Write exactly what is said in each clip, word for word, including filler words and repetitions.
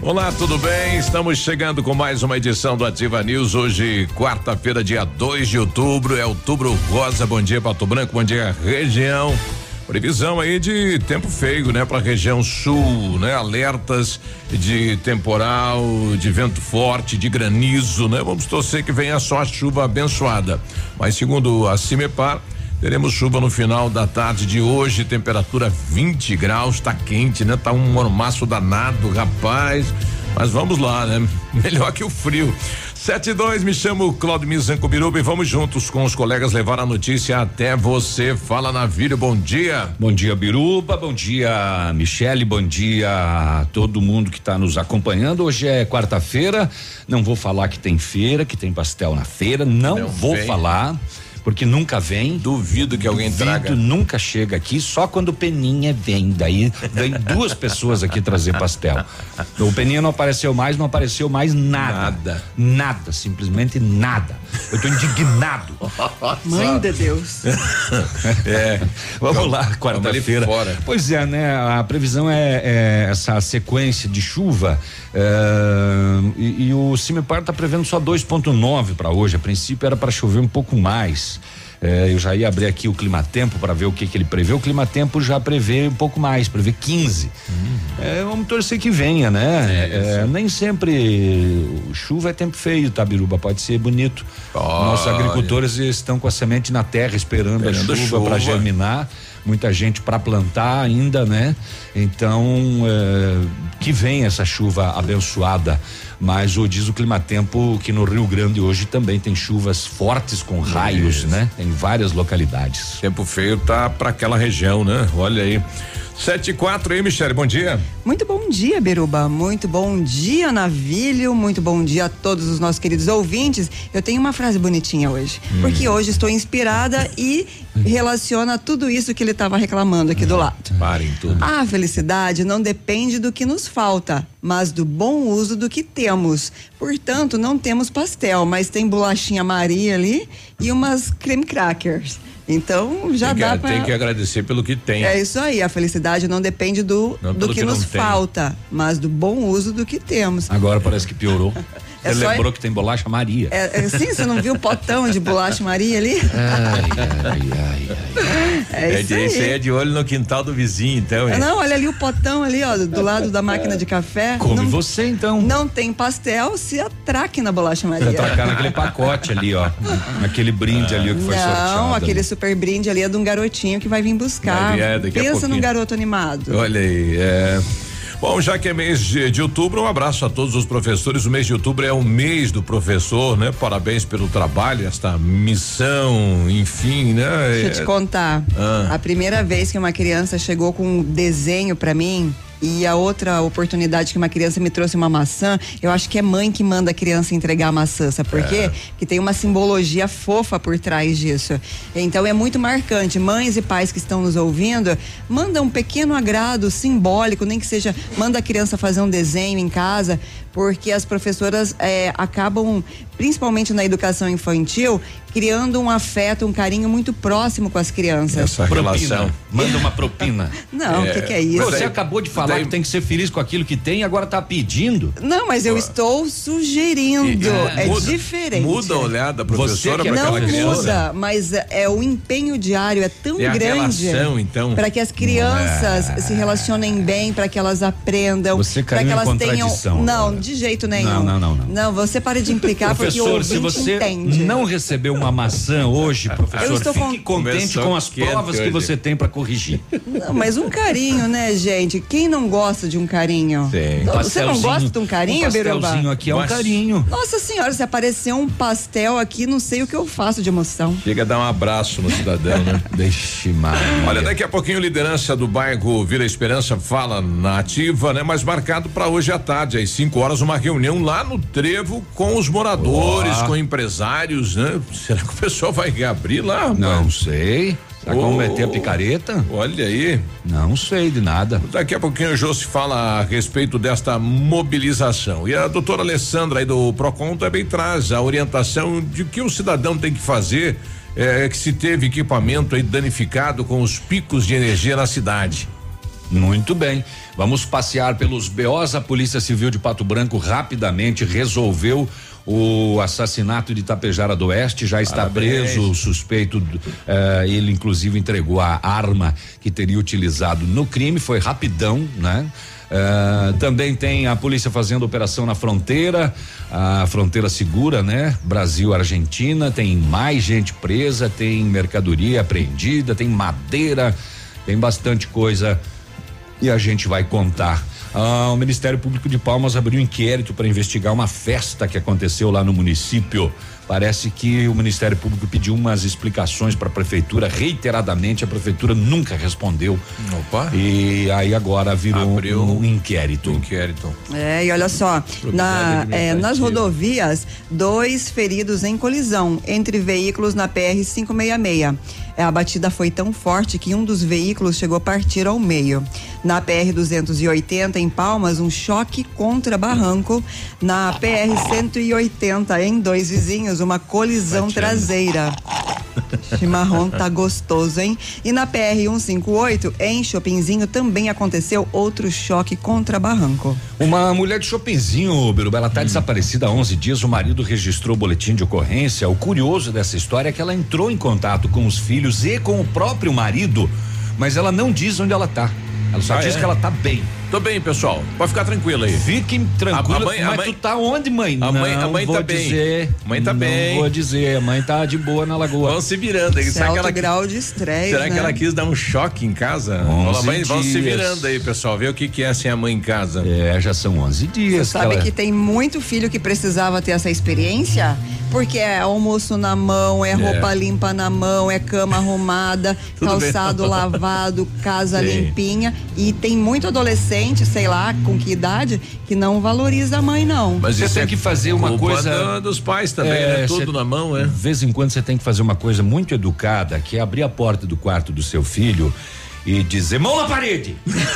Olá, tudo bem? Estamos chegando com mais uma edição do Ativa News. Hoje, quarta-feira, dia dois de outubro, é outubro rosa. Bom dia, Pato Branco, bom dia, região. Previsão aí de tempo feio, né? Pra região sul, né? Alertas de temporal, de vento forte, de granizo, né? Vamos torcer que venha só a chuva abençoada. Mas segundo a Cimepar, teremos chuva no final da tarde de hoje, temperatura vinte graus, tá quente, né? Tá um mormaço danado, rapaz. Mas vamos lá, né? Melhor que o frio. Sete e dois, me chamo Claudio Mizanco Biruba e vamos juntos com os colegas levar a notícia até você. Fala, Navírio, bom dia. Bom dia, Biruba, bom dia, Michele, bom dia a todo mundo que está nos acompanhando. Hoje é quarta-feira, não vou falar que tem feira, que tem pastel na feira, não, não vou vem. falar. Porque nunca vem. Duvido que alguém Duvido, traga. Nunca chega aqui, só quando o Peninha vem. Daí vem duas pessoas aqui trazer pastel. O Peninha não apareceu mais, não apareceu mais nada. Nada. Nada, simplesmente nada. Eu tô indignado. Mãe de Deus. É. Vamos Calma, lá, quarta-feira. Pois é, né? A previsão é, é essa sequência de chuva. É, e, e o Cimepar tá prevendo só dois ponto nove para hoje. A princípio era para chover um pouco mais. É, eu já ia abrir aqui o Climatempo para ver o que que ele prevê. O Climatempo já prevê um pouco mais, prevê quinze. Uhum. É, vamos torcer que venha, né? É, é, nem sempre chuva é tempo feio, tá, Biruba? Pode ser bonito. Olha. Nossos agricultores estão com a semente na terra esperando, esperando a chuva para germinar. Muita gente para plantar ainda, né? Então, é, que venha essa chuva abençoada. Mas o diz o Climatempo que no Rio Grande hoje também tem chuvas fortes com raios, né? Em várias localidades. Tempo feio tá para aquela região, né? Olha aí. Sete e quatro aí, Michele, bom dia. Muito bom dia, Biruba, muito bom dia, Navílio, muito bom dia a todos os nossos queridos ouvintes. Eu tenho uma frase bonitinha hoje, hum. porque hoje estou inspirada e relaciona tudo isso que ele estava reclamando aqui hum. do lado. Parem tudo. A felicidade não depende do que nos falta, mas do bom uso do que temos. Portanto, não temos pastel, mas tem bolachinha Maria ali e umas creme crackers. Então já tem que, dá pra... Tem que agradecer pelo que tem. É isso aí, a felicidade não depende do, não, do que, que nos falta, mas do bom uso do que temos. Agora parece que piorou. É Você lembrou que tem bolacha Maria. É, é, sim, você não viu o potão de bolacha Maria ali? Ai, ai, ai, ai. É isso aí. Esse aí é de olho no quintal do vizinho, então. É, não, olha ali o potão ali, ó, do lado da máquina de café. Come não, você, então. Não tem pastel, se atraque na bolacha Maria. Se atracar naquele pacote ali, ó. Naquele brinde ali que foi não, sorteado. Não, aquele super brinde ali é de um garotinho que vai vir buscar. Vai vir, é, Pensa num garoto animado. Olha aí, é... Bom, já que é mês de, de outubro, um abraço a todos os professores. O mês de outubro é o mês do professor, né? Parabéns pelo trabalho, esta missão, enfim, né? Deixa eu te contar. Ah. A primeira vez que uma criança chegou com um desenho pra mim, e a outra oportunidade que uma criança me trouxe uma maçã, eu acho que é mãe que manda a criança entregar a maçã, sabe por quê? Que tem uma simbologia fofa por trás disso. Então é muito marcante. Mães e pais que estão nos ouvindo, manda um pequeno agrado simbólico, nem que seja, manda a criança fazer um desenho em casa, porque as professoras é, acabam, principalmente na educação infantil, criando um afeto, um carinho muito próximo com as crianças. Essa relação. Manda uma propina. Não, o é, que, que é isso? Você acabou de falar daí, que tem que ser feliz com aquilo que tem e agora tá pedindo. Não, mas eu estou sugerindo. E, é muda, diferente. Muda a olhada, professora, para aquela criança. Não muda, mas é o empenho diário é tão é grande. Relação, então. Para que as crianças é. se relacionem bem, para que elas aprendam. Você caiu para que elas em contradição. Tenham. Não, agora. De jeito nenhum. Não, não, não, não. Não, você para de implicar porque o Professor, se você entende. não recebeu uma maçã hoje, professor, fique com... contente com as provas que, que você tem para corrigir. Não, mas um carinho, né, gente? Quem não gosta de um carinho? Sim. Um você não gosta de um carinho, um pastelzinho aqui é um carinho. Nossa senhora, se aparecer um pastel aqui, não sei o que eu faço de emoção. Chega a dar um abraço no cidadão, né? Deixe mais. Olha, daqui a pouquinho liderança do bairro Vila Esperança fala na ativa, né? Mas marcado para hoje à tarde, às cinco horas, uma reunião lá no Trevo com os moradores, oh. com empresários, né? Será que o pessoal vai reabrir lá? Rapaz? Não sei. Será que vão meter a picareta? Olha aí. Não sei de nada. Daqui a pouquinho o Jô se fala a respeito desta mobilização. E a doutora Alessandra aí do Procon também traz a orientação de que o cidadão tem que fazer é, que se teve equipamento aí danificado com os picos de energia na cidade. Muito bem. Vamos passear pelos B Os. A Polícia Civil de Pato Branco rapidamente resolveu o assassinato de Tapejara do Oeste. Já está Parabéns. preso o suspeito. Uh, ele, inclusive, entregou a arma que teria utilizado no crime. Foi rapidão, né? Uh, também tem a polícia fazendo operação na fronteira, a fronteira segura, né? Brasil-Argentina, tem mais gente presa, tem mercadoria apreendida, tem madeira, tem bastante coisa e a gente vai contar. Ah, o Ministério Público de Palmas abriu um inquérito para investigar uma festa que aconteceu lá no município. Parece que o Ministério Público pediu umas explicações para a prefeitura reiteradamente, a prefeitura nunca respondeu. Opa. E aí agora virou Abriu um inquérito. Um inquérito. É, e olha só, na, é, nas rodovias, dois feridos em colisão entre veículos na P R quinhentos e sessenta e seis. É, a batida foi tão forte que um dos veículos chegou a partir ao meio. Na P R duzentos e oitenta, em Palmas, um choque contra barranco. Na P R cento e oitenta, em Dois Vizinhos, uma colisão Batiana. traseira. Chimarrão tá gostoso, hein? E na P R cento e cinquenta e oito, em Chopinzinho, também aconteceu outro choque contra barranco. Uma mulher de Chopinzinho, Biruba, ela tá hum. desaparecida há onze dias. O marido registrou o boletim de ocorrência. O curioso dessa história é que ela entrou em contato com os filhos e com o próprio marido, mas ela não diz onde ela tá. Ela só ah, diz é? que ela tá bem. Tô bem, pessoal. Pode ficar tranquilo aí. Fiquem tranquilos. Mas a mãe, tu tá onde, mãe? A mãe, não a mãe vou tá dizer, bem. A mãe tá não bem. Vou dizer, a mãe tá de boa na lagoa. Vão se virando aí. Será que ela grau de estresse, Será né? que ela quis dar um choque em casa? onze mãe, vão se dias. virando aí, pessoal. Ver o que que é sem a mãe em casa. É, já são onze dias. Você sabe ela... que tem muito filho que precisava ter essa experiência? Porque é almoço na mão, é roupa é. limpa na mão, é cama arrumada, calçado bem. lavado, casa Sim. limpinha. E tem muito adolescente, sei lá, com que idade, que não valoriza a mãe, não. Mas você tem é que fazer uma coisa dos pais também, é, né? Tudo na mão, é. De vez em quando você tem que fazer uma coisa muito educada, que é abrir a porta do quarto do seu filho e dizer, mão na parede!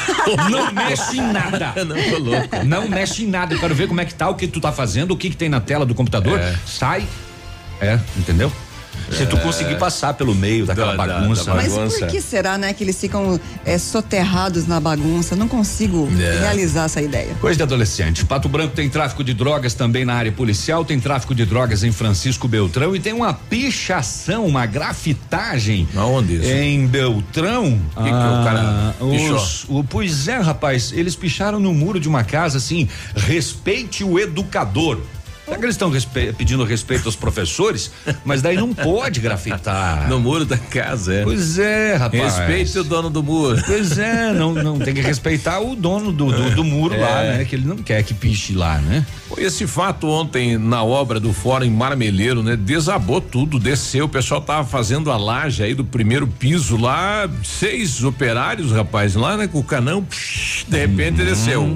Não mexe em nada. Não tô louco. Não mexe em nada. Eu quero ver como é que tá, o que tu tá fazendo, o que que tem na tela do computador. É. Sai. É, entendeu? Se tu conseguir passar pelo meio daquela da, bagunça. Da, da bagunça. Mas por que será, né, que eles ficam é, soterrados na bagunça? Não consigo é. realizar essa ideia. Coisa de adolescente. Pato Branco tem tráfico de drogas também na área policial, tem tráfico de drogas em Francisco Beltrão e tem uma pichação, uma grafitagem. Aonde isso? Em Beltrão. Que ah, que o cara os, o, pois é, rapaz, eles picharam no muro de uma casa assim, respeite o educador. Será que eles estão respe- pedindo respeito aos professores? Mas daí não pode grafitar. No muro da casa, é. Pois é, rapaz. Respeite o dono do muro. Pois é, não, não tem que respeitar o dono do, do, do muro é. lá, né? Que ele não quer que piche lá, né? Esse fato ontem na obra do Fórum Marmeleiro, né? Desabou tudo, desceu, o pessoal tava fazendo a laje aí do primeiro piso lá, seis operários, rapaz, lá, né? Com o canão, psh, de repente hum. desceu.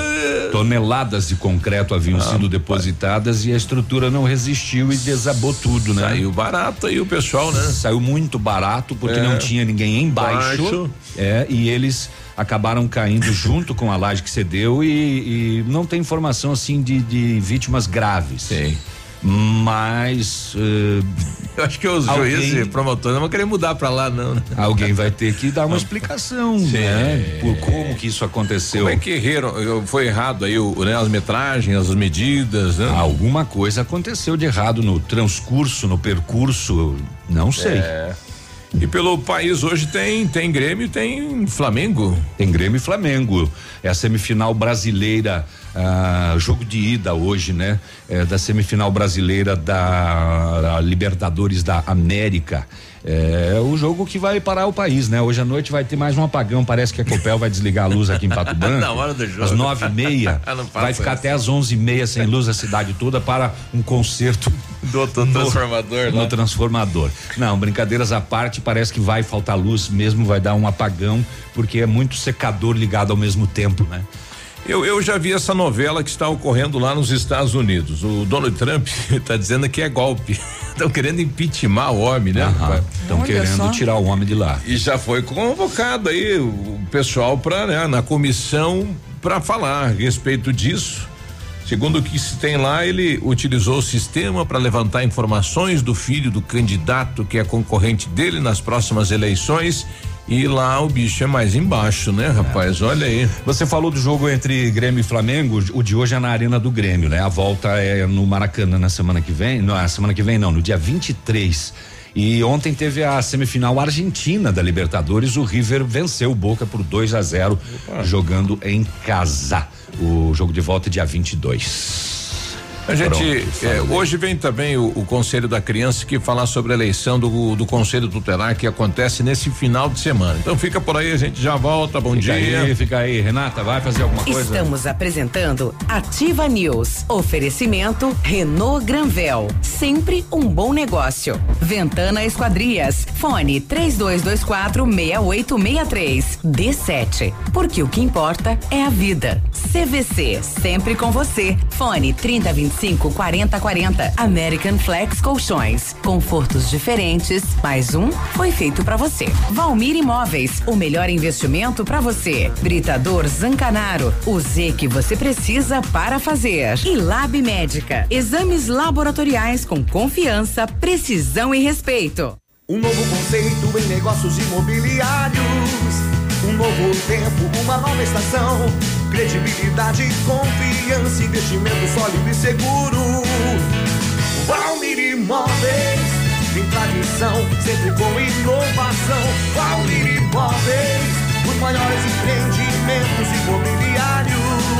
Toneladas de concreto haviam ah, sido depositadas e a estrutura não resistiu e desabou tudo, né? Saiu barato aí o pessoal, né? Saiu muito barato porque é. não tinha ninguém embaixo. Baixo. É, e eles acabaram caindo junto com a laje que cedeu e, e não tem informação assim de, de vítimas graves. Sim. Mas uh, eu acho que os alguém, juízes e promotores não vão querer mudar pra lá, não. Alguém vai ter que dar uma explicação, Sim. né? Por como que isso aconteceu. Como é que erraram, foi errado aí o, né, as metragens, as medidas, né? Alguma coisa aconteceu de errado no transcurso, no percurso, não sei. É. E pelo país hoje tem tem Grêmio e tem Flamengo. Tem Grêmio e Flamengo. É a semifinal brasileira, ah, jogo de ida hoje, né? É, da semifinal brasileira da, da Libertadores da América. É o jogo que vai parar o país, né? Hoje à noite vai ter mais um apagão, parece que a Copel vai desligar a luz aqui em Pato Branco. Na hora do jogo. Às nove e meia, vai ficar até às onze e meia sem luz a cidade toda para um concerto do, do transformador, no, no transformador. Não, brincadeiras à parte, parece que vai faltar luz mesmo, vai dar um apagão, porque é muito secador ligado ao mesmo tempo, né? Eu, eu já vi essa novela que está ocorrendo lá nos Estados Unidos. O Donald Trump está dizendo que é golpe. Estão querendo impeachment o homem, né? Estão querendo só. tirar o homem de lá. E já foi convocado aí o pessoal para, né, na comissão para falar a respeito disso. Segundo o que se tem lá, ele utilizou o sistema para levantar informações do filho do candidato que é concorrente dele nas próximas eleições E lá o bicho é mais embaixo, né, rapaz? É. Olha aí. Você falou do jogo entre Grêmio e Flamengo, o de hoje é na Arena do Grêmio, né? A volta é no Maracanã na semana que vem, não, a semana que vem não, no dia vinte e três. E ontem teve a semifinal argentina da Libertadores, o River venceu o Boca por dois a zero, jogando em casa. O jogo de volta é dia vinte e dois. A gente, é, hoje vem também o, o Conselho da Criança que falar sobre a eleição do, do Conselho Tutelar que acontece nesse final de semana. Então fica por aí, a gente já volta. Bom fica dia. Aí, fica aí, Renata, vai fazer alguma coisa? Estamos apresentando Ativa News. Oferecimento Renault Granvel, sempre um bom negócio. Ventana Esquadrias. Fone três dois dois quatro seis oito seis três. D sete. Porque o que importa é a vida. C V C, sempre com você. Fone trinta vinte e cinco quarenta quarenta. American Flex Colchões, confortos diferentes, mais um foi feito pra você. Valmir Imóveis, o melhor investimento pra você. Britador Zancanaro, o Z que você precisa para fazer. E Lab Médica, exames laboratoriais com confiança, precisão e respeito. Um novo conceito em negócios imobiliários, um novo tempo, uma nova estação. Credibilidade, confiança, investimento sólido e seguro. Valmir Imóveis, tem tradição, sempre com inovação. Valmir Imóveis, os maiores empreendimentos imobiliários.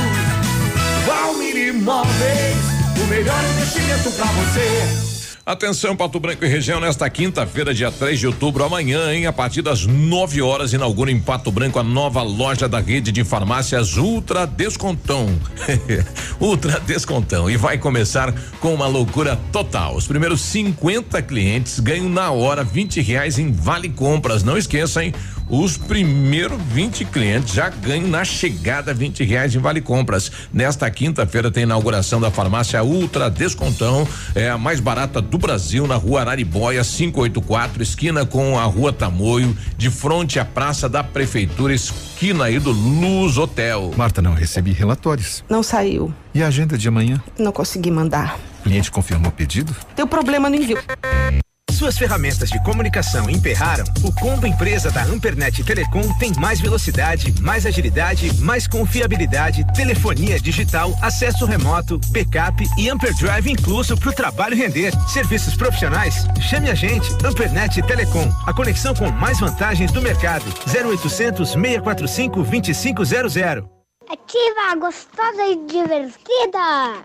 Valmir Imóveis, o melhor investimento pra você. Atenção, Pato Branco e região, nesta quinta-feira, dia três de outubro, amanhã, hein? A partir das nove horas, inaugura em Pato Branco a nova loja da rede de farmácias Ultra Descontão. Ultra Descontão. E vai começar com uma loucura total. Os primeiros cinquenta clientes ganham na hora vinte reais em vale compras. Não esqueça, hein? Os primeiros vinte clientes já ganham na chegada vinte reais em vale compras. Nesta quinta-feira tem inauguração da farmácia Ultra Descontão, é a mais barata do Brasil, na rua Araribóia quinhentos e oitenta e quatro, esquina com a rua Tamoio, de frente à praça da prefeitura, esquina aí do Luz Hotel. Marta, não recebi relatórios. Não saiu. E a agenda de amanhã? Não consegui mandar. O cliente confirmou o pedido? Deu problema no envio. Suas ferramentas de comunicação emperraram? O combo empresa da Ampernet Telecom tem mais velocidade, mais agilidade, mais confiabilidade, telefonia digital, acesso remoto, backup e Amperdrive incluso para o trabalho render. Serviços profissionais? Chame a gente, Ampernet Telecom, a conexão com mais vantagens do mercado. zero oitocentos, seis quatro cinco, dois cinco zero zero. Ativa, gostosa e divertida.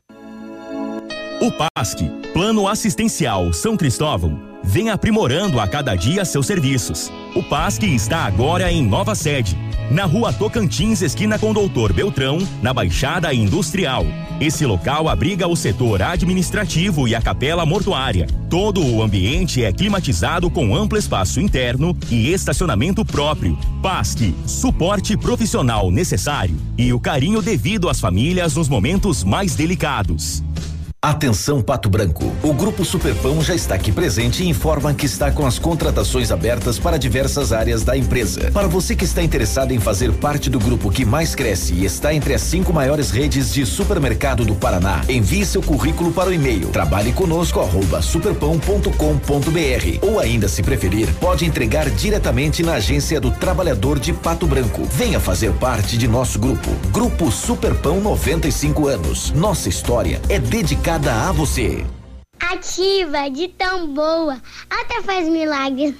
O PASC, Plano Assistencial São Cristóvão, vem aprimorando a cada dia seus serviços. O PASC está agora em nova sede, na rua Tocantins, esquina com Doutor Beltrão, na Baixada Industrial. Esse local abriga o setor administrativo e a capela mortuária. Todo o ambiente é climatizado com amplo espaço interno e estacionamento próprio. PASC, suporte profissional necessário e o carinho devido às famílias nos momentos mais delicados. Atenção, Pato Branco. O Grupo Superpão já está aqui presente e informa que está com as contratações abertas para diversas áreas da empresa. Para você que está interessado em fazer parte do grupo que mais cresce e está entre as cinco maiores redes de supermercado do Paraná, envie seu currículo para o e-mail trabalhe conosco arroba superpão ponto com ponto br ou ainda, se preferir, pode entregar diretamente na agência do trabalhador de Pato Branco. Venha fazer parte de nosso grupo. Grupo Superpão, noventa e cinco anos. Nossa história é dedicada a você. Ativa, de tão boa, até faz milagres.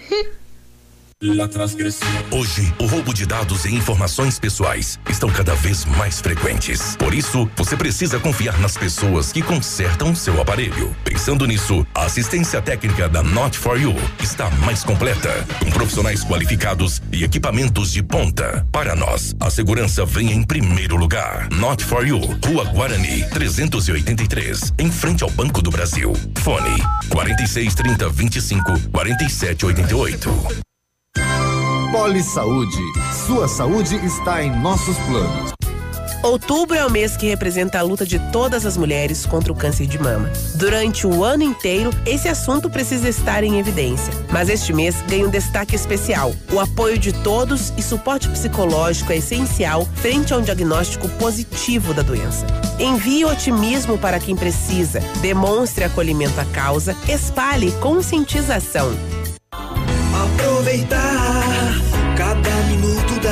Hoje, o roubo de dados e informações pessoais estão cada vez mais frequentes. Por isso, você precisa confiar nas pessoas que consertam seu aparelho. Pensando nisso, a assistência técnica da Not for You está mais completa, com profissionais qualificados e equipamentos de ponta. Para nós, a segurança vem em primeiro lugar. Not for You, Rua Guarani, trezentos e oitenta e três, em frente ao Banco do Brasil. Fone quarenta e seis, trinta, vinte e cinco, quarenta e sete, oitenta e oito. Poli Saúde. Sua saúde está em nossos planos. Outubro é o mês que representa a luta de todas as mulheres contra o câncer de mama. Durante o ano inteiro, esse assunto precisa estar em evidência. Mas este mês ganha um destaque especial. O apoio de todos e suporte psicológico é essencial frente a um diagnóstico positivo da doença. Envie otimismo para quem precisa, demonstre acolhimento à causa, espalhe conscientização. Aproveitar cada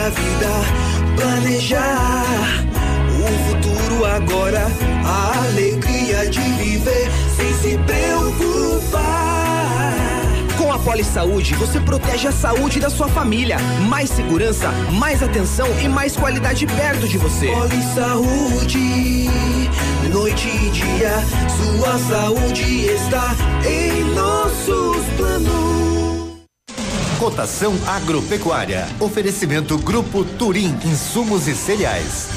a vida, planejar o futuro agora, a alegria de viver sem se preocupar. Com a Poli Saúde, você protege a saúde da sua família. Mais segurança, mais atenção e mais qualidade perto de você. Poli Saúde, noite e dia, sua saúde está em nossos planos. Cotação agropecuária. Oferecimento Grupo Turim, insumos e cereais.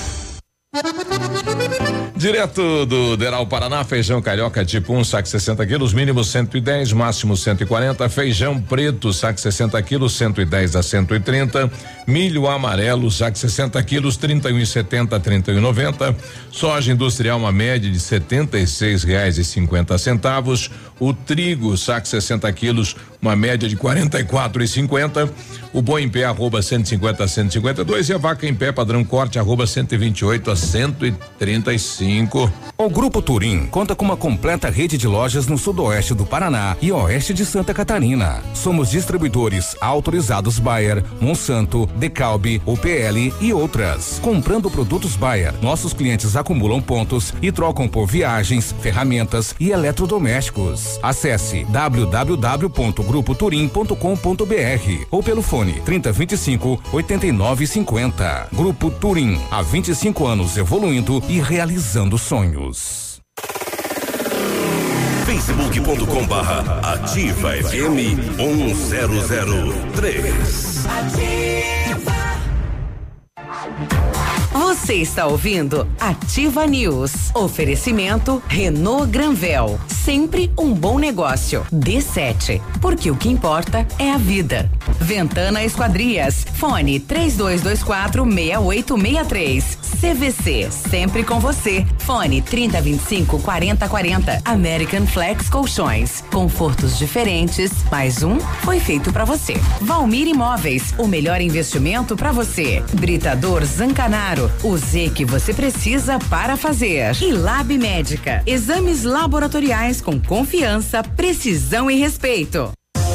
Direto do Deral Paraná, feijão carioca tipo um, saco sessenta quilos, mínimo cento e dez, máximo cento e quarenta. Feijão preto, saco sessenta quilos, cento e dez a cento e trinta. Milho amarelo, saco sessenta quilos, trinta e um e setenta, trinta e um e noventa. Soja industrial, uma média de setenta e seis reais e cinquenta centavos. O trigo, saco sessenta quilos, uma média de quarenta e quatro e cinquenta. O boi em pé, arroba cento e cinquenta a cento e cinquenta e dois, e a vaca em pé padrão corte, arroba cento e vinte e oito a cento e trinta e cinco. O Grupo Turim conta com uma completa rede de lojas no sudoeste do Paraná e oeste de Santa Catarina. Somos distribuidores autorizados Bayer, Monsanto, Decalbe, U P L e outras. Comprando produtos Bayer, nossos clientes acumulam pontos e trocam por viagens, ferramentas e eletrodomésticos. Acesse w w w ponto grupo turim ponto com ponto b r ou pelo fone trinta, vinte e cinco, oitenta e nove, cinquenta. Grupo Turim, há vinte e cinco anos evoluindo e realizando sonhos. facebook ponto com barra ativa F M um zero zero três. Ativa. Você está ouvindo Ativa News. Oferecimento Renault Granvel. Sempre um bom negócio. D sete. Porque o que importa é a vida. Ventana Esquadrias. Fone três dois dois quatro, seis oito seis três. C V C. Sempre com você. Fone trinta, vinte e cinco, quarenta, quarenta. American Flex Colchões. Confortos diferentes. Mais um foi feito pra você. Valmir Imóveis. O melhor investimento pra você. Britador Zancanaro. O Z que você precisa para fazer. E Lab Médica. Exames laboratoriais com confiança, precisão e respeito.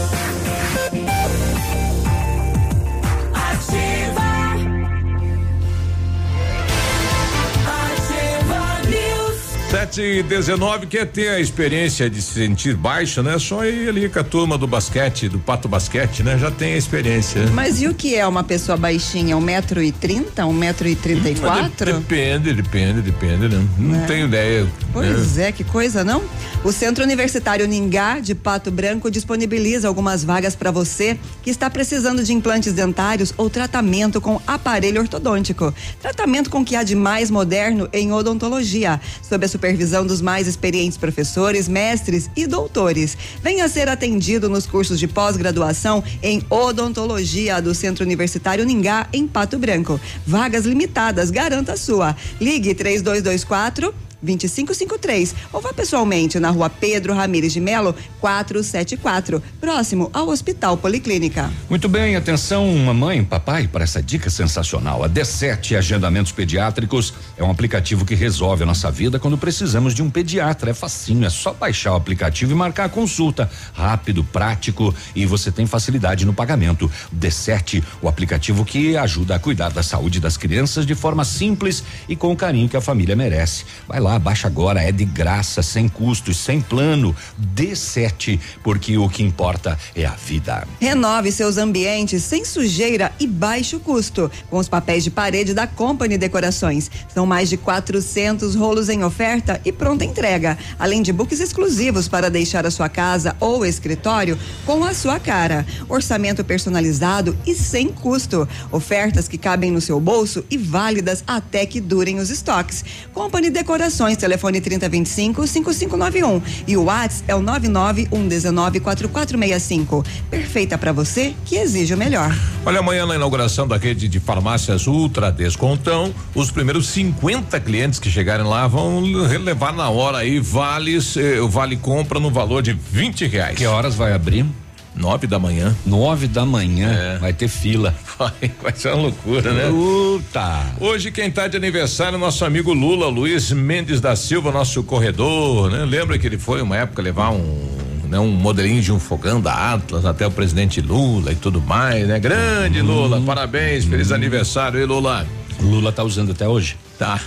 sete e dezenove, quer ter a experiência de se sentir baixo, né? Só ir ali com a turma do basquete, do Pato Basquete, né? Já tem a experiência. Mas e o que é uma pessoa baixinha? Um metro e trinta? Um metro e trinta e quatro? Depende, depende, depende, né? Não é. tenho ideia. Pois é. é, que coisa, não? O Centro Universitário Ningá de Pato Branco disponibiliza algumas vagas para você que está precisando de implantes dentários ou tratamento com aparelho ortodôntico. Tratamento com o que há de mais moderno em odontologia, sob a supervisão dos mais experientes professores, mestres e doutores. Venha ser atendido nos cursos de pós-graduação em odontologia do Centro Universitário Ningá, em Pato Branco. Vagas limitadas, garanta a sua. Ligue três dois dois quatro, vinte e cinco cinquenta e três ou vá pessoalmente na rua Pedro Ramires de Melo, quatrocentos e setenta e quatro, próximo ao Hospital Policlínica. Muito bem, atenção mamãe, papai, para essa dica sensacional. A D sete Agendamentos Pediátricos é um aplicativo que resolve a nossa vida quando precisamos de um pediatra. É facinho, é só baixar o aplicativo e marcar a consulta. Rápido, prático e você tem facilidade no pagamento. D sete, o aplicativo que ajuda a cuidar da saúde das crianças de forma simples e com o carinho que a família merece. Vai lá, baixa agora, é de graça, sem custos, sem plano. D sete, porque o que importa é a vida. Renove seus ambientes sem sujeira e baixo custo com os papéis de parede da Company Decorações. São mais de quatrocentos rolos em oferta e pronta entrega, além de books exclusivos para deixar a sua casa ou escritório com a sua cara. Orçamento personalizado e sem custo. Ofertas que cabem no seu bolso e válidas até que durem os estoques. Company Decorações, telefone trinta, vinte e cinco, cinquenta e cinco noventa e um e o WhatsApp é o nove nove um um nove quatro quatro seis cinco. Perfeita para você que exige o melhor. Olha, amanhã na inauguração da rede de farmácias Ultra Descontão, os primeiros cinquenta clientes que chegarem lá vão levar na hora aí vales, eh, o vale compra no valor de vinte reais. Que horas vai abrir? Nove da manhã. Nove da manhã. É. Vai ter fila. Vai, vai ser uma loucura, né? Puta. Hoje quem tá de aniversário é nosso amigo Lula, Luiz Mendes da Silva, nosso corredor, né? Lembra que ele foi uma época levar um né, um modelinho de um fogão da Atlas, até o presidente Lula e tudo mais, né? Grande hum. Lula, parabéns, hum. feliz aniversário, hein, Lula? Lula tá usando até hoje? Tá.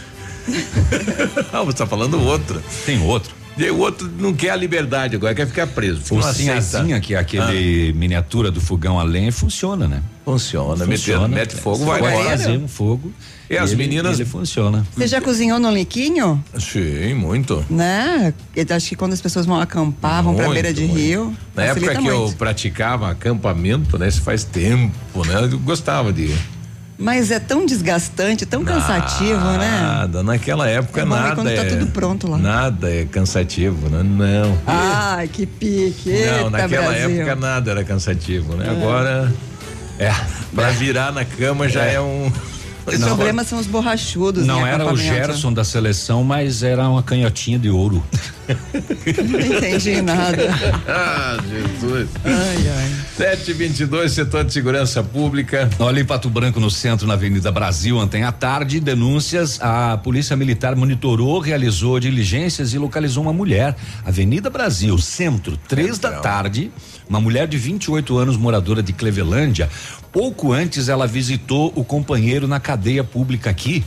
Ah, você tá falando outro. Tem outro. E o outro não quer a liberdade agora, quer ficar preso. O Sinhazinha, que é aquele ah. miniatura do fogão a lenha, funciona, né? Funciona, funciona. Mete, mete fogo, vai Pode fazer um fogo. E, e as ele, meninas. Ele funciona. Você já cozinhou no liquinho? Sim, muito. Né? Eu acho que quando as pessoas vão acampar, vão muito, pra beira de muito. rio. Na época que muito. eu praticava acampamento, né? Isso faz tempo, né? Eu gostava de ir. Mas é tão desgastante, tão nada, cansativo, né? Nada, naquela época é nada quando é. Tá tudo pronto lá. Nada é cansativo, né? Não. Ah, que pique. Não, Eita, naquela Brasil. época nada era cansativo, né? É. Agora, é, pra virar na cama já é, é um. O não, problema são os borrachudos. Não era o Gerson da seleção, mas era uma canhotinha de ouro. Não entendi nada. Ah, Jesus. Ai, ai. sete e vinte e dois, setor de segurança pública. Olha, em Pato Branco, no centro, na Avenida Brasil, ontem à tarde, denúncias. A Polícia Militar monitorou, realizou diligências e localizou uma mulher. Avenida Brasil, centro, três da tarde. Uma mulher de vinte e oito anos, moradora de Clevelândia. Pouco antes, ela visitou o companheiro na cadeia pública aqui.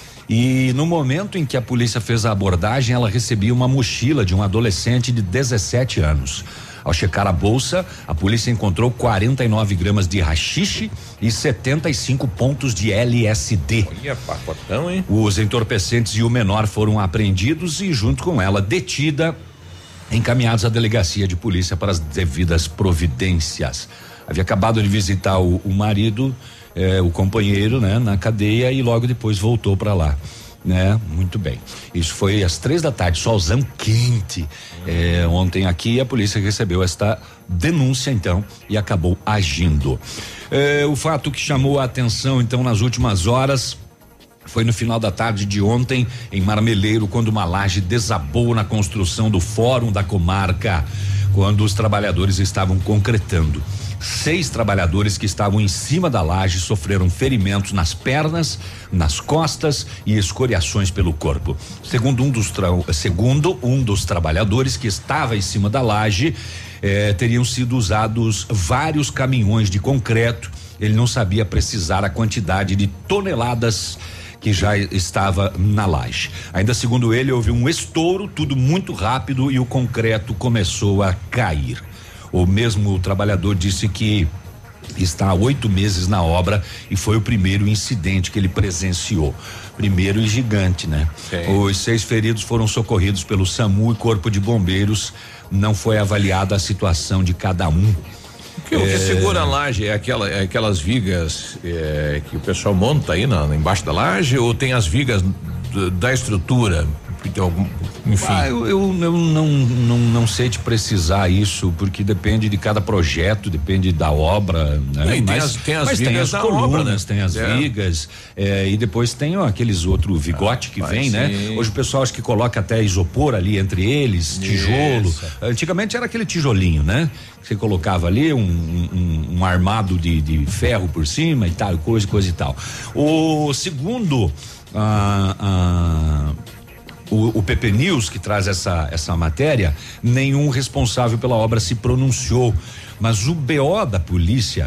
E no momento em que a polícia fez a abordagem, ela recebia uma mochila de um adolescente de dezessete anos. Ao checar a bolsa, a polícia encontrou quarenta e nove gramas de haxixe e setenta e cinco pontos de L S D. Olha, pacotão, hein? Os entorpecentes e o menor foram apreendidos e, junto com ela, detida, encaminhados à delegacia de polícia para as devidas providências. Havia acabado de visitar o, o marido, eh, o companheiro, né, na cadeia, e logo depois voltou para lá, né? Muito bem. Isso foi às três da tarde, solzão quente. Eh, ontem aqui a polícia recebeu esta denúncia, então, e acabou agindo. Eh, o fato que chamou a atenção, então, nas últimas horas foi no final da tarde de ontem, em Marmeleiro, quando uma laje desabou na construção do Fórum da Comarca, quando os trabalhadores estavam concretando. Seis trabalhadores que estavam em cima da laje sofreram ferimentos nas pernas, nas costas e escoriações pelo corpo. Segundo um dos, tra... Segundo um dos trabalhadores que estava em cima da laje, eh, teriam sido usados vários caminhões de concreto. Ele não sabia precisar a quantidade de toneladas que já estava na laje. Ainda segundo ele, houve um estouro, tudo muito rápido, e o concreto começou a cair. O mesmo trabalhador disse que está há oito meses na obra e foi o primeiro incidente que ele presenciou. Primeiro e gigante, né? Sim. Os seis feridos foram socorridos pelo SAMU e Corpo de Bombeiros. Não foi avaliada a situação de cada um. O que, é... o que segura a laje é, aquela, é aquelas vigas é, que o pessoal monta aí na, embaixo da laje, ou tem as vigas do, da estrutura? Então, enfim. Ah, eu, eu, eu não, não, não sei te precisar isso, porque depende de cada projeto, depende da obra, né? Tem, mas, as, tem as mas vigas tem as da colunas, obra, né? Tem as é. vigas, é, e depois tem ó, aqueles outro vigote ah, que vem, sim. né? Hoje o pessoal acho que coloca até isopor ali entre eles, tijolo. Isso. Antigamente era aquele tijolinho, né? Você colocava ali um, um, um armado de, de ferro por cima e tal, coisa, coisa e tal. O segundo, ah, ah, O, o P P News, que traz essa, essa matéria, nenhum responsável pela obra se pronunciou, mas o B O da polícia,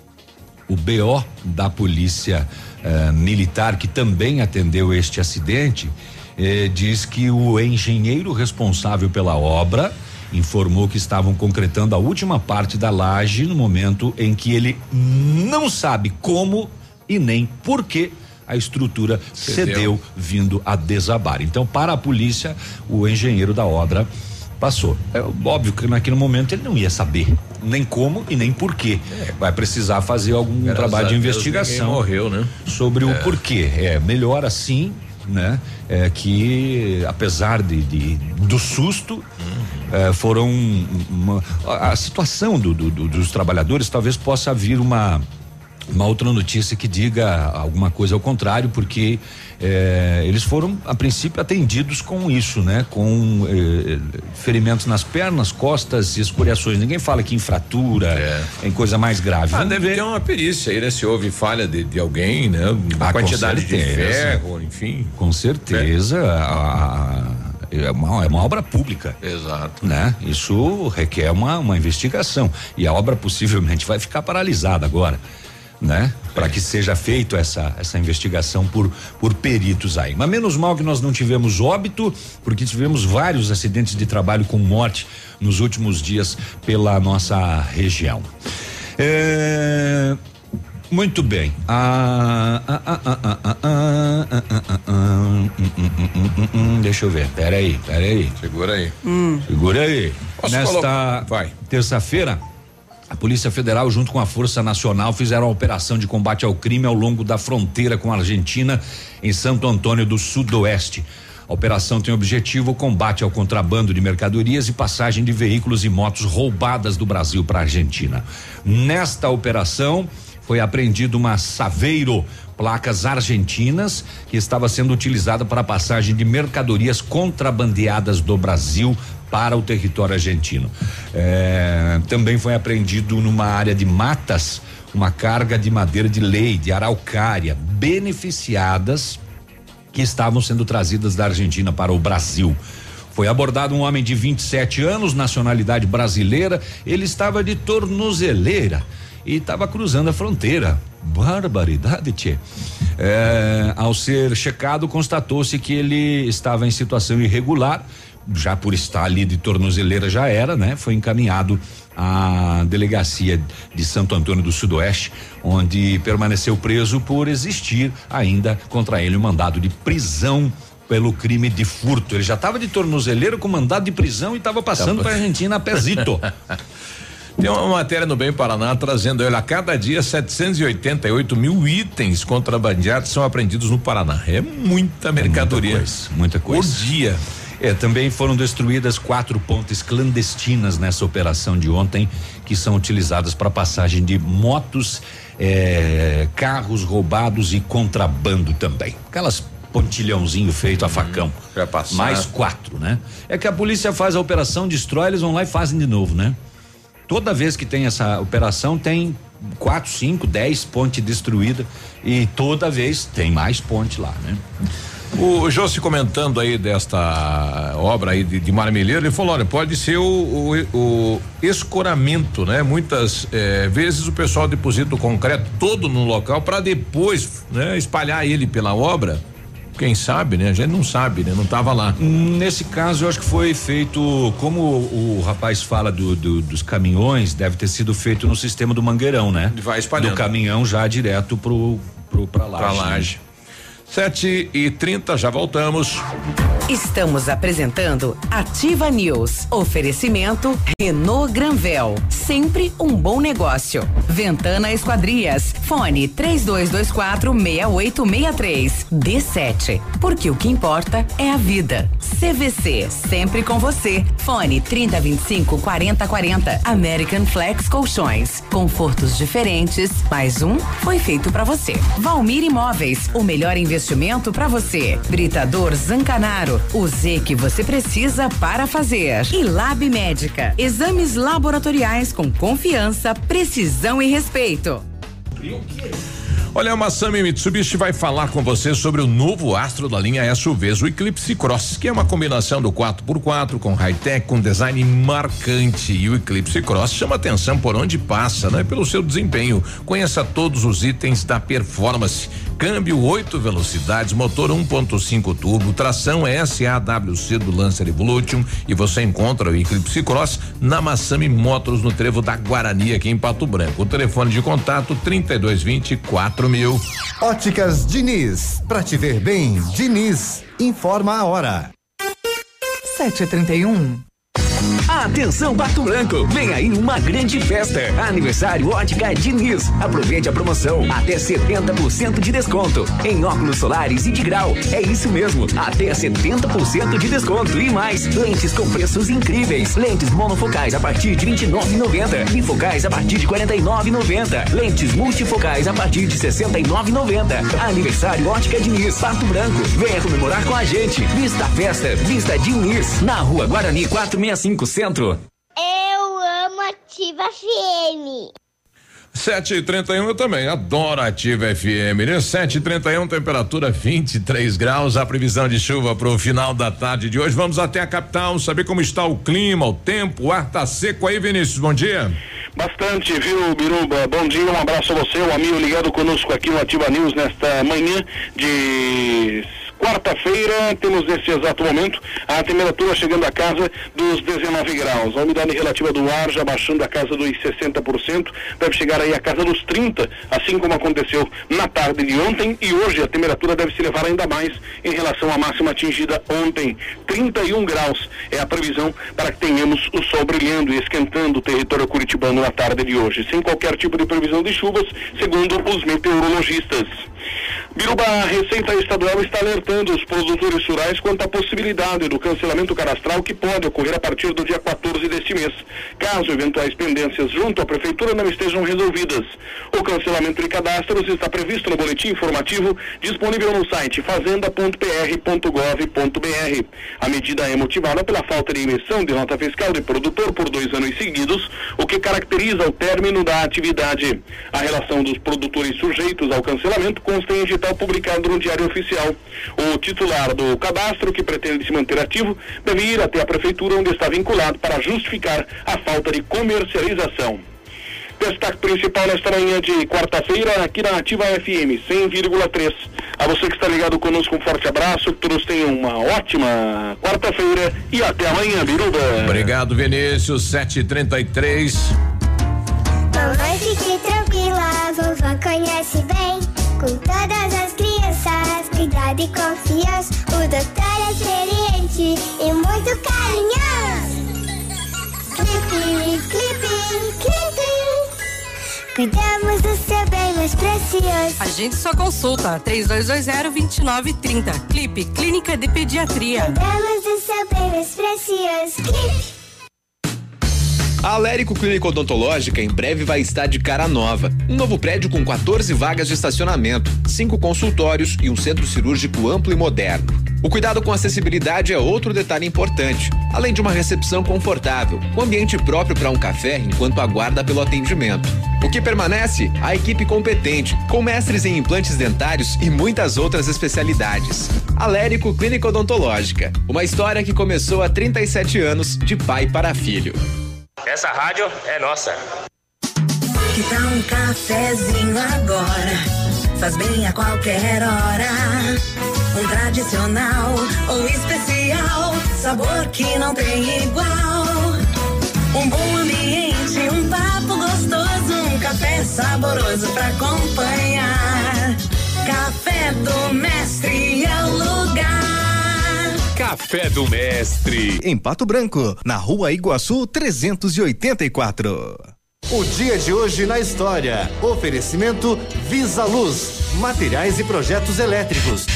o B O da polícia eh, militar, que também atendeu este acidente, eh, diz que o engenheiro responsável pela obra informou que estavam concretando a última parte da laje no momento em que ele não sabe como e nem por que a estrutura cedeu. cedeu vindo a desabar. Então, para a polícia, o engenheiro da obra passou. É óbvio que naquele momento ele não ia saber nem como e nem porquê. É. Vai precisar fazer algum Graças trabalho de investigação. Morreu, né? Sobre é. o porquê. É melhor assim, né? É que apesar de, de do susto, uhum. é, foram uma, a situação do, do, do, dos trabalhadores talvez possa vir uma Uma outra notícia que diga alguma coisa ao contrário, porque eh, eles foram a princípio atendidos com isso, né? Com eh, ferimentos nas pernas, costas e escoriações. Ninguém fala que em fratura, é. em coisa mais grave. Ah, deve ver. ter uma perícia aí, né? Se houve falha de, de alguém, né? A ah, quantidade de ferro, enfim. Com certeza. É. A, a, É uma, é uma obra pública. Exato. Né? Isso requer uma, uma investigação. E a obra possivelmente vai ficar paralisada agora, né? Para que seja feito essa essa investigação por por peritos aí. Mas menos mal que nós não tivemos óbito, porque tivemos vários acidentes de trabalho com morte nos últimos dias pela nossa região. É, muito bem. Ah, ah, ah, ah, ah, ah, ah, ah, ah, ah, hum, hum, hum, hum, hum, deixa eu ver. Pera aí, pera aí. Segura aí. Hum. Segura aí. Posso Nesta terça-feira, a Polícia Federal, junto com a Força Nacional, fizeram a operação de combate ao crime ao longo da fronteira com a Argentina, em Santo Antônio do Sudoeste. A operação tem o objetivo o combate ao contrabando de mercadorias e passagem de veículos e motos roubadas do Brasil para a Argentina. Nesta operação, foi apreendido uma Saveiro, placas argentinas, que estava sendo utilizada para a passagem de mercadorias contrabandeadas do Brasil para o território argentino. É, também foi apreendido numa área de matas uma carga de madeira de lei, de araucária, beneficiadas, que estavam sendo trazidas da Argentina para o Brasil. Foi abordado um homem de vinte e sete anos, nacionalidade brasileira. Ele estava de tornozeleira e estava cruzando a fronteira. Barbaridade, tchê. É, ao ser checado, constatou-se que ele estava em situação irregular. Já por estar ali de tornozeleira já era, né? Foi encaminhado à delegacia de Santo Antônio do Sudoeste, onde permaneceu preso por existir ainda contra ele um mandado de prisão pelo crime de furto. Ele já estava de tornozeleira com mandado de prisão e estava passando para a Argentina a pezito. Tem uma matéria no Bem Paraná trazendo, olha, a cada dia setecentos e oitenta e oito mil itens contrabandeados são apreendidos no Paraná. É muita mercadoria. Muita coisa, muita coisa. Por dia. É, também foram destruídas quatro pontes clandestinas nessa operação de ontem, que são utilizadas para passagem de motos, é, carros roubados e contrabando também. Aquelas pontilhãozinho feito a facão. Vai passar. Mais quatro, né? É que a polícia faz a operação, destrói, eles vão lá e fazem de novo, né? Toda vez que tem essa operação, tem quatro, cinco, dez pontes destruídas e toda vez tem mais ponte lá, né? O José comentando aí desta obra aí de, de Marmeleiro, ele falou, olha, pode ser o, o, o escoramento, né? Muitas eh, vezes o pessoal deposita o concreto todo no local para depois, né, espalhar ele pela obra. Quem sabe, né? A gente não sabe, né? Não tava lá. Nesse caso, eu acho que foi feito, como o, o rapaz fala do, do, dos caminhões, deve ter sido feito no sistema do mangueirão, né? Vai espalhando. Do caminhão já direto pro, pro pra laje. Pra laje. Sete e trinta, já voltamos. Estamos apresentando Ativa News. Oferecimento Renault Granvel, sempre um bom negócio. Ventana Esquadrias, fone três dois dois quatro seis oito seis três. D sete, porque o que importa é a vida. C V C, sempre com você. Fone trinta, vinte e cinco, quarenta, quarenta. American Flex Colchões, confortos diferentes, mais um foi feito pra você. Valmir Imóveis, o melhor investimento pra você. Britador Zancanaro, o Z que você precisa para fazer. E Lab Médica, exames laboratoriais com confiança, precisão e respeito. Olha, a Massami Mitsubishi vai falar com você sobre o novo Astro da linha S U Vs, o Eclipse Cross, que é uma combinação do quatro por quatro com high-tech, com design marcante. E o Eclipse Cross chama atenção por onde passa, né? Pelo seu desempenho. Conheça todos os itens da performance. Câmbio oito velocidades, motor um ponto cinco turbo, tração S A W C do Lancer Evolution, e você encontra o Eclipse Cross na Massami Motors, no trevo da Guarani, aqui em Pato Branco. O telefone de contato trinta e dois vinte e quatro mil. Óticas Diniz, pra te ver bem, Diniz, informa a hora. sete e trinta e um. Atenção, Pato Branco, vem aí uma grande festa. Aniversário Ótica Diniz. Aproveite a promoção, até setenta por cento de desconto em óculos solares e de grau. É isso mesmo, até setenta por cento de desconto e mais. Lentes com preços incríveis. Lentes monofocais a partir de vinte e nove reais e noventa centavos. Bifocais a partir de quarenta e nove reais e noventa centavos. Lentes multifocais a partir de sessenta e nove reais e noventa centavos. Aniversário Ótica Diniz, Pato Branco. Venha comemorar com a gente. Vista a festa, Vista Diniz, na Rua Guarani quatrocentos e sessenta e cinco, Centro. Eu amo Ativa F M. sete e trinta e um, eu também adoro a Ativa F M, né? sete e trinta e um, temperatura vinte e três graus, a previsão de chuva para o final da tarde de hoje. Vamos até a capital saber como está o clima, o tempo, o ar tá seco aí, Vinícius, bom dia. Bastante, viu, Biruba? Bom dia, um abraço a você, um amigo ligado conosco aqui no Ativa News nesta manhã de quarta-feira. Temos nesse exato momento a temperatura chegando a casa dos dezenove graus, a umidade relativa do ar já baixando a casa dos sessenta por cento, deve chegar aí a casa dos trinta, assim como aconteceu na tarde de ontem, e hoje a temperatura deve se elevar ainda mais em relação à máxima atingida ontem. trinta e um graus é a previsão para que tenhamos o sol brilhando e esquentando o território curitibano na tarde de hoje, sem qualquer tipo de previsão de chuvas, segundo os meteorologistas. Biruba, a Receita Estadual está alertando os produtores rurais quanto à possibilidade do cancelamento cadastral que pode ocorrer a partir do dia quatorze deste mês, caso eventuais pendências junto à Prefeitura não estejam resolvidas. O cancelamento de cadastros está previsto no boletim informativo disponível no site fazenda ponto p r ponto gov ponto b r. A medida é motivada pela falta de emissão de nota fiscal de produtor por dois anos seguidos, o que caracteriza o término da atividade. A relação dos produtores sujeitos ao cancelamento consta em edital publicado no Diário Oficial. O titular do cadastro, que pretende se manter ativo, deve ir até a prefeitura onde está vinculado para justificar a falta de comercialização. Destaque principal nesta manhã de quarta-feira aqui na Ativa F M cem vírgula três. A você que está ligado conosco, um forte abraço, que todos tenham uma ótima quarta-feira e até amanhã, Biruba. Obrigado, Vinícius, sete e trinta e três. Mamãe, fique tranquila, vovó conhece bem. Com todas as crianças, cuidado e confiança. O doutor é experiente e muito carinhoso. Clipe, clipe, clipe. Cuidamos do seu bem mais precioso. Agende sua consulta, três dois dois zero, dois nove três zero. Clipe, Clínica de Pediatria. Cuidamos do seu bem mais precioso. Clipe. A Alérico Clínica Odontológica em breve vai estar de cara nova. Um novo prédio com quatorze vagas de estacionamento, cinco consultórios e um centro cirúrgico amplo e moderno. O cuidado com a acessibilidade é outro detalhe importante, além de uma recepção confortável, com ambiente próprio para um café enquanto aguarda pelo atendimento. O que permanece? A equipe competente, com mestres em implantes dentários e muitas outras especialidades. Alérico Clínica Odontológica, uma história que começou há trinta e sete anos, de pai para filho. Essa rádio é nossa. Que tal um cafezinho agora? Faz bem a qualquer hora. Um tradicional ou especial, sabor que não tem igual. Um bom ambiente, um papo gostoso, um café saboroso pra acompanhar. Café do Mestre é o lugar. Café do Mestre, em Pato Branco, na Rua Iguaçu trezentos e oitenta e quatro. O dia de hoje na história. Oferecimento Visa Luz, materiais e projetos elétricos.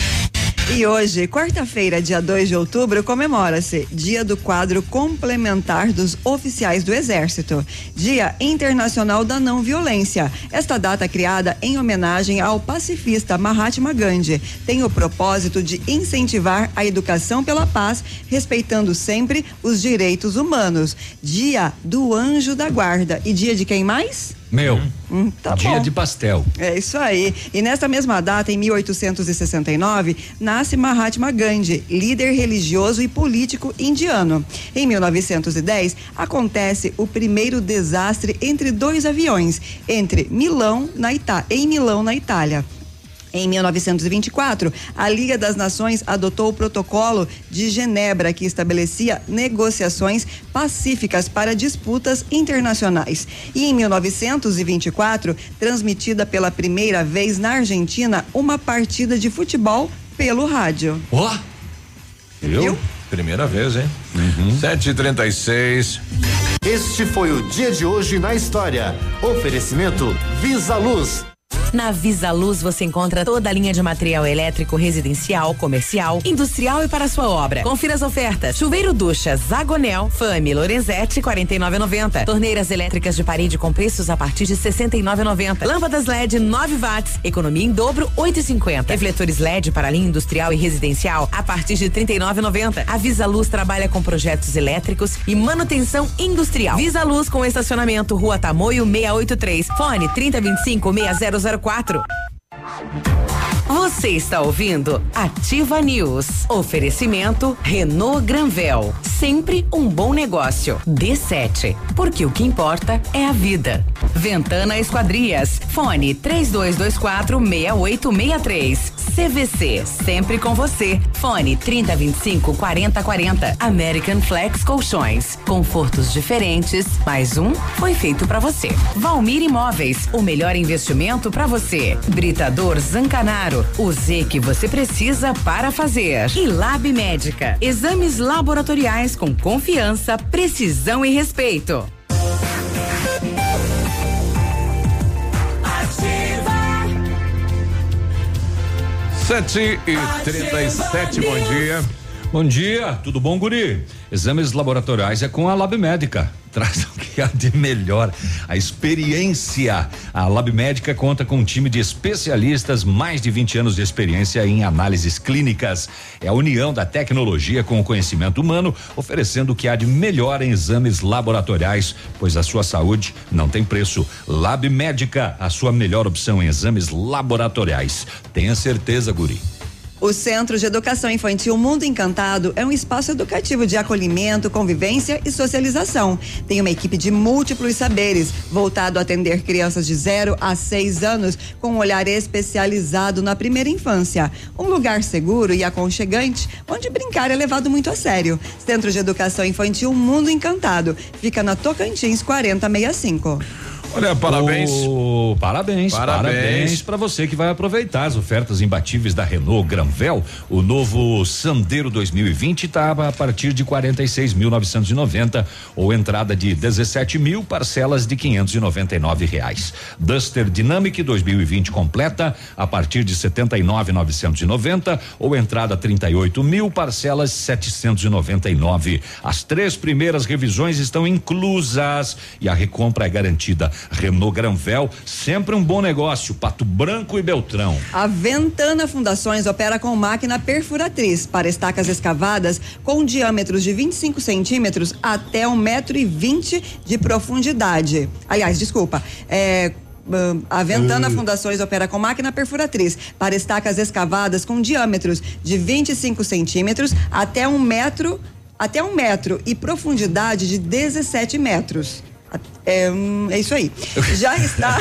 E hoje, quarta-feira, dia dois de outubro, comemora-se Dia do Quadro Complementar dos Oficiais do Exército, Dia Internacional da Não Violência. Esta data, criada em homenagem ao pacifista Mahatma Gandhi, tem o propósito de incentivar a educação pela paz, respeitando sempre os direitos humanos. Dia do Anjo da Guarda. E dia de quem mais? Meu, hum, tá dia bom. de pastel. É isso aí. E nesta mesma data, em mil oitocentos e sessenta e nove, nasce Mahatma Gandhi, líder religioso e político indiano. Em mil novecentos e dez, acontece o primeiro desastre entre dois aviões, entre Milão, na Ita- em Milão, na Itália. Em mil novecentos e vinte e quatro, a Liga das Nações adotou o Protocolo de Genebra, que estabelecia negociações pacíficas para disputas internacionais. E em mil novecentos e vinte e quatro, transmitida pela primeira vez na Argentina uma partida de futebol pelo rádio. Ó! Oh. Viu? Viu? Primeira vez, hein? Uhum. sete e trinta e seis. Este foi o dia de hoje na história. Oferecimento Visa Luz. Na Visa Luz você encontra toda a linha de material elétrico residencial, comercial, industrial e para sua obra. Confira as ofertas. Chuveiro ducha Zagonel, Fame, Lorenzetti, quarenta e nove e noventa. Torneiras elétricas de parede com preços a partir de sessenta e nove e noventa. Lâmpadas L E D nove watts, economia em dobro oito e cinquenta. Refletores L E D para linha industrial e residencial a partir de trinta e nove e noventa. A Visa Luz trabalha com projetos elétricos e manutenção industrial. Visa Luz com estacionamento Rua Tamoio seiscentos e oitenta e três. Fone trinta, vinte e cinco, seis zero zero quatro. Você está ouvindo Ativa News. Oferecimento Renault Granvel. Sempre um bom negócio. D sete. Porque o que importa é a vida. Ventana Esquadrias. Fone três dois dois quatro, seis oito seis três. C V C. Sempre com você. Fone trinta, vinte e cinco, quarenta quarenta. American Flex Colchões. Confortos diferentes. Mais um foi feito pra você. Valmir Imóveis. O melhor investimento pra você. Britador Zancanaro. O Z que você precisa para fazer. E Lab Médica. Exames laboratoriais com confiança, precisão e respeito. Sete e trinta e sete, bom dia. Bom dia, tudo bom, guri? Exames laboratoriais é com a Lab Médica. Traz o que há de melhor, a experiência. A Lab Médica conta com um time de especialistas, mais de vinte anos de experiência em análises clínicas. É a união da tecnologia com o conhecimento humano, oferecendo o que há de melhor em exames laboratoriais, pois a sua saúde não tem preço. Lab Médica, a sua melhor opção em exames laboratoriais. Tenha certeza, guri. O Centro de Educação Infantil Mundo Encantado é um espaço educativo de acolhimento, convivência e socialização. Tem uma equipe de múltiplos saberes, voltado a atender crianças de zero a seis anos, com um olhar especializado na primeira infância. Um lugar seguro e aconchegante, onde brincar é levado muito a sério. Centro de Educação Infantil Mundo Encantado, fica na Tocantins quarenta sessenta e cinco. Olha, parabéns. Oh, parabéns, parabéns. Parabéns para você que vai aproveitar as ofertas imbatíveis da Renault Granvel. O novo Sandero dois mil e vinte está a partir de quarenta e seis mil novecentos e noventa ou entrada de dezessete mil, parcelas de quinhentos e noventa e nove reais. Duster Dynamic dois mil e vinte completa a partir de setenta e nove mil novecentos e noventa ou entrada trinta e oito mil, parcelas setecentos e noventa e nove. As três primeiras revisões estão inclusas e a recompra é garantida. Renault Granvel, sempre um bom negócio. Pato Branco e Beltrão. A Ventana Fundações opera com máquina perfuratriz para estacas escavadas com diâmetros de vinte e cinco centímetros até um metro e vinte de profundidade. Aliás, desculpa, é a Ventana uh. Fundações opera com máquina perfuratriz para estacas escavadas com diâmetros de vinte e cinco centímetros até um metro, até um metro e profundidade de dezessete metros. É, é isso aí. Já está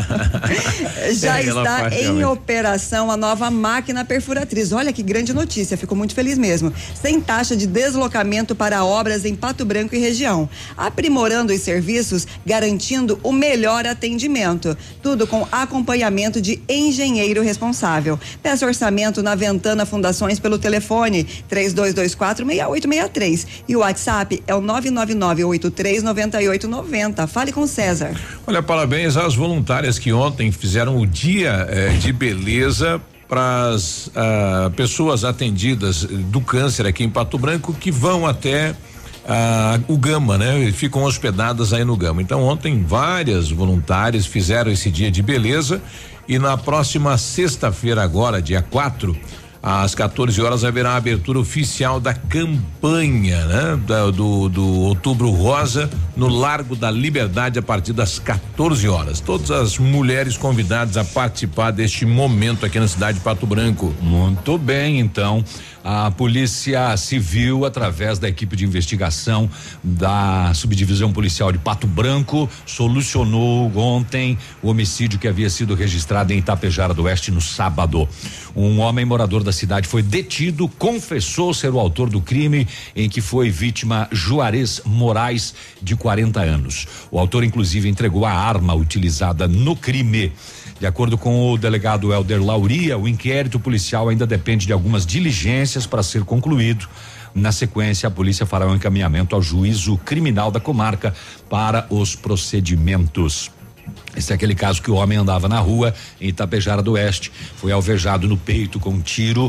já é, está em realmente. operação a nova máquina perfuratriz. Olha que grande notícia, fico muito feliz mesmo. Sem taxa de deslocamento para obras em Pato Branco e região, aprimorando os serviços, garantindo o melhor atendimento. Tudo com acompanhamento de engenheiro responsável. Peça orçamento na Ventana Fundações pelo telefone três dois dois quatro, seis oito seis três e o WhatsApp é o nove nove nove oito três nove oito nove zero. Fale com César. Olha, parabéns às voluntárias que ontem fizeram o dia eh, de beleza para as ah, pessoas atendidas do câncer aqui em Pato Branco que vão até ah, o Gama, né? Ficam hospedadas aí no Gama. Então ontem várias voluntárias fizeram esse dia de beleza e na próxima sexta-feira agora, dia quatro, às quatorze horas haverá a abertura oficial da campanha, né? Da, do, do Outubro Rosa no Largo da Liberdade a partir das quatorze horas. Todas as mulheres convidadas a participar deste momento aqui na cidade de Pato Branco. Muito bem, então. A Polícia Civil, através da equipe de investigação da Subdivisão Policial de Pato Branco, solucionou ontem o homicídio que havia sido registrado em Itapejara do Oeste no sábado. Um homem morador da cidade foi detido, confessou ser o autor do crime em que foi vítima Juarez Moraes, de quarenta anos. O autor, inclusive, entregou a arma utilizada no crime. De acordo com o delegado Helder Lauria, o inquérito policial ainda depende de algumas diligências para ser concluído. Na sequência, a polícia fará um encaminhamento ao juízo criminal da comarca para os procedimentos. Esse é aquele caso que o homem andava na rua em Itapejara do Oeste, foi alvejado no peito com um tiro,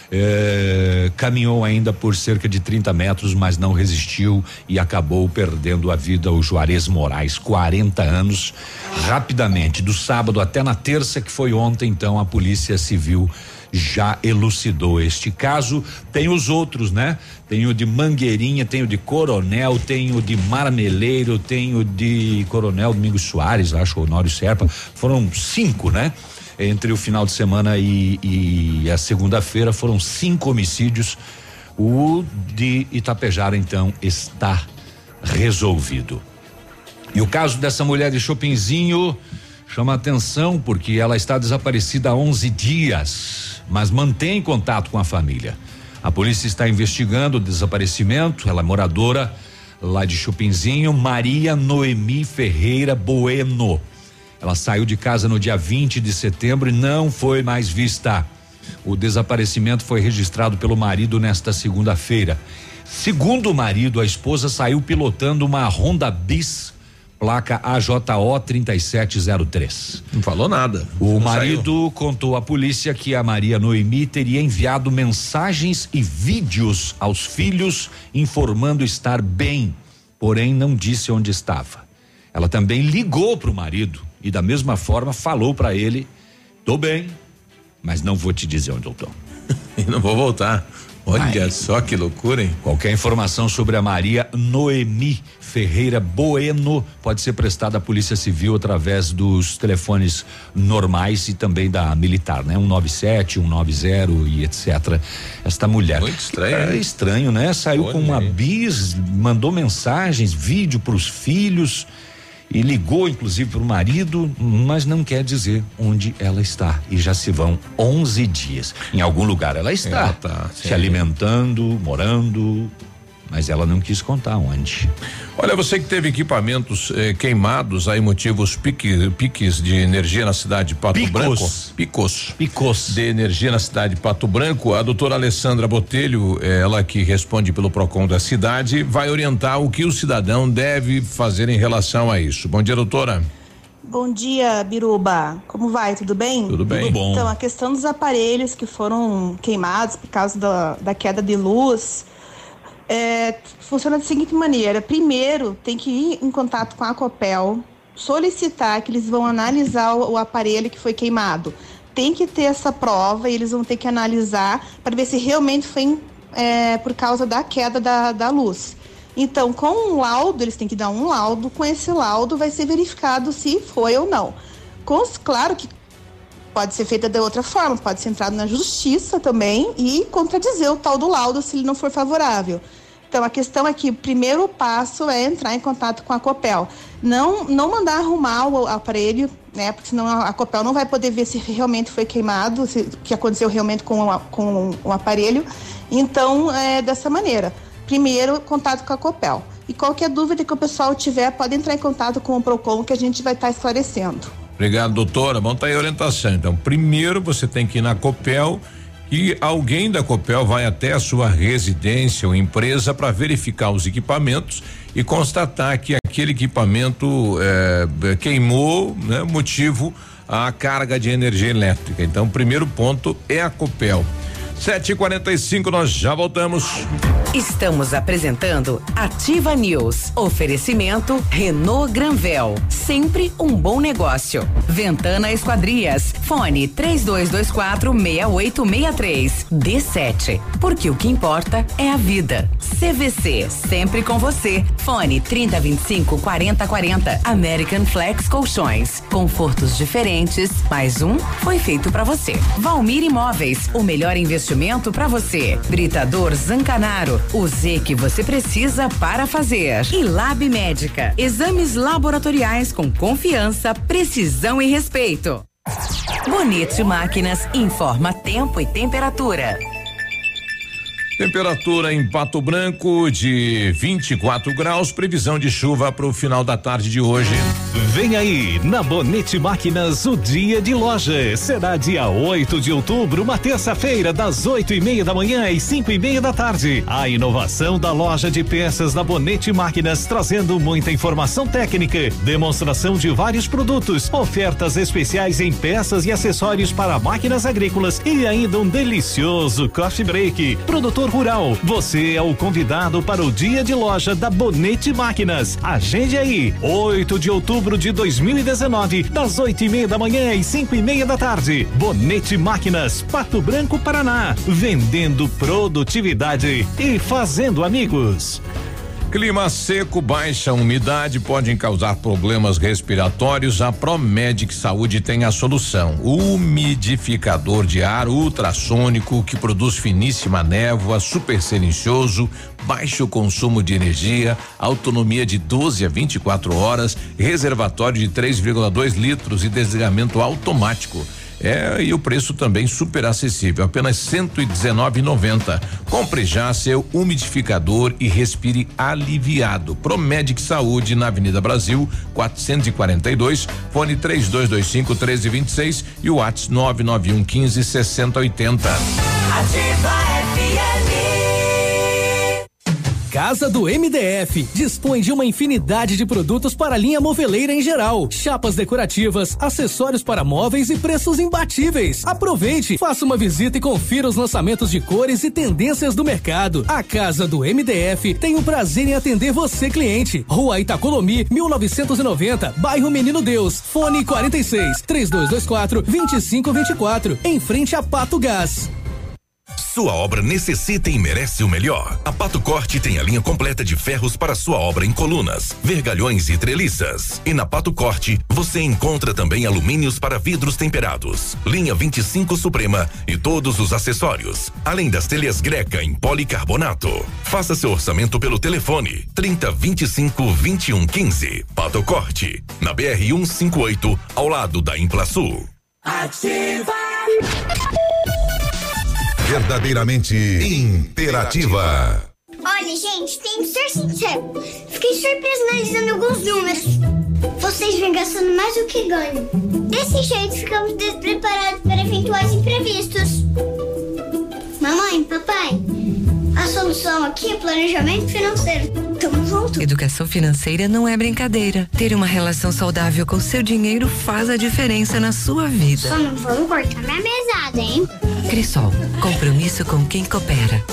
eh, caminhou ainda por cerca de trinta metros, mas não resistiu e acabou perdendo a vida. O Juarez Moraes, quarenta anos, rapidamente, do sábado até na terça, que foi ontem, então a Polícia Civil já elucidou este caso. Tem os outros, né? Tem o de Mangueirinha, tem o de Coronel, tem o de Marmeleiro, tem o de Coronel Domingos Soares, acho, Honório Serpa. Foram cinco, né? Entre o final de semana e, e a segunda-feira foram cinco homicídios. O de Itapejara, então, está resolvido. E o caso dessa mulher de Chopinzinho chama atenção porque ela está desaparecida há onze dias, mas mantém contato com a família. A polícia está investigando o desaparecimento. Ela é moradora lá de Chopinzinho, Maria Noemi Ferreira Bueno. Ela saiu de casa no dia vinte de setembro e não foi mais vista. O desaparecimento foi registrado pelo marido nesta segunda-feira. Segundo o marido, a esposa saiu pilotando uma Honda Bis, placa A J O trinta e sete zero três. Não falou nada. O marido contou à polícia que a Maria Noemi teria enviado mensagens e vídeos aos filhos informando estar bem, porém não disse onde estava. Ela também ligou para o marido e da mesma forma falou para ele: tô bem, mas não vou te dizer onde eu tô. E não vou voltar. Olha Ai. Só que loucura, hein? Qualquer informação sobre a Maria Noemi Ferreira Bueno pode ser prestada à Polícia Civil através dos telefones normais e também da militar, né? um nove sete, um nove zero e etcétera. Esta mulher. Muito estranho. É estranho, né? Saiu Olha. com uma bis, mandou mensagens, vídeo para os filhos e ligou inclusive para o marido, mas não quer dizer onde ela está. E já se vão onze dias. Em algum lugar ela está, ela tá, se alimentando, morando, mas ela não quis contar onde. Olha, você que teve equipamentos eh, queimados, aí motivos pique, piques de energia na cidade de Pato Picos. Branco. Picos. Picos. De energia na cidade de Pato Branco. A doutora Alessandra Botelho, eh, ela que responde pelo PROCON da cidade, vai orientar o que o cidadão deve fazer em relação a isso. Bom dia, doutora. Bom dia, Biruba. Como vai? Tudo bem? Tudo bem. Tudo bom. Então, a questão dos aparelhos que foram queimados por causa da, da queda de luz, É, funciona da seguinte maneira: primeiro tem que ir em contato com a Copel, solicitar que eles vão analisar o, o aparelho que foi queimado. Tem que ter essa prova e eles vão ter que analisar para ver se realmente foi é, por causa da queda da, da luz. Então, com um laudo, eles têm que dar um laudo, com esse laudo vai ser verificado se foi ou não. Com, claro que pode ser feita de outra forma, pode ser entrado na justiça também e contradizer o tal do laudo se ele não for favorável. Então, a questão é que o primeiro passo é entrar em contato com a Copel. Não, não mandar arrumar o aparelho, né? Porque senão a Copel não vai poder ver se realmente foi queimado, se o que aconteceu realmente com o, com o aparelho. Então, é dessa maneira. Primeiro, contato com a Copel. E qualquer dúvida que o pessoal tiver, pode entrar em contato com o PROCON, que a gente vai estar esclarecendo. Obrigado, doutora. Bom, tá aí a orientação. Então, primeiro você tem que ir na Copel e alguém da Copel vai até a sua residência ou empresa para verificar os equipamentos e constatar que aquele equipamento eh, queimou, né? Motivo a carga de energia elétrica. Então, o primeiro ponto é a Copel. sete e quarenta e cinco, nós já voltamos. Estamos apresentando Ativa News. Oferecimento Renault Granvel. Sempre um bom negócio. Ventana Esquadrias. Fone três dois dois quatro seis oito seis três. D sete. Porque o que importa é a vida. C V C. Sempre com você. Fone trinta, vinte e cinco, quarenta, quarenta. American Flex Colchões. Confortos diferentes. Mais um foi feito pra você. Valmir Imóveis. O melhor investimento pra você. Britador Zancanaro. O Z que você precisa para fazer. E Lab Médica. Exames laboratoriais com confiança, precisão e respeito. Bonito Máquinas informa tempo e temperatura. Temperatura em Pato Branco de vinte e quatro graus, previsão de chuva para o final da tarde de hoje. Vem aí, na Bonete Máquinas, o dia de loja. Será dia oito de outubro, uma terça-feira, das oito e meia da manhã e cinco e meia da tarde. A inovação da loja de peças da Bonete Máquinas, trazendo muita informação técnica, demonstração de vários produtos, ofertas especiais em peças e acessórios para máquinas agrícolas e ainda um delicioso coffee break. Produtor rural, você é o convidado para o dia de loja da Bonete Máquinas. Agende aí, oito de outubro de dois mil e dezenove, das oito e meia da manhã e cinco e meia da tarde. Bonete Máquinas, Pato Branco, Paraná, vendendo produtividade e fazendo amigos. Clima seco, baixa umidade podem causar problemas respiratórios. A Promedic Saúde tem a solução. O umidificador de ar ultrassônico que produz finíssima névoa, super silencioso, baixo consumo de energia, autonomia de doze a vinte e quatro horas, reservatório de três vírgula dois litros e desligamento automático. É, e o preço também super acessível, apenas cento e dezenove reais e noventa centavos. Compre já seu umidificador e respire aliviado. Promedic Saúde, na Avenida Brasil, quatrocentos e quarenta e dois, fone três dois dois cinco, um três dois seis e o WhatsApp nove nove um, quinze, sessenta, oitenta. Ativa F M. Casa do M D F dispõe de uma infinidade de produtos para a linha moveleira em geral, chapas decorativas, acessórios para móveis e preços imbatíveis. Aproveite, faça uma visita e confira os lançamentos de cores e tendências do mercado. A Casa do M D F tem o prazer em atender você, cliente. Rua Itacolomi, mil novecentos e noventa, bairro Menino Deus. Fone quarenta e seis, três dois dois quatro, vinte e cinco vinte e quatro, em frente a Pato Gás. Sua obra necessita e merece o melhor. A Pato Corte tem a linha completa de ferros para sua obra em colunas, vergalhões e treliças. E na Pato Corte você encontra também alumínios para vidros temperados, linha vinte e cinco Suprema e todos os acessórios, além das telhas Greca em policarbonato. Faça seu orçamento pelo telefone trinta, vinte e cinco, vinte e um, quinze. Pato Corte, na B R cento e cinquenta e oito, ao lado da Implasul. Ativa. Verdadeiramente interativa. Olha, gente, tem que ser sincero. Fiquei surpresa analisando alguns números. Vocês vêm gastando mais do que ganham. Desse jeito, ficamos despreparados para eventuais imprevistos. Mamãe, papai, a solução aqui é planejamento financeiro. Tamo junto. Educação financeira não é brincadeira. Ter uma relação saudável com seu dinheiro faz a diferença na sua vida. Só não vamos cortar minha mesada, hein? Crisol, compromisso com quem coopera.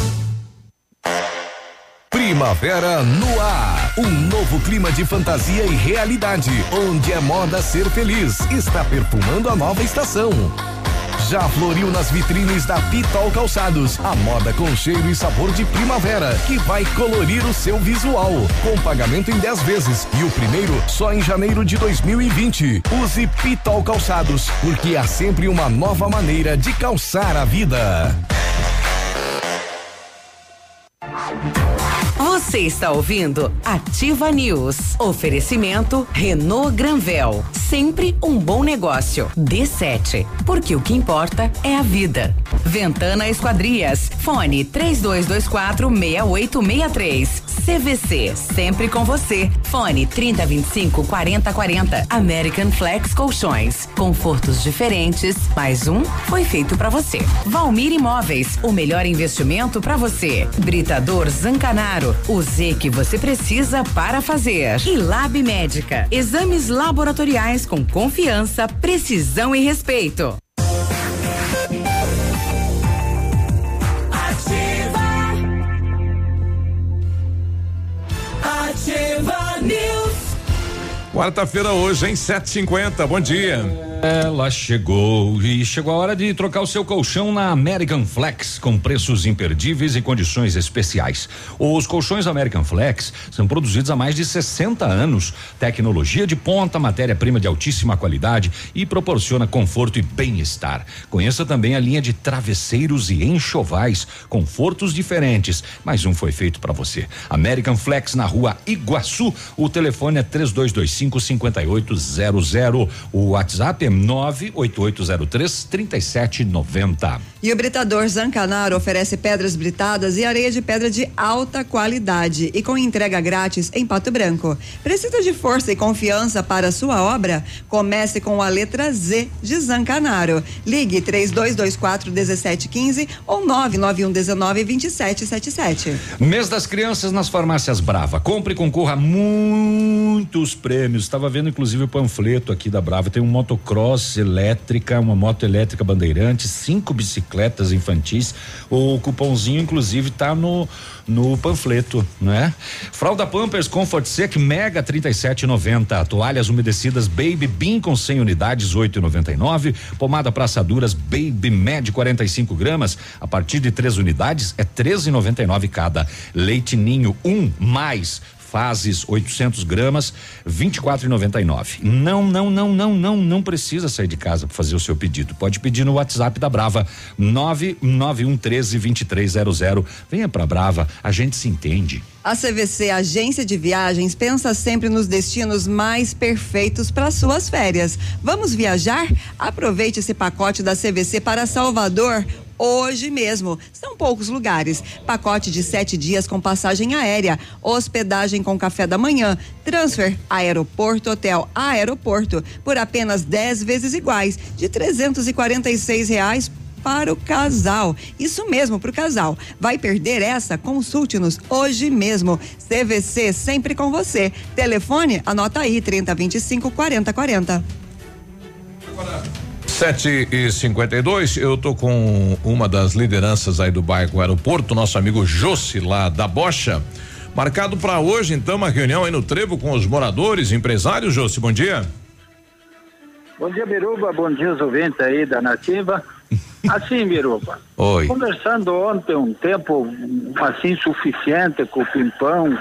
Primavera no ar, um novo clima de fantasia e realidade, onde é moda ser feliz, está perfumando a nova estação. Já floriu nas vitrines da Pitol Calçados, a moda com cheiro e sabor de primavera, que vai colorir o seu visual, com pagamento em dez vezes e o primeiro só em janeiro de dois mil e vinte. Use Pitol Calçados, porque há sempre uma nova maneira de calçar a vida. Você está ouvindo Ativa News. Oferecimento Renault Granvel. Sempre um bom negócio. D sete. Porque o que importa é a vida. Ventana Esquadrias. Fone três dois dois quatro, seis oito seis três. C V C. Sempre com você. Fone trinta, vinte e cinco, quarenta, quarenta. American Flex Colchões. Confortos diferentes. Mais um foi feito pra você. Valmir Imóveis. O melhor investimento pra você. Britador Zancanaro. O Z que você precisa para fazer. E Lab Médica. Exames laboratoriais com confiança, precisão e respeito. Ativa. Ativa News. Quarta-feira hoje, em sete e cinquenta. Bom dia. Ela chegou e chegou a hora de trocar o seu colchão na American Flex com preços imperdíveis e condições especiais. Os colchões American Flex são produzidos há mais de sessenta anos, tecnologia de ponta, matéria-prima de altíssima qualidade e proporciona conforto e bem-estar. Conheça também a linha de travesseiros e enxovais, confortos diferentes, mas um foi feito para você. American Flex na Rua Iguaçu. O telefone é três dois dois cinco cinco cinco oito zero zero. O WhatsApp é nove oito oito zero três três sete nove zero. E o Britador Zancanaro oferece pedras britadas e areia de pedra de alta qualidade e com entrega grátis em Pato Branco. Precisa de força e confiança para a sua obra? Comece com a letra Z de Zancanaro. Ligue três dois dois quatro um sete um cinco ou nove nove um um nove dois sete sete sete. Mês das crianças nas farmácias Brava. Compre e concorra a muitos prêmios. Estava vendo inclusive o panfleto aqui da Brava. Tem um motocross elétrica, uma moto elétrica Bandeirantes, cinco bicicletas infantis. O cupomzinho inclusive tá no no panfleto, né? Fralda Pampers Comfort Sec Mega trinta e sete e noventa. Toalhas umedecidas Baby Bean com cem unidades oito e noventa e nove. Pomada para assaduras Baby Med quarenta e cinco gramas a partir de três unidades é treze e noventa e nove cada. Leite Ninho um mais fases oitocentos gramas, vinte e quatro e noventa e nove. Não, não, não, não, não, não precisa sair de casa para fazer o seu pedido. Pode pedir no WhatsApp da Brava, nove nove um um três dois três zero zero. Venha pra Brava, a gente se entende. A C V C Agência de Viagens pensa sempre nos destinos mais perfeitos para suas férias. Vamos viajar? Aproveite esse pacote da C V C para Salvador hoje mesmo. São poucos lugares. Pacote de sete dias com passagem aérea, hospedagem com café da manhã, transfer, aeroporto, hotel, aeroporto, por apenas dez vezes iguais, de trezentos e quarenta e seis reais para o casal. Isso mesmo, para o casal. Vai perder essa? Consulte-nos hoje mesmo. C V C sempre com você. Telefone, anota aí, trinta, vinte e cinco, quarenta, quarenta. sete e cinquenta e dois, eu tô com uma das lideranças aí do bairro Aeroporto, nosso amigo Jossi lá da Bocha. Marcado para hoje, então, uma reunião aí no Trevo com os moradores, empresários. Jossi, bom dia. Bom dia, Biruba, bom dia os ouvintes aí da Nativa. Assim, Biruba. Oi. Conversando ontem um tempo assim suficiente com o Pimpão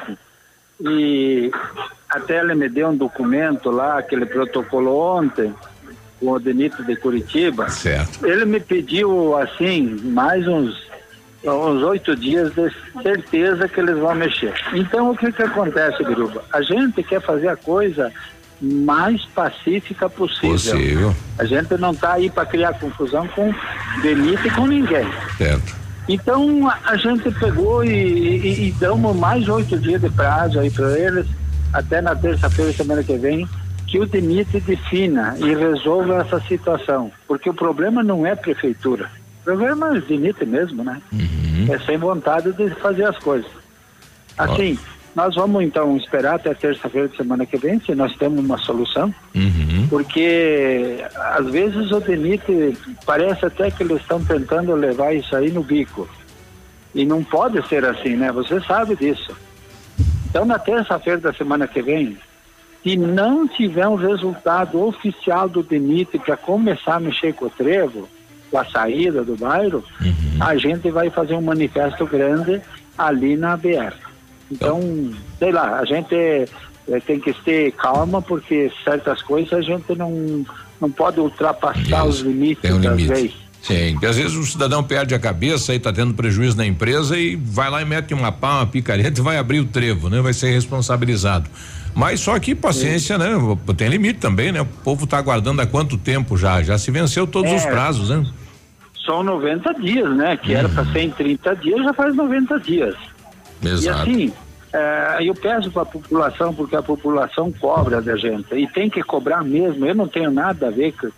e até ele me deu um documento lá que ele protocolou ontem com o Denito de Curitiba. Certo. Ele me pediu assim mais uns uns oito dias de certeza que eles vão mexer. Então o que que acontece, Biruba? A gente quer fazer a coisa mais pacífica possível. Possível. A gente não está aí para criar confusão com Denito e com ninguém. Certo. Então a, a gente pegou e, e, e damos mais oito dias de prazo aí para eles, até na terça-feira, semana que vem, que o Denito defina e resolva essa situação, porque o problema não é prefeitura, o problema é o Denito mesmo, né? Uhum. É sem vontade de fazer as coisas. Assim, oh. Nós vamos então esperar até terça-feira de semana que vem, se nós temos uma solução, uhum. porque às vezes o Denito parece até que eles estão tentando levar isso aí no bico, e não pode ser assim, né? Você sabe disso. Então na terça-feira da semana que vem, se não tiver um resultado oficial do Denito para começar a mexer com o Trevo, com a saída do bairro, uhum. a gente vai fazer um manifesto grande ali na B R. Então, então sei lá, a gente é, tem que ter calma, porque certas coisas a gente não, não pode ultrapassar Isso. os limites tem um das limite. leis. Sim, porque às vezes o cidadão perde a cabeça e tá tendo prejuízo na empresa e vai lá e mete uma pá, uma picareta e vai abrir o trevo, né? Vai ser responsabilizado. Mas só que paciência, Sim. né? Tem limite também, né? O povo tá aguardando há quanto tempo já? Já se venceu todos é, os prazos, né? São noventa dias, né? Que uhum. era para ser em trinta dias, já faz noventa dias. Exato. E assim, é, eu peço para a população, porque a população cobra da gente, e tem que cobrar mesmo. Eu não tenho nada a ver com,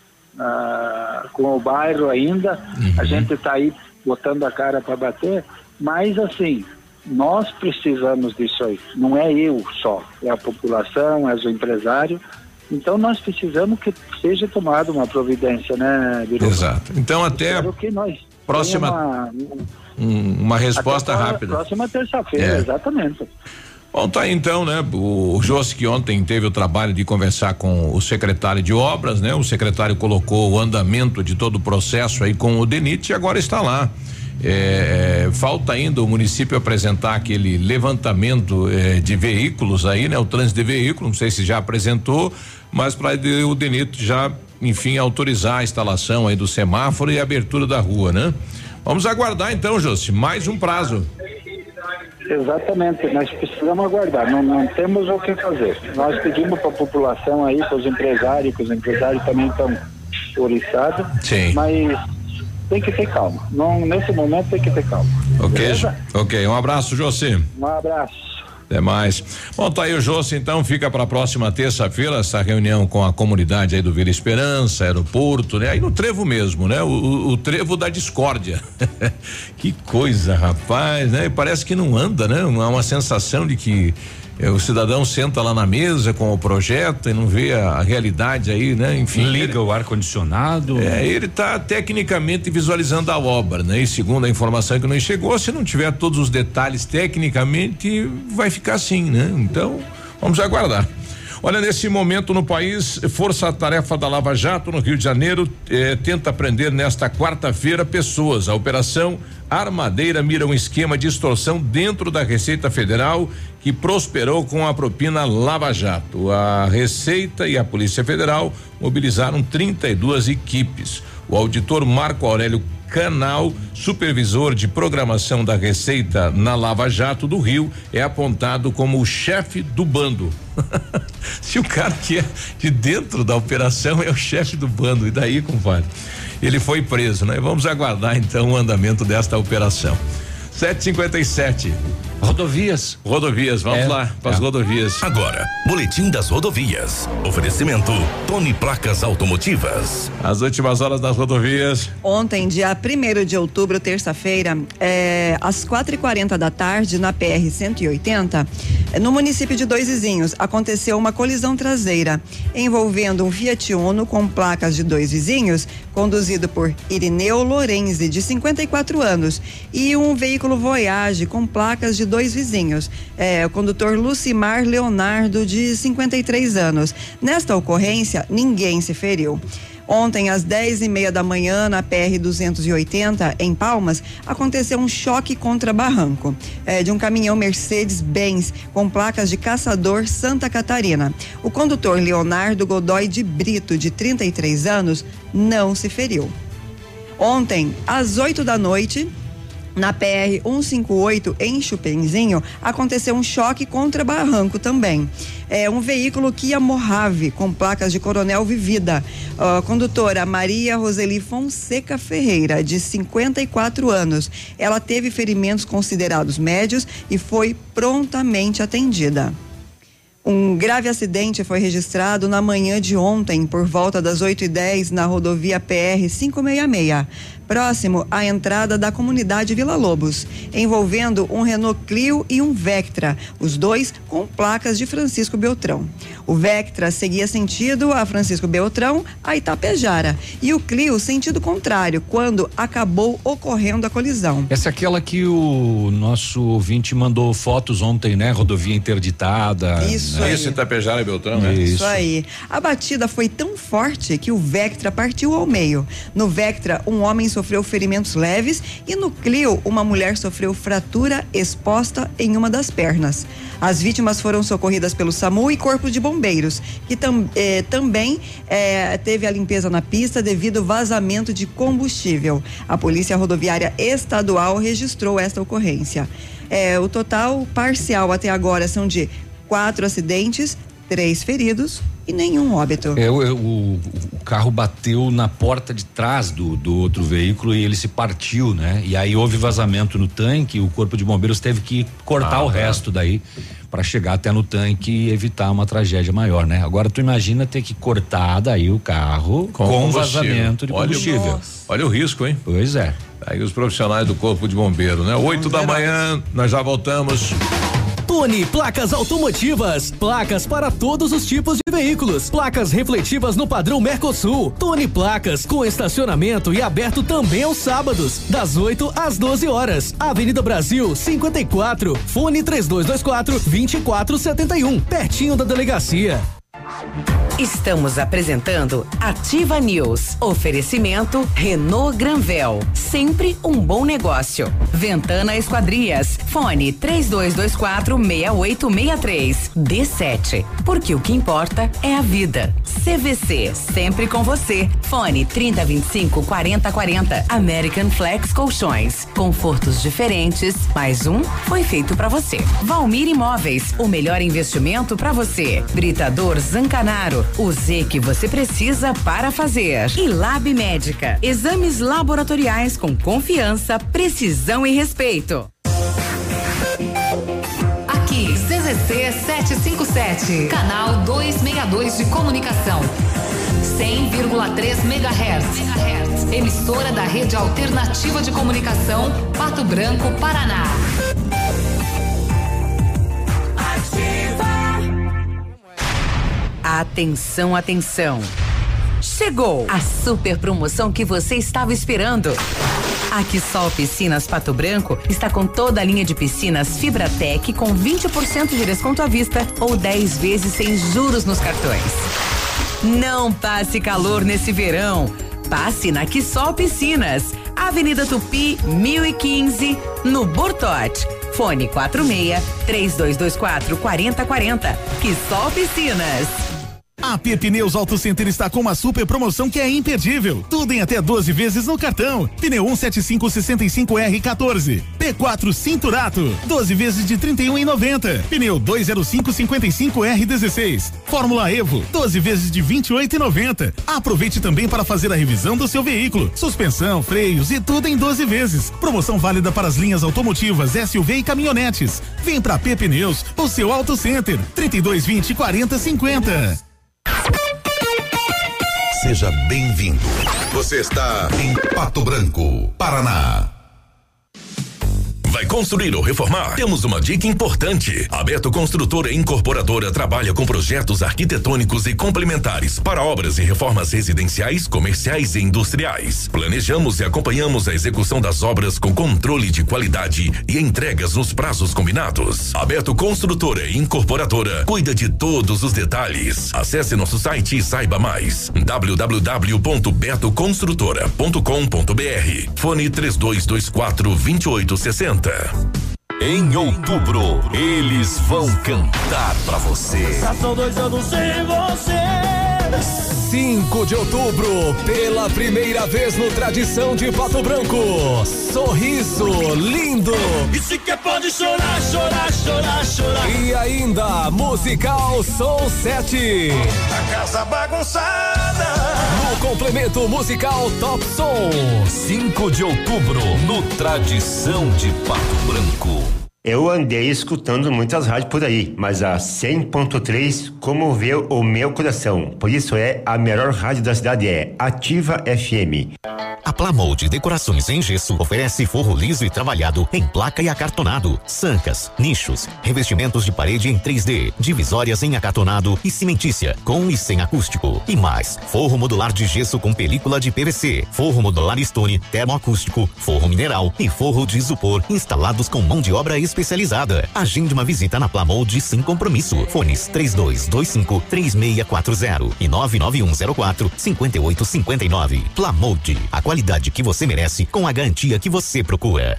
uh, com o bairro ainda, uhum. a gente está aí botando a cara para bater, mas assim, nós precisamos disso aí, não é eu só, é a população, é os empresários. Então nós precisamos que seja tomada uma providência, né, Biruba? Exato. Então até que nós próxima uma, um, uma resposta até rápida. Próxima terça-feira, é. exatamente. Bom, tá aí então, né? O Jossi que ontem teve o trabalho de conversar com o secretário de obras, né? O secretário colocou o andamento de todo o processo aí com o Denit e agora está lá. É, é, falta ainda o município apresentar aquele levantamento é, de veículos aí, né? O trânsito de veículo, não sei se já apresentou, mas para o Denito já, enfim, autorizar a instalação aí do semáforo e a abertura da rua, né? Vamos aguardar então, Jossi, mais um prazo. Exatamente, nós precisamos aguardar, não, não temos o que fazer. Nós pedimos para a população aí, para os empresários, que os empresários também estão oriçados, mas tem que ter calma. Não, nesse momento tem que ter calma. Ok, beleza? Ok, um abraço, José. Um abraço. Até mais. Bom, tá aí o José, então fica para a próxima terça-feira essa reunião com a comunidade aí do Vila Esperança, aeroporto, né? Aí no trevo mesmo, né? O, o, o trevo da discórdia. Que coisa, rapaz, né? Parece que não anda, né? Há uma sensação de que é, o cidadão senta lá na mesa com o projeto e não vê a, a realidade aí, né? Enfim. Liga ele, o ar-condicionado. É, ele tá tecnicamente visualizando a obra, né? E segundo a informação que nos chegou, se não tiver todos os detalhes tecnicamente, vai ficar assim, né? Então, vamos aguardar. Olha, nesse momento no país, Força-Tarefa da Lava Jato no Rio de Janeiro eh, tenta prender nesta quarta-feira pessoas. A operação Armadeira mira um esquema de extorsão dentro da Receita Federal que prosperou com a propina Lava Jato. A Receita e a Polícia Federal mobilizaram trinta e duas equipes. O auditor Marco Aurélio Canal, supervisor de programação da Receita na Lava Jato do Rio, é apontado como o chefe do bando. Se o cara que é de dentro da operação é o chefe do bando, e daí, compadre? Ele foi preso, né? Vamos aguardar então o andamento desta operação. sete e cinquenta e sete. Rodovias. Rodovias, vamos é, lá para as é. rodovias. Agora, Boletim das Rodovias. Oferecimento Tony Placas Automotivas. As últimas horas das rodovias. Ontem, dia primeiro de outubro, terça-feira, é, às quatro e quarenta da tarde, na P R cento e oitenta, no município de Dois Vizinhos, aconteceu uma colisão traseira envolvendo um Fiat Uno com placas de Dois Vizinhos, conduzido por Irineu Lorenzi, de cinquenta e quatro anos, e um veículo Voyage com placas de Dois Vizinhos, é, o condutor Lucimar Leonardo, de cinquenta e três anos. Nesta ocorrência, ninguém se feriu. Ontem, às dez e meia da manhã, na P R duzentos e oitenta, em Palmas, aconteceu um choque contra barranco é, de um caminhão Mercedes-Benz com placas de Caçador, Santa Catarina. O condutor Leonardo Godoy de Brito, de trinta e três anos, não se feriu. Ontem, às oito da noite, na P R cento e cinquenta e oito, em Chupenzinho, aconteceu um choque contra barranco também. É um veículo Kia Mojave com placas de Coronel Vivida. A condutora Maria Roseli Fonseca Ferreira, de cinquenta e quatro anos. Ela teve ferimentos considerados médios e foi prontamente atendida. Um grave acidente foi registrado na manhã de ontem, por volta das oito e dez, na rodovia P R quinhentos e sessenta e seis, próximo à entrada da comunidade Vila Lobos, envolvendo um Renault Clio e um Vectra, os dois com placas de Francisco Beltrão. O Vectra seguia sentido a Francisco Beltrão, a Itapejara, e o Clio sentido contrário, quando acabou ocorrendo a colisão. Essa é aquela que o nosso ouvinte mandou fotos ontem, né? Rodovia interditada. Isso. Né? Isso, Itapejara e Beltrão, né? Isso. Isso aí. A batida foi tão forte que o Vectra partiu ao meio. No Vectra, um homem sofreu ferimentos leves e no Clio, uma mulher sofreu fratura exposta em uma das pernas. As vítimas foram socorridas pelo SAMU e Corpo de Bombeiros, que tam, eh, também eh, teve a limpeza na pista devido ao vazamento de combustível. A Polícia Rodoviária Estadual registrou esta ocorrência. Eh, o total parcial até agora são de quatro acidentes, três feridos e nenhum óbito. É, o, o, o carro bateu na porta de trás do, do outro veículo e ele se partiu, né? E aí houve vazamento no tanque, o Corpo de Bombeiros teve que cortar ah, o resto daí para chegar até no tanque e evitar uma tragédia maior, né? Agora tu imagina ter que cortar daí o carro com, com vazamento de combustível. Olha, olha o risco, hein? Pois é. Aí os profissionais do Corpo de Bombeiro, né? Oito da manhã, nós já voltamos. Tony Placas Automotivas, placas para todos os tipos de veículos, placas refletivas no padrão Mercosul. Tony Placas com estacionamento e aberto também aos sábados, das oito às doze horas. Avenida Brasil cinquenta e quatro, fone três dois dois quatro, vinte e quatro setenta e um, pertinho da delegacia. Estamos apresentando Ativa News. Oferecimento Renault Granvel. Sempre um bom negócio. Ventana Esquadrias. Fone três dois dois quatro, seis oito seis três. D sete. Porque o que importa é a vida. C V C. Sempre com você. Fone trinta, vinte e cinco, quarenta, quarenta. American Flex Colchões. Confortos diferentes. Mais um foi feito pra você. Valmir Imóveis. O melhor investimento pra você. Britador Zancanaro. O Z que você precisa para fazer. E Lab Médica. Exames laboratoriais com confiança, precisão e respeito. Aqui, C Z C setecentos e cinquenta e sete, canal duzentos e sessenta e dois de comunicação. cem vírgula três megahertz. Emissora da Rede Alternativa de Comunicação, Pato Branco, Paraná. Atenção, atenção. Chegou a super promoção que você estava esperando. A Quissol Piscinas Pato Branco está com toda a linha de piscinas Fibratec com vinte por cento de desconto à vista ou dez vezes sem juros nos cartões. Não passe calor nesse verão. Passe na Quissol Piscinas, Avenida Tupi, mil e quinze, no Bortote. Fone quatro seis, três dois dois quatro, quatro zero quatro zero. Quissol Piscinas. A P Pneus Auto Center está com uma super promoção que é imperdível. Tudo em até doze vezes no cartão. Pneu um sete cinco seis cinco R quatorze. P quatro Cinturato. doze vezes de trinta e um e noventa. Pneu dois zero cinco cinco cinco R dezesseis. Fórmula Evo. doze vezes de vinte e oito e noventa. Aproveite também para fazer a revisão do seu veículo. Suspensão, freios e tudo em doze vezes. Promoção válida para as linhas automotivas, S U V e caminhonetes. Vem pra P Pneus, o seu Auto Center. trinta e dois vinte, quarenta, cinquenta. Seja bem-vindo. Você está em Pato Branco, Paraná. Vai construir ou reformar? Temos uma dica importante. A Beto Construtora e Incorporadora trabalha com projetos arquitetônicos e complementares para obras e reformas residenciais, comerciais e industriais. Planejamos e acompanhamos a execução das obras com controle de qualidade e entregas nos prazos combinados. A Beto Construtora e Incorporadora cuida de todos os detalhes. Acesse nosso site e saiba mais. w w w ponto beto construtora ponto com ponto b r. Fone três dois dois quatro, dois oito seis zero. Em outubro, eles vão cantar pra você. Já são dois anos sem você. cinco de outubro, pela primeira vez no Tradição de Pato Branco. Sorriso lindo. E se quer pode chorar, chorar, chorar, chorar. E ainda, Musical Som sete. A casa bagunçada. No complemento musical Top Som. cinco de outubro, no Tradição de Pato Branco. Eu andei escutando muitas rádios por aí, mas a cem ponto três comoveu o meu coração. Por isso é a melhor rádio da cidade, é Ativa F M. A Plamold Decorações em Gesso oferece forro liso e trabalhado em placa e acartonado, sancas, nichos, revestimentos de parede em três D, divisórias em acartonado e cimentícia, com e sem acústico. E mais, forro modular de gesso com película de P V C, forro modular Stone, termoacústico, forro mineral e forro de isopor instalados com mão de obra especializada. Agende uma visita na Plamold sem compromisso. Fones três dois dois cinco, três seis quatro zero e nove nove um zero quatro, cinco oito cinco nove. Plamold, a qualidade que você merece com a garantia que você procura.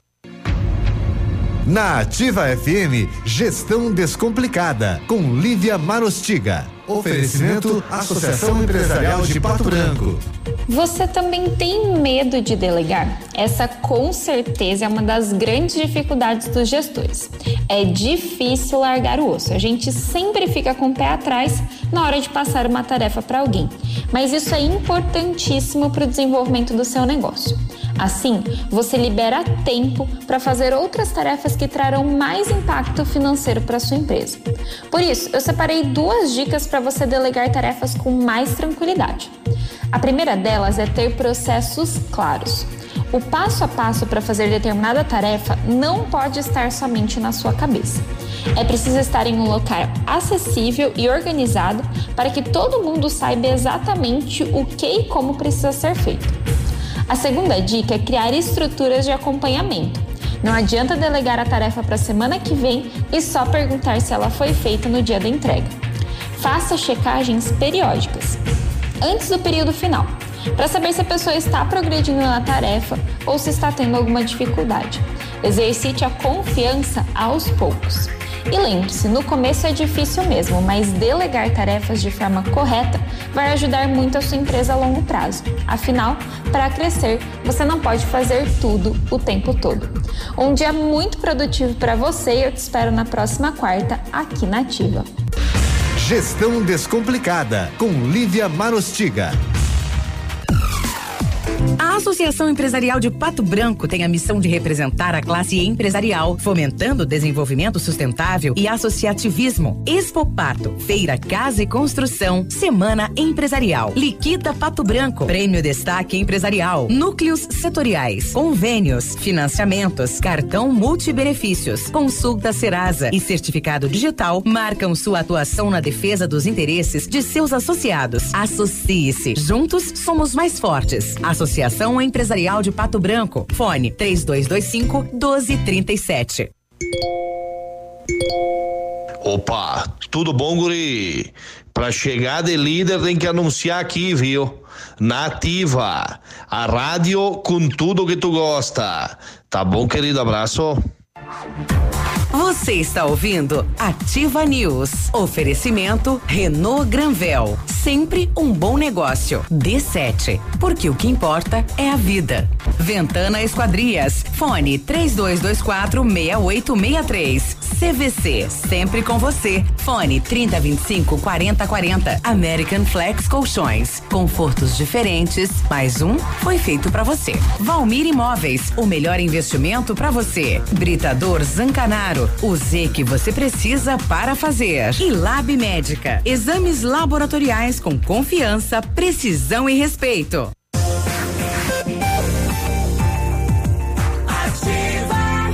Na Ativa F M, Gestão Descomplicada, com Lívia Marostiga. Oferecimento Associação Empresarial de Pato Branco. Você também tem medo de delegar? Essa com certeza é uma das grandes dificuldades dos gestores. É difícil largar o osso. A gente sempre fica com o pé atrás na hora de passar uma tarefa para alguém. Mas isso é importantíssimo para o desenvolvimento do seu negócio. Assim, você libera tempo para fazer outras tarefas que trarão mais impacto financeiro para sua empresa. Por isso, eu separei duas dicas para você delegar tarefas com mais tranquilidade. A primeira delas é ter processos claros. O passo a passo para fazer determinada tarefa não pode estar somente na sua cabeça. É preciso estar em um local acessível e organizado para que todo mundo saiba exatamente o que e como precisa ser feito. A segunda dica é criar estruturas de acompanhamento. Não adianta delegar a tarefa para a semana que vem e só perguntar se ela foi feita no dia da entrega. faça checagens periódicas antes do período final, para saber se a pessoa está progredindo na tarefa ou se está tendo alguma dificuldade. Exercite a confiança aos poucos. E lembre-se, no começo é difícil mesmo, mas delegar tarefas de forma correta vai ajudar muito a sua empresa a longo prazo. Afinal, para crescer, você não pode fazer tudo o tempo todo. Um dia muito produtivo para você e eu te espero na próxima quarta aqui na Ativa. Gestão Descomplicada, com Lívia Marostiga. A Associação Empresarial de Pato Branco tem a missão de representar a classe empresarial, fomentando o desenvolvimento sustentável e associativismo. Expo Pato, Feira Casa e Construção, Semana Empresarial, Liquida Pato Branco, Prêmio Destaque Empresarial, Núcleos Setoriais, Convênios, Financiamentos, Cartão Multibenefícios, Consulta Serasa e Certificado Digital marcam sua atuação na defesa dos interesses de seus associados. Associe-se. Juntos somos mais fortes. Associação Empresarial de Pato Branco. Fone três dois dois cinco, um dois três sete. Opa, tudo bom, guri? Pra chegar de líder tem que anunciar aqui, viu? Na Ativa, a rádio com tudo que tu gosta. Tá bom, querido? Abraço. Você está ouvindo Ativa News. Oferecimento Renault Granvel. Sempre um bom negócio. D sete. Porque o que importa é a vida. Ventana Esquadrias. Fone três dois dois quatro, seis oito seis três. C V C. Sempre com você. Fone trinta, vinte e cinco, quarenta, quarenta. American Flex Colchões. Confortos diferentes. Mais um foi feito pra você. Valmir Imóveis. O melhor investimento pra você. Britador Zancanaro. O Z que você precisa para fazer. E Lab Médica. Exames laboratoriais com confiança, precisão e respeito. Ativa.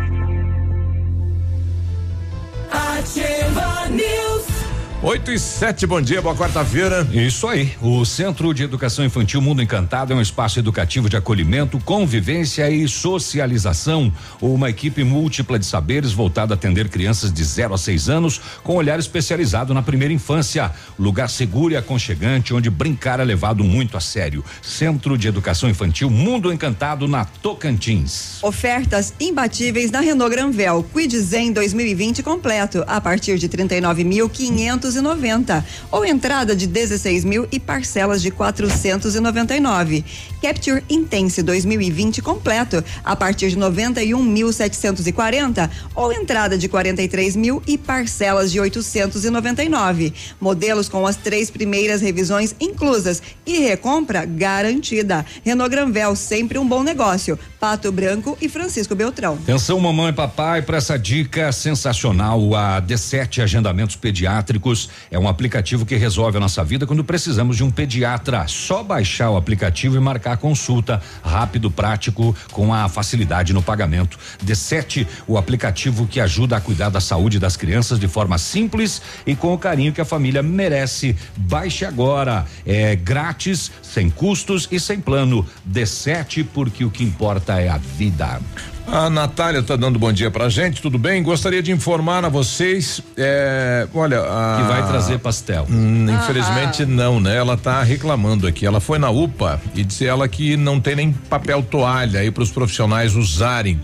Ativa News. oito e sete, bom dia, boa quarta-feira. Isso aí. O Centro de Educação Infantil Mundo Encantado é um espaço educativo de acolhimento, convivência e socialização. Uma equipe múltipla de saberes voltada a atender crianças de zero a seis anos com olhar especializado na primeira infância. Lugar seguro e aconchegante onde brincar é levado muito a sério. Centro de Educação Infantil Mundo Encantado na Tocantins. Ofertas imbatíveis na Renault Granvel. Kwid Zen dois mil e vinte completo a partir de trinta e nove mil quinhentos e noventa ou entrada de dezesseis mil e parcelas de quatrocentos e noventa e nove. Capture Intense dois mil e vinte completo a partir de noventa e um mil setecentos e quarenta ou entrada de quarenta e três mil e parcelas de oitocentos e noventa e nove. Modelos com as três primeiras revisões inclusas e recompra garantida. Renault Granvel, sempre um bom negócio. Pato Branco e Francisco Beltrão. Atenção, mamãe e papai, para essa dica sensacional. A D sete Agendamentos Pediátricos é um aplicativo que resolve a nossa vida quando precisamos de um pediatra. Só baixar o aplicativo e marcar a consulta. Rápido, prático, com a facilidade no pagamento. D sete, o aplicativo que ajuda a cuidar da saúde das crianças de forma simples e com o carinho que a família merece. Baixe agora. É grátis, sem custos e sem plano. D sete, porque o que importa é a vida. A Natália está dando bom dia pra gente, tudo bem? Gostaria de informar a vocês, é, olha, a, que vai trazer pastel. Hum, infelizmente ah. não, né? Ela tá reclamando aqui. Ela foi na U P A e disse ela que não tem nem papel toalha aí para os profissionais usarem.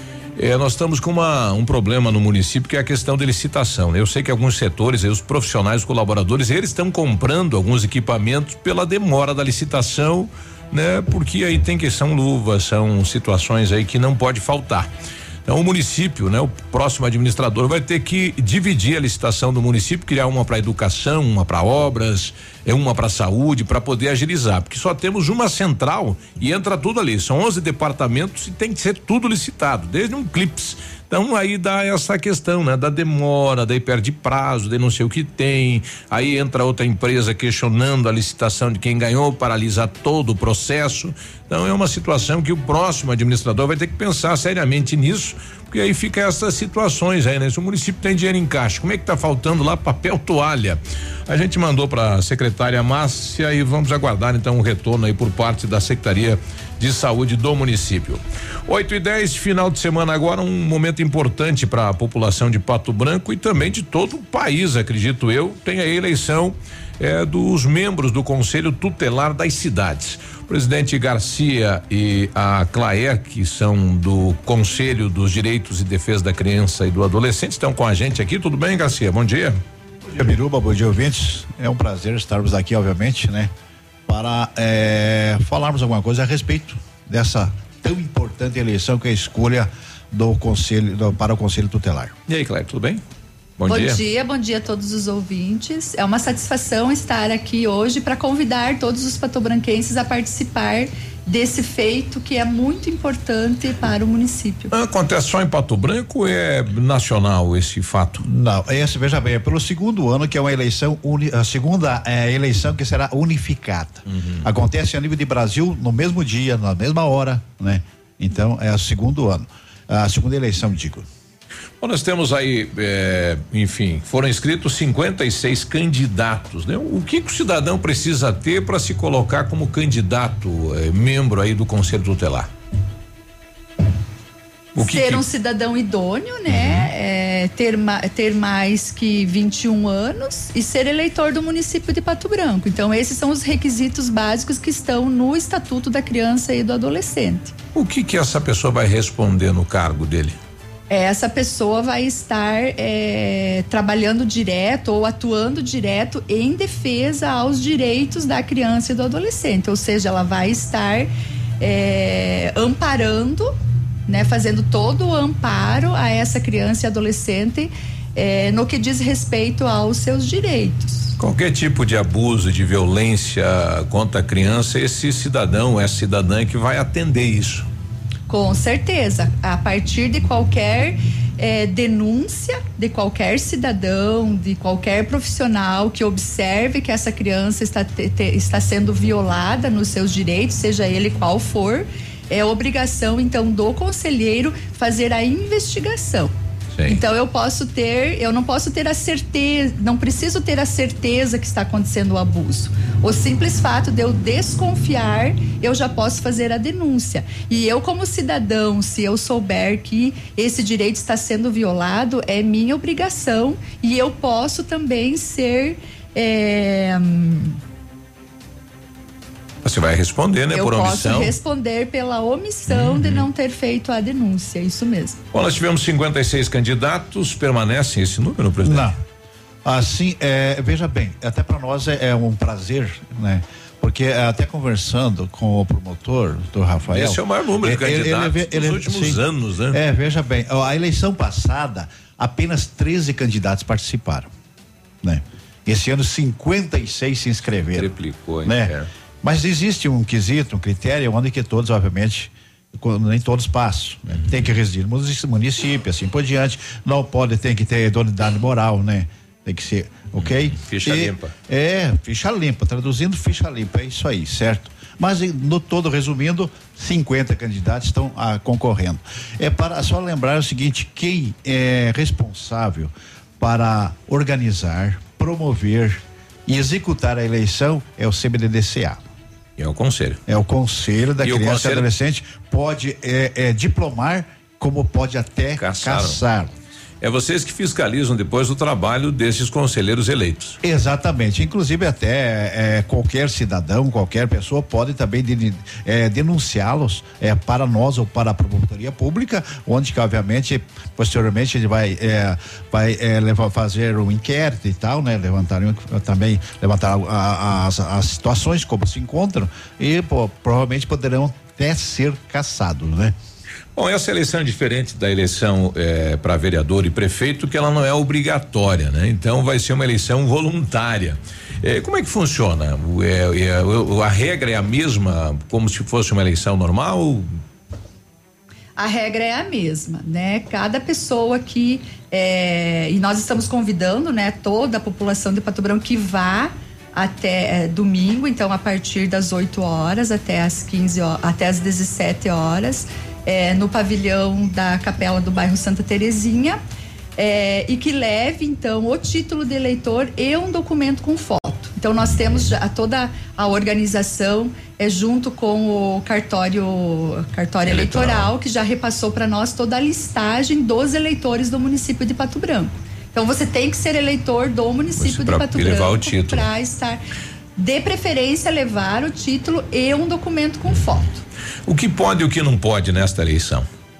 É, nós estamos com uma, um problema no município que é a questão de licitação, né? Eu sei que alguns setores, aí, os profissionais, os colaboradores, eles estão comprando alguns equipamentos pela demora da licitação, né? Porque aí tem que são luvas, são situações aí que não pode faltar. Então o município, né? O próximo administrador vai ter que dividir a licitação do município, criar uma para educação, uma para obras, é uma para saúde, para poder agilizar, porque só temos uma central e entra tudo ali. São onze departamentos e tem que ser tudo licitado, desde um clips. Então aí dá essa questão, né? Da demora, daí perde prazo, daí não sei o que tem, aí entra outra empresa questionando a licitação de quem ganhou, paralisa todo o processo. Então é uma situação que o próximo administrador vai ter que pensar seriamente nisso, porque E aí fica essas situações aí, né? Se o município tem dinheiro em caixa, como é que tá faltando lá papel toalha? A gente mandou para a secretária Márcia e vamos aguardar então um retorno aí por parte da Secretaria de Saúde do município. oito e dez, final de semana agora, um momento importante para a população de Pato Branco e também de todo o país, acredito eu, tem a eleição é, dos membros do Conselho Tutelar das cidades. O presidente Garcia e a Claer, que são do Conselho dos Direitos e Defesa da Criança e do Adolescente, estão com a gente aqui. Tudo bem, Garcia? Bom dia. Bom dia, Biruba, bom dia, ouvintes. É um prazer estarmos aqui, obviamente, né? Para é, falarmos alguma coisa a respeito dessa tão importante eleição que é a escolha do Conselho, do, para o Conselho Tutelar. E aí, Claire, tudo bem? Bom, bom dia. dia, bom dia a todos os ouvintes. É uma satisfação estar aqui hoje para convidar todos os patobranquenses a participar desse feito que é muito importante para o município. Acontece só em Pato Branco ou é nacional esse fato? Não, esse, veja bem, é pelo segundo ano que é uma eleição, uni, a segunda é, eleição que será unificada. Uhum. Acontece a nível de Brasil no mesmo dia, na mesma hora, né? Então é o segundo ano, a segunda eleição, digo. Bom, nós temos aí, é, enfim, foram inscritos cinquenta e seis candidatos, né? O que, que o cidadão precisa ter para se colocar como candidato, é, membro aí do Conselho Tutelar? O que, ser que... um cidadão idôneo, né? Uhum. É, ter, ma, ter mais que vinte e um anos e ser eleitor do município de Pato Branco. Então, esses são os requisitos básicos que estão no Estatuto da Criança e do Adolescente. O que que essa pessoa vai responder no cargo dele? Essa pessoa vai estar é, trabalhando direto ou atuando direto em defesa aos direitos da criança e do adolescente, ou seja, ela vai estar é, amparando, né, fazendo todo o amparo a essa criança e adolescente é, no que diz respeito aos seus direitos. Qualquer tipo de abuso, de violência contra a criança, esse cidadão, essa cidadã que vai atender isso. Com certeza, a partir de qualquer eh, denúncia de qualquer cidadão, de qualquer profissional que observe que essa criança está, te, te, está sendo violada nos seus direitos, seja ele qual for, é obrigação então do conselheiro fazer a investigação. Sim. Então eu posso ter, eu não posso ter a certeza, não preciso ter a certeza que está acontecendo o abuso. O simples fato de eu desconfiar, eu já posso fazer a denúncia. E eu, como cidadão, se eu souber que esse direito está sendo violado, é minha obrigação e eu posso também ser é, Você vai responder, né? Eu por omissão. Eu posso responder pela omissão uhum. de não ter feito a denúncia, isso mesmo. Bom, nós tivemos cinquenta e seis candidatos, permanece esse número, presidente? Não. Assim, é, veja bem, até para nós é, é um prazer, né? Porque até conversando com o promotor, do Rafael. Esse é o maior número de ele, candidatos ele, ele, nos últimos sim, anos, né? É, veja bem, a eleição passada, apenas treze candidatos participaram, né? Esse ano cinquenta e seis se inscreveram. Triplicou, hein? Né? É. Mas existe um quesito, um critério, onde que todos, obviamente, nem todos passam, né? Tem que residir no município, assim por diante, não pode, tem que ter idoneidade moral, né? Tem que ser, ok? Hum, ficha e, limpa. É, ficha limpa, traduzindo ficha limpa, é isso aí, certo? Mas no todo, resumindo, cinquenta candidatos estão ah, concorrendo. É para só lembrar o seguinte, quem é responsável para organizar, promover e executar a eleição é o C B D D C A. É o conselho. É o conselho da e criança conselho... e adolescente, pode é, é, diplomar, como pode até Caçaram. caçar. É vocês que fiscalizam depois o trabalho desses conselheiros eleitos. Exatamente. Inclusive até é, qualquer cidadão, qualquer pessoa pode também de, é, denunciá-los é, para nós ou para a promotoria pública, onde que obviamente posteriormente ele vai é, vai é, levar, fazer um inquérito e tal, né? Levantar também levantar a, a, as, as situações como se encontram e pô, provavelmente poderão até ser caçados, né? Bom, essa eleição é diferente da eleição eh, para vereador e prefeito, que ela não é obrigatória, né? Então vai ser uma eleição voluntária. Eh, como é que funciona? O, é, é, o, a regra é a mesma, como se fosse uma eleição normal? A regra é a mesma, né? Cada pessoa que é, e nós estamos convidando, né, toda a população de Pato Branco que vá até é, domingo, então a partir das oito horas até as quinze horas, até as dezessete horas. é, no pavilhão da Capela do bairro Santa Terezinha, é, e que leve então o título de eleitor e um documento com foto. Então nós temos já toda a organização é, junto com o cartório, cartório eleitoral. eleitoral, que já repassou para nós toda a listagem dos eleitores do município de Pato Branco. Então você tem que ser eleitor do município de Pato Branco para estar, de preferência, levar o título e um documento com foto. O que pode e o que não pode nesta eleição?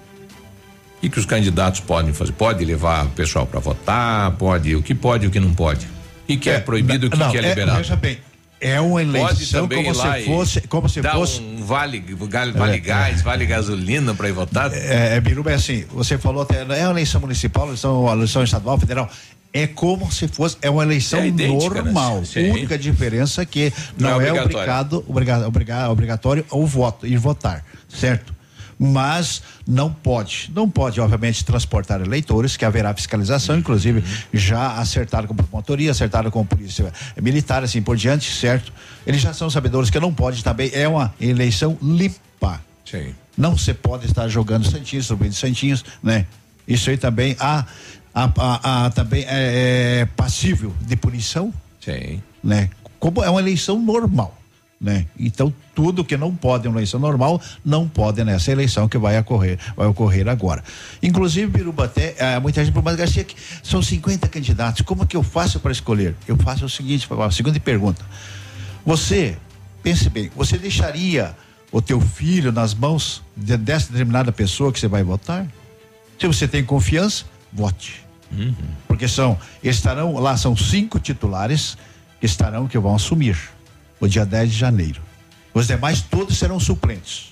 O que, que os candidatos podem fazer? Pode levar o pessoal para votar? Pode? O que pode e o que não pode? O que, que é, é proibido e o que, que é liberado? É, veja bem, é uma eleição como se fosse, como se fosse um vale, vale, vale é, gás, é, vale gasolina para ir votar. É, é, Biruba, é assim, você falou até, é uma eleição municipal, eleição, eleição estadual, federal. É como se fosse, é uma eleição é idêntica, normal. Né? A única diferença é que não, não é, é obrigado, obriga, obriga, obrigatório o voto, ir votar, certo? Mas não pode, não pode, obviamente, transportar eleitores, que haverá fiscalização, inclusive uhum. já acertaram com a promotoria, acertaram com a polícia militar, assim por diante, certo? Eles já são sabedores que não pode também, é uma eleição limpa. Sim. Não se pode estar jogando santinhos, subindo santinhos, né? Isso aí também há, há, há, há também é, é passível de punição. Sim. Né? Como é uma eleição normal. Né? Então tudo que não pode em uma eleição normal não pode nessa eleição que vai ocorrer, vai ocorrer agora. Inclusive, Biruba, até eh, muita gente pergunta, Garcia, que são cinquenta candidatos, como que eu faço para escolher? Eu faço o seguinte, a segunda pergunta. Você, pense bem, você deixaria o teu filho nas mãos de, dessa determinada pessoa que você vai votar? Se você tem confiança, vote. Uhum. Porque são, estarão lá, são cinco titulares que estarão, que vão assumir o dia dez de janeiro. Os demais todos serão suplentes.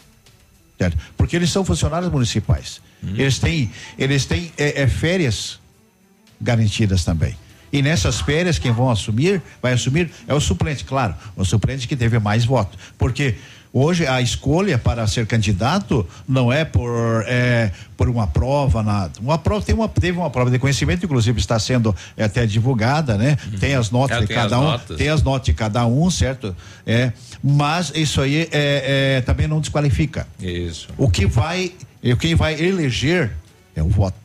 Certo? Porque eles são funcionários municipais. Hum. Eles têm, eles têm é, é, férias garantidas também. E nessas férias, quem vão assumir, vai assumir é o suplente, claro, o suplente que teve mais votos. Porque hoje a escolha para ser candidato não é por é, por uma prova, nada. Uma prova tem uma teve uma prova de conhecimento, inclusive está sendo é, até divulgada, né? Uhum. Tem as notas é, de cada um, notas. tem as notas de cada um, certo? É, mas isso aí é, é, também não desqualifica. Isso. O que vai, quem vai eleger é o voto.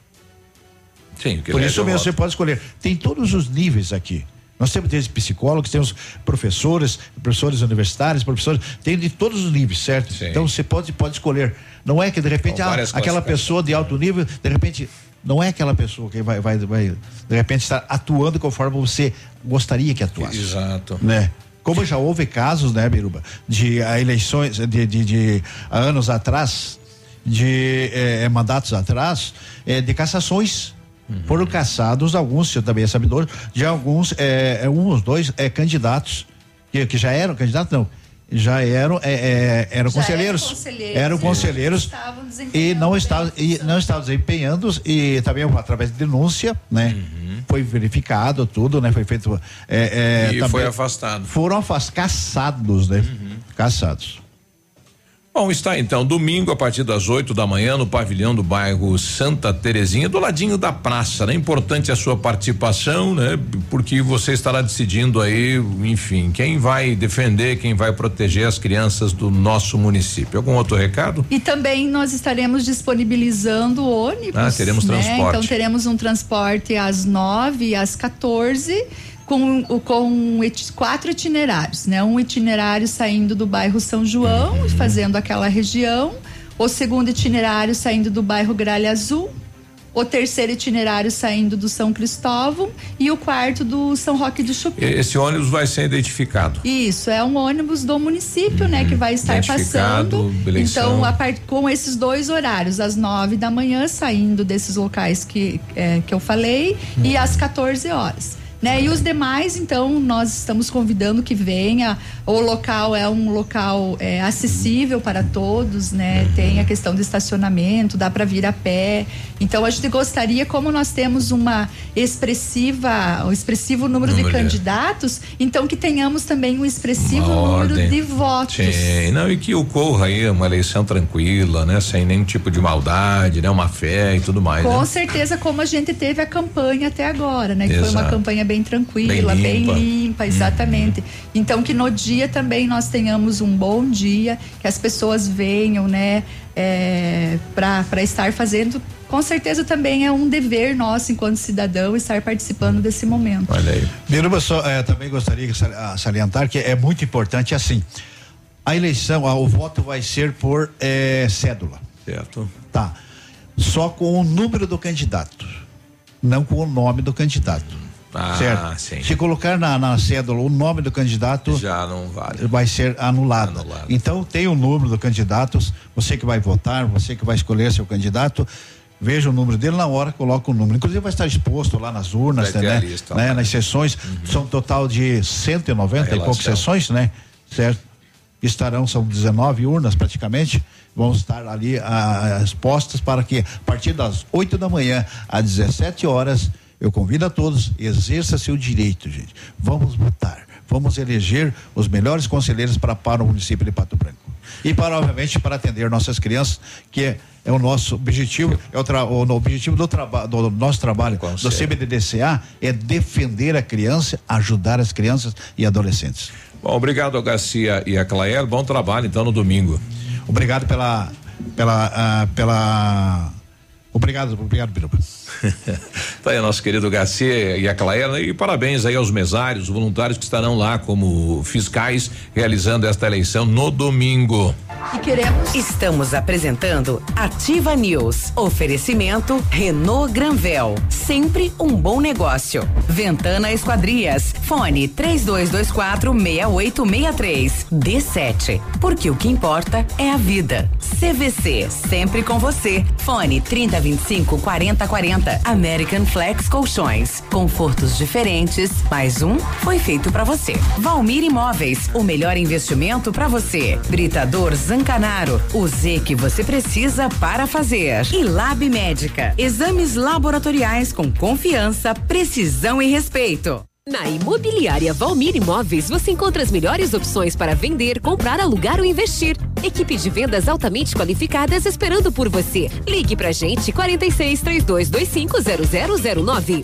Sim, por isso mesmo você pode escolher. Tem todos os níveis aqui. Nós temos desde psicólogos, temos professores, professores universitários, professores, tem de todos os níveis, certo? Sim. Então você pode pode escolher. Não é que de repente ah, aquela pessoa de alto nível, de repente não é aquela pessoa que vai vai vai de repente estar atuando conforme você gostaria que atuasse. Exato. Né? Como já houve casos, né, Biruba, de a, eleições de, de, de há anos atrás, de eh, mandatos atrás, eh, de cassações. Uhum. Foram caçados alguns, você também é sabedor, de alguns, é, é, uns, dois é, candidatos, que, que já eram candidatos, não, já eram, é, é, eram já conselheiros, eram conselheiros, eram conselheiros e não estavam, e não estavam desempenhando, e também através de denúncia, né? Uhum. Foi verificado tudo, né? Foi feito. É, é, e também, foi afastado. Foram afastados, caçados, né? Uhum. Caçados. Bom, está então domingo a partir das oito da manhã no pavilhão do bairro Santa Terezinha, do ladinho da praça, né? Importante a sua participação, né? Porque você estará decidindo aí, enfim, quem vai defender, quem vai proteger as crianças do nosso município. Algum outro recado? E também nós estaremos disponibilizando ônibus. Ah, teremos né? transporte. Então teremos um transporte às nove e às quatorze. Com, com quatro itinerários, né? Um itinerário saindo do bairro São João uhum. e fazendo aquela região, o segundo itinerário saindo do bairro Gralha Azul, o terceiro itinerário saindo do São Cristóvão e o quarto do São Roque de Chupim. Esse ônibus vai ser identificado? Isso, é um ônibus do município, uhum. né? Que vai estar passando. Então, a part, com esses dois horários, às nove da manhã, saindo desses locais que, é, que eu falei, uhum. e às quatorze horas. Né? E os demais, então, nós estamos convidando que venha. O local é um local é, acessível para todos, né? Uhum. Tem a questão do estacionamento, dá para vir a pé. Então, a gente gostaria, como nós temos uma expressiva, um expressivo número, número de candidatos, então que tenhamos também um expressivo uma número ordem. de votos. Sim, não, e que ocorra aí uma eleição tranquila, né? Sem nenhum tipo de maldade, né? Uma fé e tudo mais. Com né? certeza, como a gente teve a campanha até agora, né? Que Exato. foi uma campanha bem tranquila, bem limpa, bem limpa exatamente. Uhum. Então que no dia também nós tenhamos um bom dia, que as pessoas venham, né, é, para estar fazendo. Com certeza também é um dever nosso enquanto cidadão estar participando desse momento. Olha aí. Biruba, só, é, também gostaria de salientar que é muito importante assim, a eleição, a, o voto vai ser por é, cédula. Certo. Tá. Só com o número do candidato, não com o nome do candidato. Ah, certo? Sim. Se colocar na, na cédula o nome do candidato, já não vale. Vai ser anulado. anulado. Então tem o número do candidato, você que vai votar, você que vai escolher seu candidato, veja o número dele na hora, coloca o número. Inclusive vai estar exposto lá nas urnas, né? Lista, né? Nas sessões, uhum. São um total de cento e noventa e poucas sessões, né? Certo? Estarão, são dezenove urnas praticamente, vão estar ali ah, expostas para que a partir das oito da manhã às dezessete horas, eu convido a todos, exerça seu direito, gente. Vamos votar, vamos eleger os melhores conselheiros para, para o município de Pato Branco. E para, obviamente, para atender nossas crianças, que é, é o nosso objetivo, é o, tra, o, o objetivo do, traba, do nosso trabalho, do C B D D C A, é defender a criança, ajudar as crianças e adolescentes. Bom, obrigado ao Garcia e a Claire, bom trabalho então no domingo. Obrigado pela, pela, uh, pela, obrigado, obrigado, Biruba. Tá aí nosso querido Garcia e a Claire, e parabéns aí aos mesários, voluntários que estarão lá como fiscais realizando esta eleição no domingo. E queremos. Estamos apresentando Ativa News. Oferecimento Renault Granvel. Sempre um bom negócio. Ventana Esquadrias. Fone três dois dois quatro seis oito seis três. D sete. Porque o que importa é a vida. C V C. Sempre com você. Fone trinta vinte e cinco quarenta quarenta. American Flex Colchões. Confortos diferentes. Mais um foi feito pra você. Valmir Imóveis. O melhor investimento pra você. Britador Zancanaro. O Z que você precisa para fazer. E Lab Médica. Exames laboratoriais com confiança, precisão e respeito. Na Imobiliária Valmir Imóveis, você encontra as melhores opções para vender, comprar, alugar ou investir. Equipe de vendas altamente qualificadas esperando por você. Ligue pra gente quarenta e seis, trinta e dois vinte e cinco, zero zero zero nove.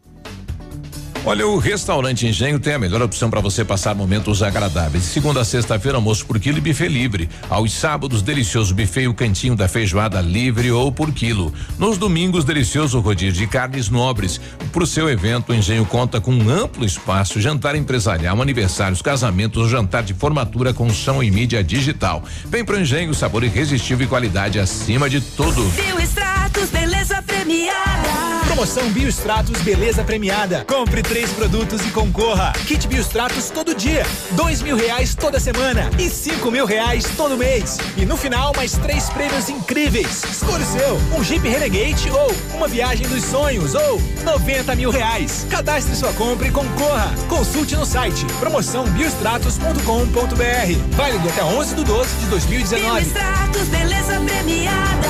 Olha, o Restaurante Engenho tem a melhor opção para você passar momentos agradáveis. Segunda a sexta-feira, almoço por quilo e buffet livre. Aos sábados, delicioso buffet e o cantinho da feijoada livre ou por quilo. Nos domingos, delicioso rodízio de carnes nobres. Para o seu evento, o Engenho conta com um amplo espaço, jantar empresarial, aniversários, casamentos, jantar de formatura com som e mídia digital. Vem pro Engenho, sabor irresistível e qualidade acima de tudo. Biostratos, beleza premiada. Promoção Biostratos, beleza premiada. Compre três produtos e concorra. Kit Biostratos todo dia, dois mil reais toda semana e cinco mil reais todo mês. E no final, mais três prêmios incríveis. Escolha o seu, um Jeep Renegade ou uma viagem dos sonhos ou noventa mil reais. Cadastre sua compra e concorra. Consulte no site promoção biostratos ponto com ponto br. Válido até onze de doze de dois mil e dezenove. Biostratos, beleza premiada.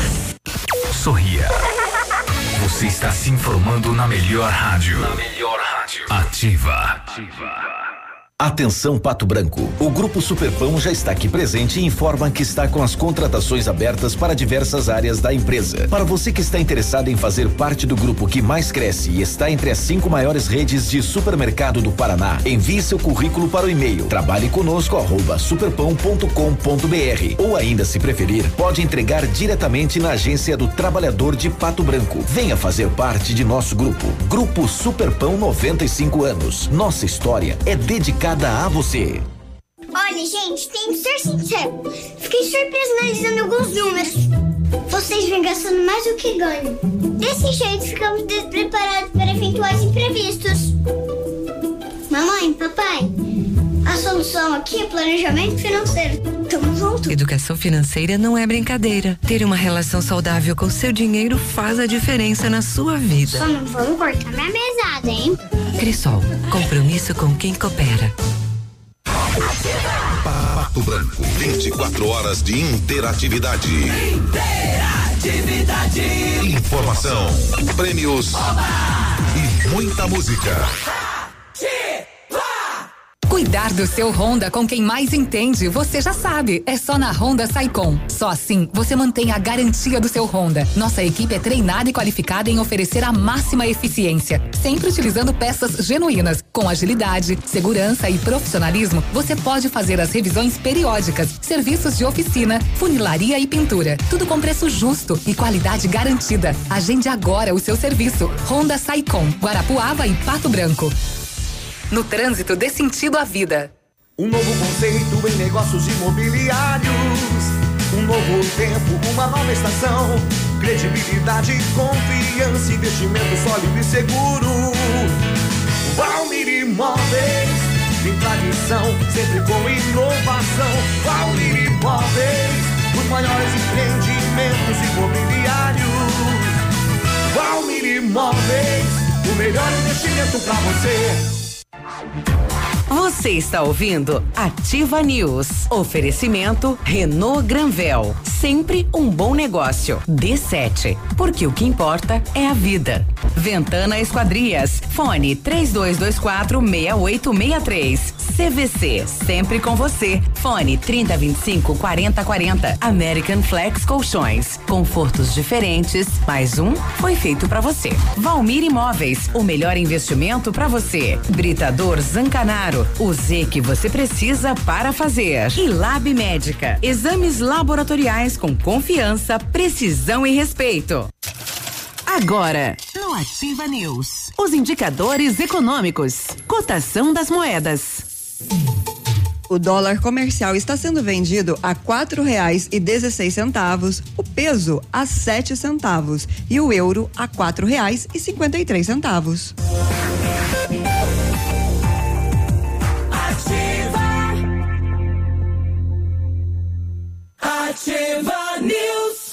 Sorria. Você está se informando na melhor rádio. Na melhor rádio. Ativa. Ativa. Atenção Pato Branco, o Grupo Superpão já está aqui presente e informa que está com as contratações abertas para diversas áreas da empresa. Para você que está interessado em fazer parte do grupo que mais cresce e está entre as cinco maiores redes de supermercado do Paraná, envie seu currículo para o e-mail trabalhe conosco arroba superpão ponto com ponto br ou ainda, se preferir, pode entregar diretamente na agência do trabalhador de Pato Branco. Venha fazer parte de nosso grupo. Grupo Superpão, noventa e cinco anos. Nossa história é dedicada a você. Olha, gente, tenho que ser sincero. Fiquei surpreso analisando alguns números. Vocês vêm gastando mais do que ganham. Desse jeito, ficamos despreparados para eventuais imprevistos. Mamãe, papai, a solução aqui é planejamento financeiro. Tamo junto. Educação financeira não é brincadeira. Ter uma relação saudável com o seu dinheiro faz a diferença na sua vida. Só não vamos cortar minha mesada, hein? Cressol, compromisso com quem coopera. Pato Branco, vinte e quatro horas de interatividade. Interatividade. Informação, prêmios Oba! E muita música. Cuidado Cuidar do seu Honda com quem mais entende, você já sabe, é só na Honda Saicom. Só assim, você mantém a garantia do seu Honda. Nossa equipe é treinada e qualificada em oferecer a máxima eficiência, sempre utilizando peças genuínas. Com agilidade, segurança e profissionalismo, você pode fazer as revisões periódicas, serviços de oficina, funilaria e pintura. Tudo com preço justo e qualidade garantida. Agende agora o seu serviço. Honda Saicom, Guarapuava e Pato Branco. No trânsito, dê sentido à vida. Um novo conceito em negócios imobiliários. Um novo tempo, uma nova estação. Credibilidade, confiança, investimento sólido e seguro. Valmir Imóveis, tem tradição, sempre com inovação. Valmir Imóveis, os maiores empreendimentos imobiliários. Valmir Imóveis, o melhor investimento pra você. Você está ouvindo Ativa News. Oferecimento Renault Granvel. Sempre um bom negócio. D sete. Porque o que importa é a vida. Ventana Esquadrias. Fone três dois dois quatro, seis oito seis três. C V C. Sempre com você. Fone trinta, vinte e cinco, quarenta, quarenta. American Flex Colchões. Confortos diferentes. Mais um foi feito pra você. Valmir Imóveis. O melhor investimento pra você. Britador Zancanaro. O Z que você precisa para fazer. E Lab Médica. Exames laboratoriais com confiança, precisão e respeito. Agora, no Ativa News, os indicadores econômicos. Cotação das moedas. O dólar comercial está sendo vendido a quatro reais e dezesseis centavos, o peso a sete centavos e o euro a quatro reais e cinquenta e três centavos. Ativa News.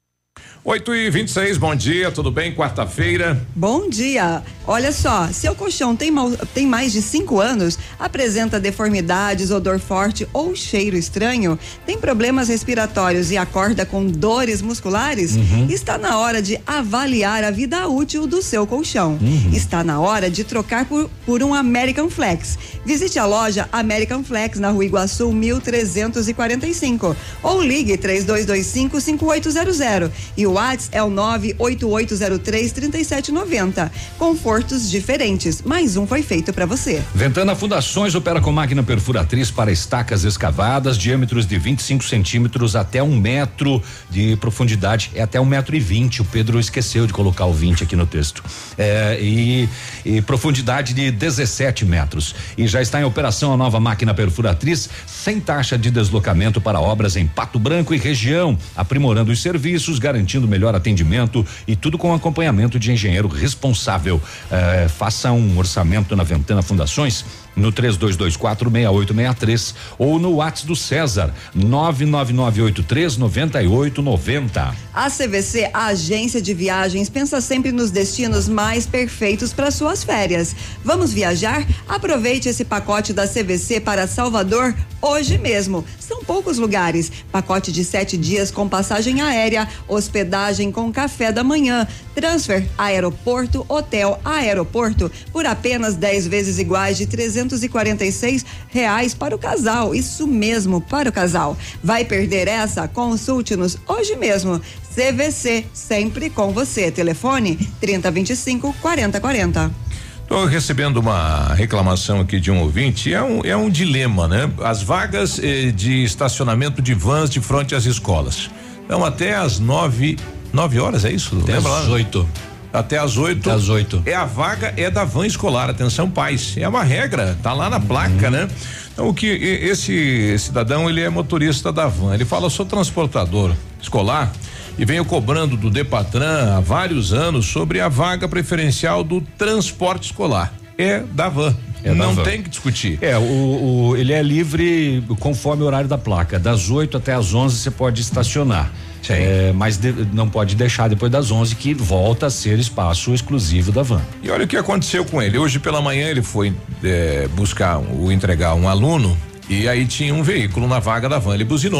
oito e vinte e seis, bom dia, tudo bem? Quarta-feira. Bom dia. Olha só, seu colchão tem, mal, tem mais de cinco anos, apresenta deformidades, odor forte ou cheiro estranho, tem problemas respiratórios e acorda com dores musculares? Uhum. Está na hora de avaliar a vida útil do seu colchão. Uhum. Está na hora de trocar por, por um American Flex. Visite a loja American Flex na Rua Iguaçu mil trezentos e quarenta e cinco ou ligue três dois dois cinco, cinco oito zero zero e o WhatsApp é o nove oito oito zero três, três sete nove zero. Confortos diferentes, mais um foi feito para você. Ventana Fundações opera com máquina perfuratriz para estacas escavadas, diâmetros de vinte e cinco centímetros até um metro de profundidade, é até um metro e vinte. O Pedro esqueceu de colocar o vinte aqui no texto. É, e, e profundidade de dezessete metros. E já está em operação a nova máquina perfuratriz sem taxa de deslocamento para obras em Pato Branco e região, aprimorando os serviços, garantindo melhor atendimento e tudo com acompanhamento de engenheiro responsável. É, faça um orçamento na Ventana Fundações no três dois dois quatro, seis oito seis três ou no WhatsApp do César nove nove nove oito três, nove oito nove zero. A C V C, a agência de viagens, pensa sempre nos destinos mais perfeitos para suas férias. Vamos viajar? Aproveite esse pacote da C V C para Salvador hoje mesmo. São poucos lugares. Pacote de sete dias com passagem aérea, hospedagem com café da manhã, transfer, aeroporto, hotel, aeroporto, por apenas dez vezes iguais de trezentos e quarenta e seis reais para o casal. Isso mesmo, para o casal. Vai perder essa? Consulte-nos hoje mesmo. C V C, sempre com você. Telefone trinta, vinte e cinco, quarenta, quarenta. Estou recebendo uma reclamação aqui de um ouvinte, é um, é um dilema, né? As vagas eh, de estacionamento de vans de frente às escolas. Então até às nove, nove horas, é isso? Até às oito. Até às oito. Às oito. É a vaga, é da van escolar, atenção pais, é uma regra, tá lá na placa, uhum. né? Então o que esse cidadão, ele é motorista da van, ele fala, eu sou transportador escolar e venho cobrando do Depatran há vários anos sobre a vaga preferencial do transporte escolar. É da van. É não da van. Tem que discutir. É, o, o, ele é livre conforme o horário da placa. Das oito até as onze você pode estacionar. É, mas de, não pode deixar depois das onze, que volta a ser espaço exclusivo da van. E olha o que aconteceu com ele. Hoje pela manhã ele foi é, buscar ou entregar um aluno e aí tinha um veículo na vaga da van. Ele buzinou.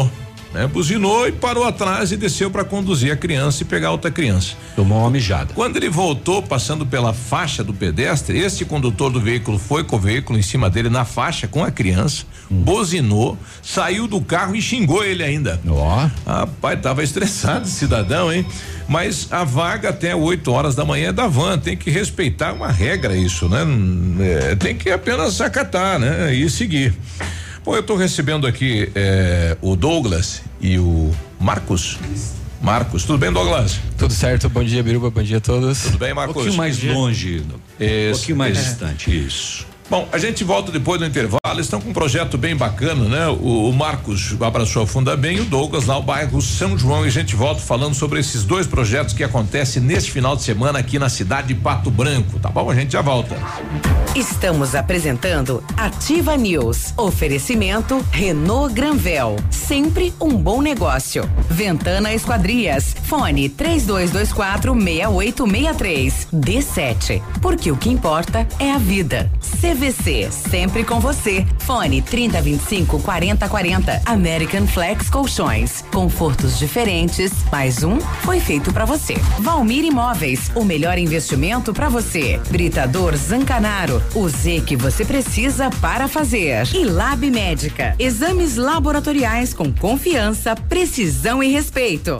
né? Buzinou e parou atrás e desceu para conduzir a criança e pegar outra criança. Tomou uma mijada. Quando ele voltou, passando pela faixa do pedestre, este condutor do veículo foi com o veículo em cima dele na faixa com a criança, hum. buzinou, saiu do carro e xingou ele ainda. Ó. Oh. Rapaz, tava estressado esse cidadão, hein? Mas a vaga até oito horas da manhã é da van, tem que respeitar uma regra isso, né? É, tem que apenas acatar, né? E seguir. Bom, eu estou recebendo aqui é, o Douglas e o Marcos. Marcos, tudo bem, Douglas? Tudo certo, bom dia, Biruba, bom dia a todos. Tudo bem, Marcos? Um pouquinho mais longe, um pouquinho mais é. distante, isso. Bom, a gente volta depois do intervalo, eles estão com um projeto bem bacana, né? O, o Marcos abraçou a Fundabem e o Douglas lá o bairro São João, e a gente volta falando sobre esses dois projetos que acontecem neste final de semana aqui na cidade de Pato Branco, tá bom? A gente já volta. Estamos apresentando Ativa News. Oferecimento Renault Granvel, sempre um bom negócio. Ventana Esquadrias, fone três dois dois quatro seis oito seis três. D sete, porque o que importa é a vida. C V C, sempre com você. Fone trinta, vinte e cinco, quarenta, quarenta. American Flex Colchões, confortos diferentes, mais um foi feito pra você. Valmir Imóveis, o melhor investimento pra você. Britador Zancanaro, o Z que você precisa para fazer. E Lab Médica, exames laboratoriais com confiança, precisão e respeito.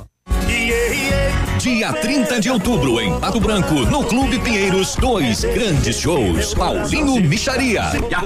Dia trinta de outubro, em Pato Branco, no Clube Pinheiros, dois grandes shows. Paulinho Micharia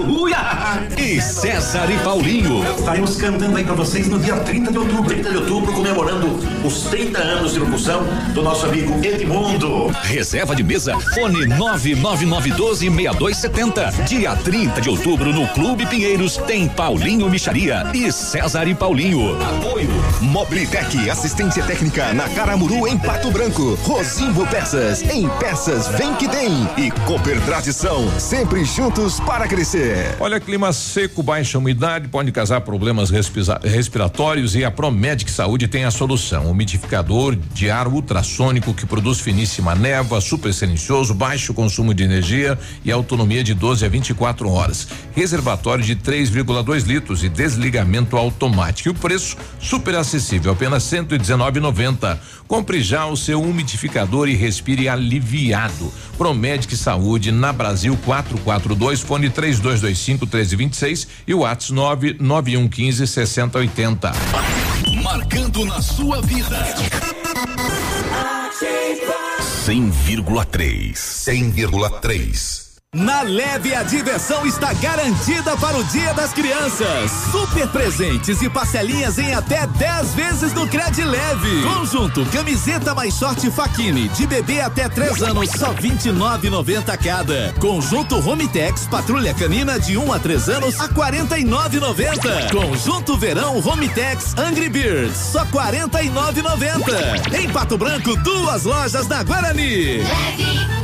e César e Paulinho. Estaremos cantando aí pra vocês no dia trinta de outubro. trinta de outubro, comemorando os trinta anos de locução do nosso amigo Edmundo. Reserva de mesa, fone nove nove nove um dois, seis dois sete zero. Dia trinta de outubro, no Clube Pinheiros, tem Paulinho Micharia e César e Paulinho. Apoio Mobilitec, assistência técnica na Caramuru, em Pato Branco. Rosimbo Peças, em Peças Vem Que Tem. E Cooper Tradição, sempre juntos para crescer. Olha, clima seco, baixa umidade, pode causar problemas respira- respiratórios e a Promedic Saúde tem a solução. Umidificador de ar ultrassônico que produz finíssima névoa, super silencioso, baixo consumo de energia e autonomia de doze a vinte e quatro horas. Reservatório de três vírgula dois litros e desligamento automático. E o preço super acessível, apenas cento e dezenove reais e noventa centavos. Compre já o seu umidificador e respire aliviado. Promedic Saúde, na Brasil quatrocentos e quarenta e dois, fone três dois dois cinco, um três dois seis e o WhatsApp nove nove um um cinco, seis zero oito zero. Marcando na sua vida. cem vírgula três. cem vírgula três. Na Leve, a diversão está garantida para o Dia das Crianças. Super presentes e parcelinhas em até dez vezes no Cred Leve. Conjunto camiseta mais short Faquini de bebê até três anos, só vinte e nove reais e noventa cada. Conjunto Homitex Patrulha Canina de um a três anos a quarenta e nove reais e noventa. Conjunto Verão Homitex Angry Birds, só quarenta e nove reais e noventa. Em Pato Branco, duas lojas da Guarani. Leve.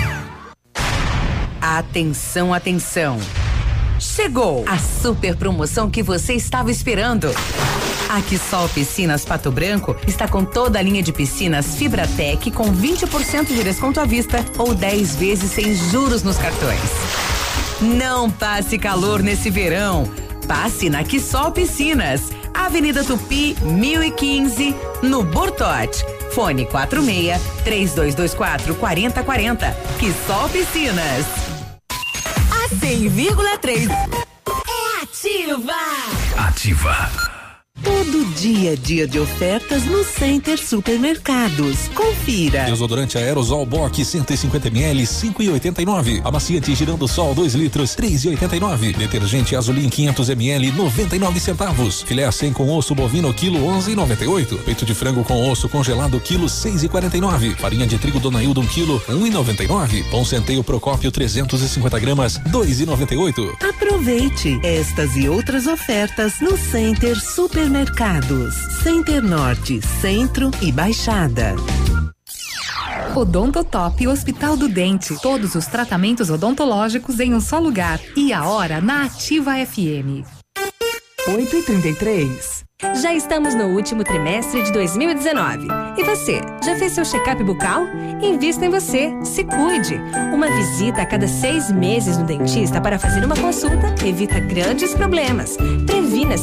Atenção, atenção. Chegou a super promoção que você estava esperando. A Quisol Piscinas Pato Branco está com toda a linha de piscinas Fibratec com vinte por cento de desconto à vista ou dez vezes sem juros nos cartões. Não passe calor nesse verão. Passe na Quisol Piscinas, Avenida Tupi, mil e quinze, no Bortote. Fone quatro seis, três dois dois quatro, quatro zero quatro zero. Quisol Piscinas. A cem vírgula três é ativa. Ativa. Todo dia, dia de ofertas no Center Supermercados. Confira. Desodorante aerosol Bock cento e cinquenta mililitros, cinco e oitenta e nove. Amaciante Girando Sol dois litros, três e oitenta e nove. Detergente Azulim quinhentos mililitros, noventa e nove centavos. Filé sem com osso bovino quilo onze e noventa e oito. Peito de frango com osso congelado quilo seis e quarenta e nove. Farinha de trigo Dona Hilda um quilo, um e noventa e nove. Pão Centeio Procópio trezentos e cinquenta gramas, dois e noventa e oito. Aproveite estas e outras ofertas no Center Supermercados. Mercados, Center Norte, Centro e Baixada. Odontotop Hospital do Dente. Todos os tratamentos odontológicos em um só lugar. E a hora na Ativa F M. oito e trinta e três. Já estamos no último trimestre de dois mil e dezenove. E você, já fez seu check-up bucal? Invista em você, se cuide. Uma visita a cada seis meses no dentista para fazer uma consulta evita grandes problemas. Previna-se.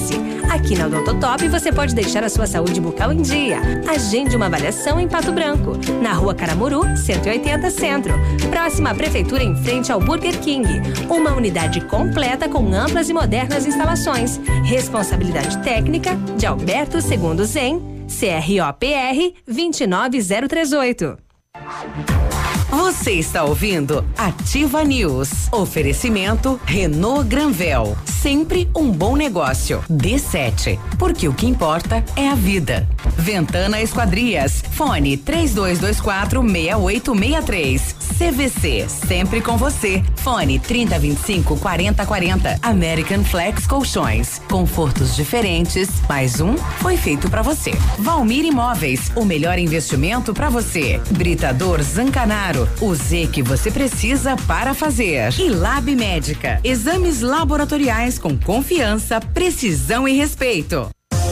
Aqui na Odontotop você pode deixar a sua saúde bucal em dia. Agende uma avaliação em Pato Branco, na Rua Caramuru, cento e oitenta Centro, próxima à Prefeitura, em frente ao Burger King. Uma unidade completa com amplas e modernas instalações. Responsabilidade técnica de Alberto Segundo Zen, C R O P R dois nove zero três oito. Você está ouvindo Ativa News. Oferecimento Renault Granvel. Sempre um bom negócio. D sete. Porque o que importa é a vida. Ventana Esquadrias. Fone três dois dois quatro seis oito seis três. C V C. Sempre com você. Fone trinta, vinte e cinco, quarenta, quarenta. American Flex Colchões. Confortos diferentes. Mais um foi feito pra você. Valmir Imóveis. O melhor investimento pra você. Britador Zancanaro. O Z que você precisa para fazer. E Lab Médica. Exames laboratoriais com confiança, precisão e respeito.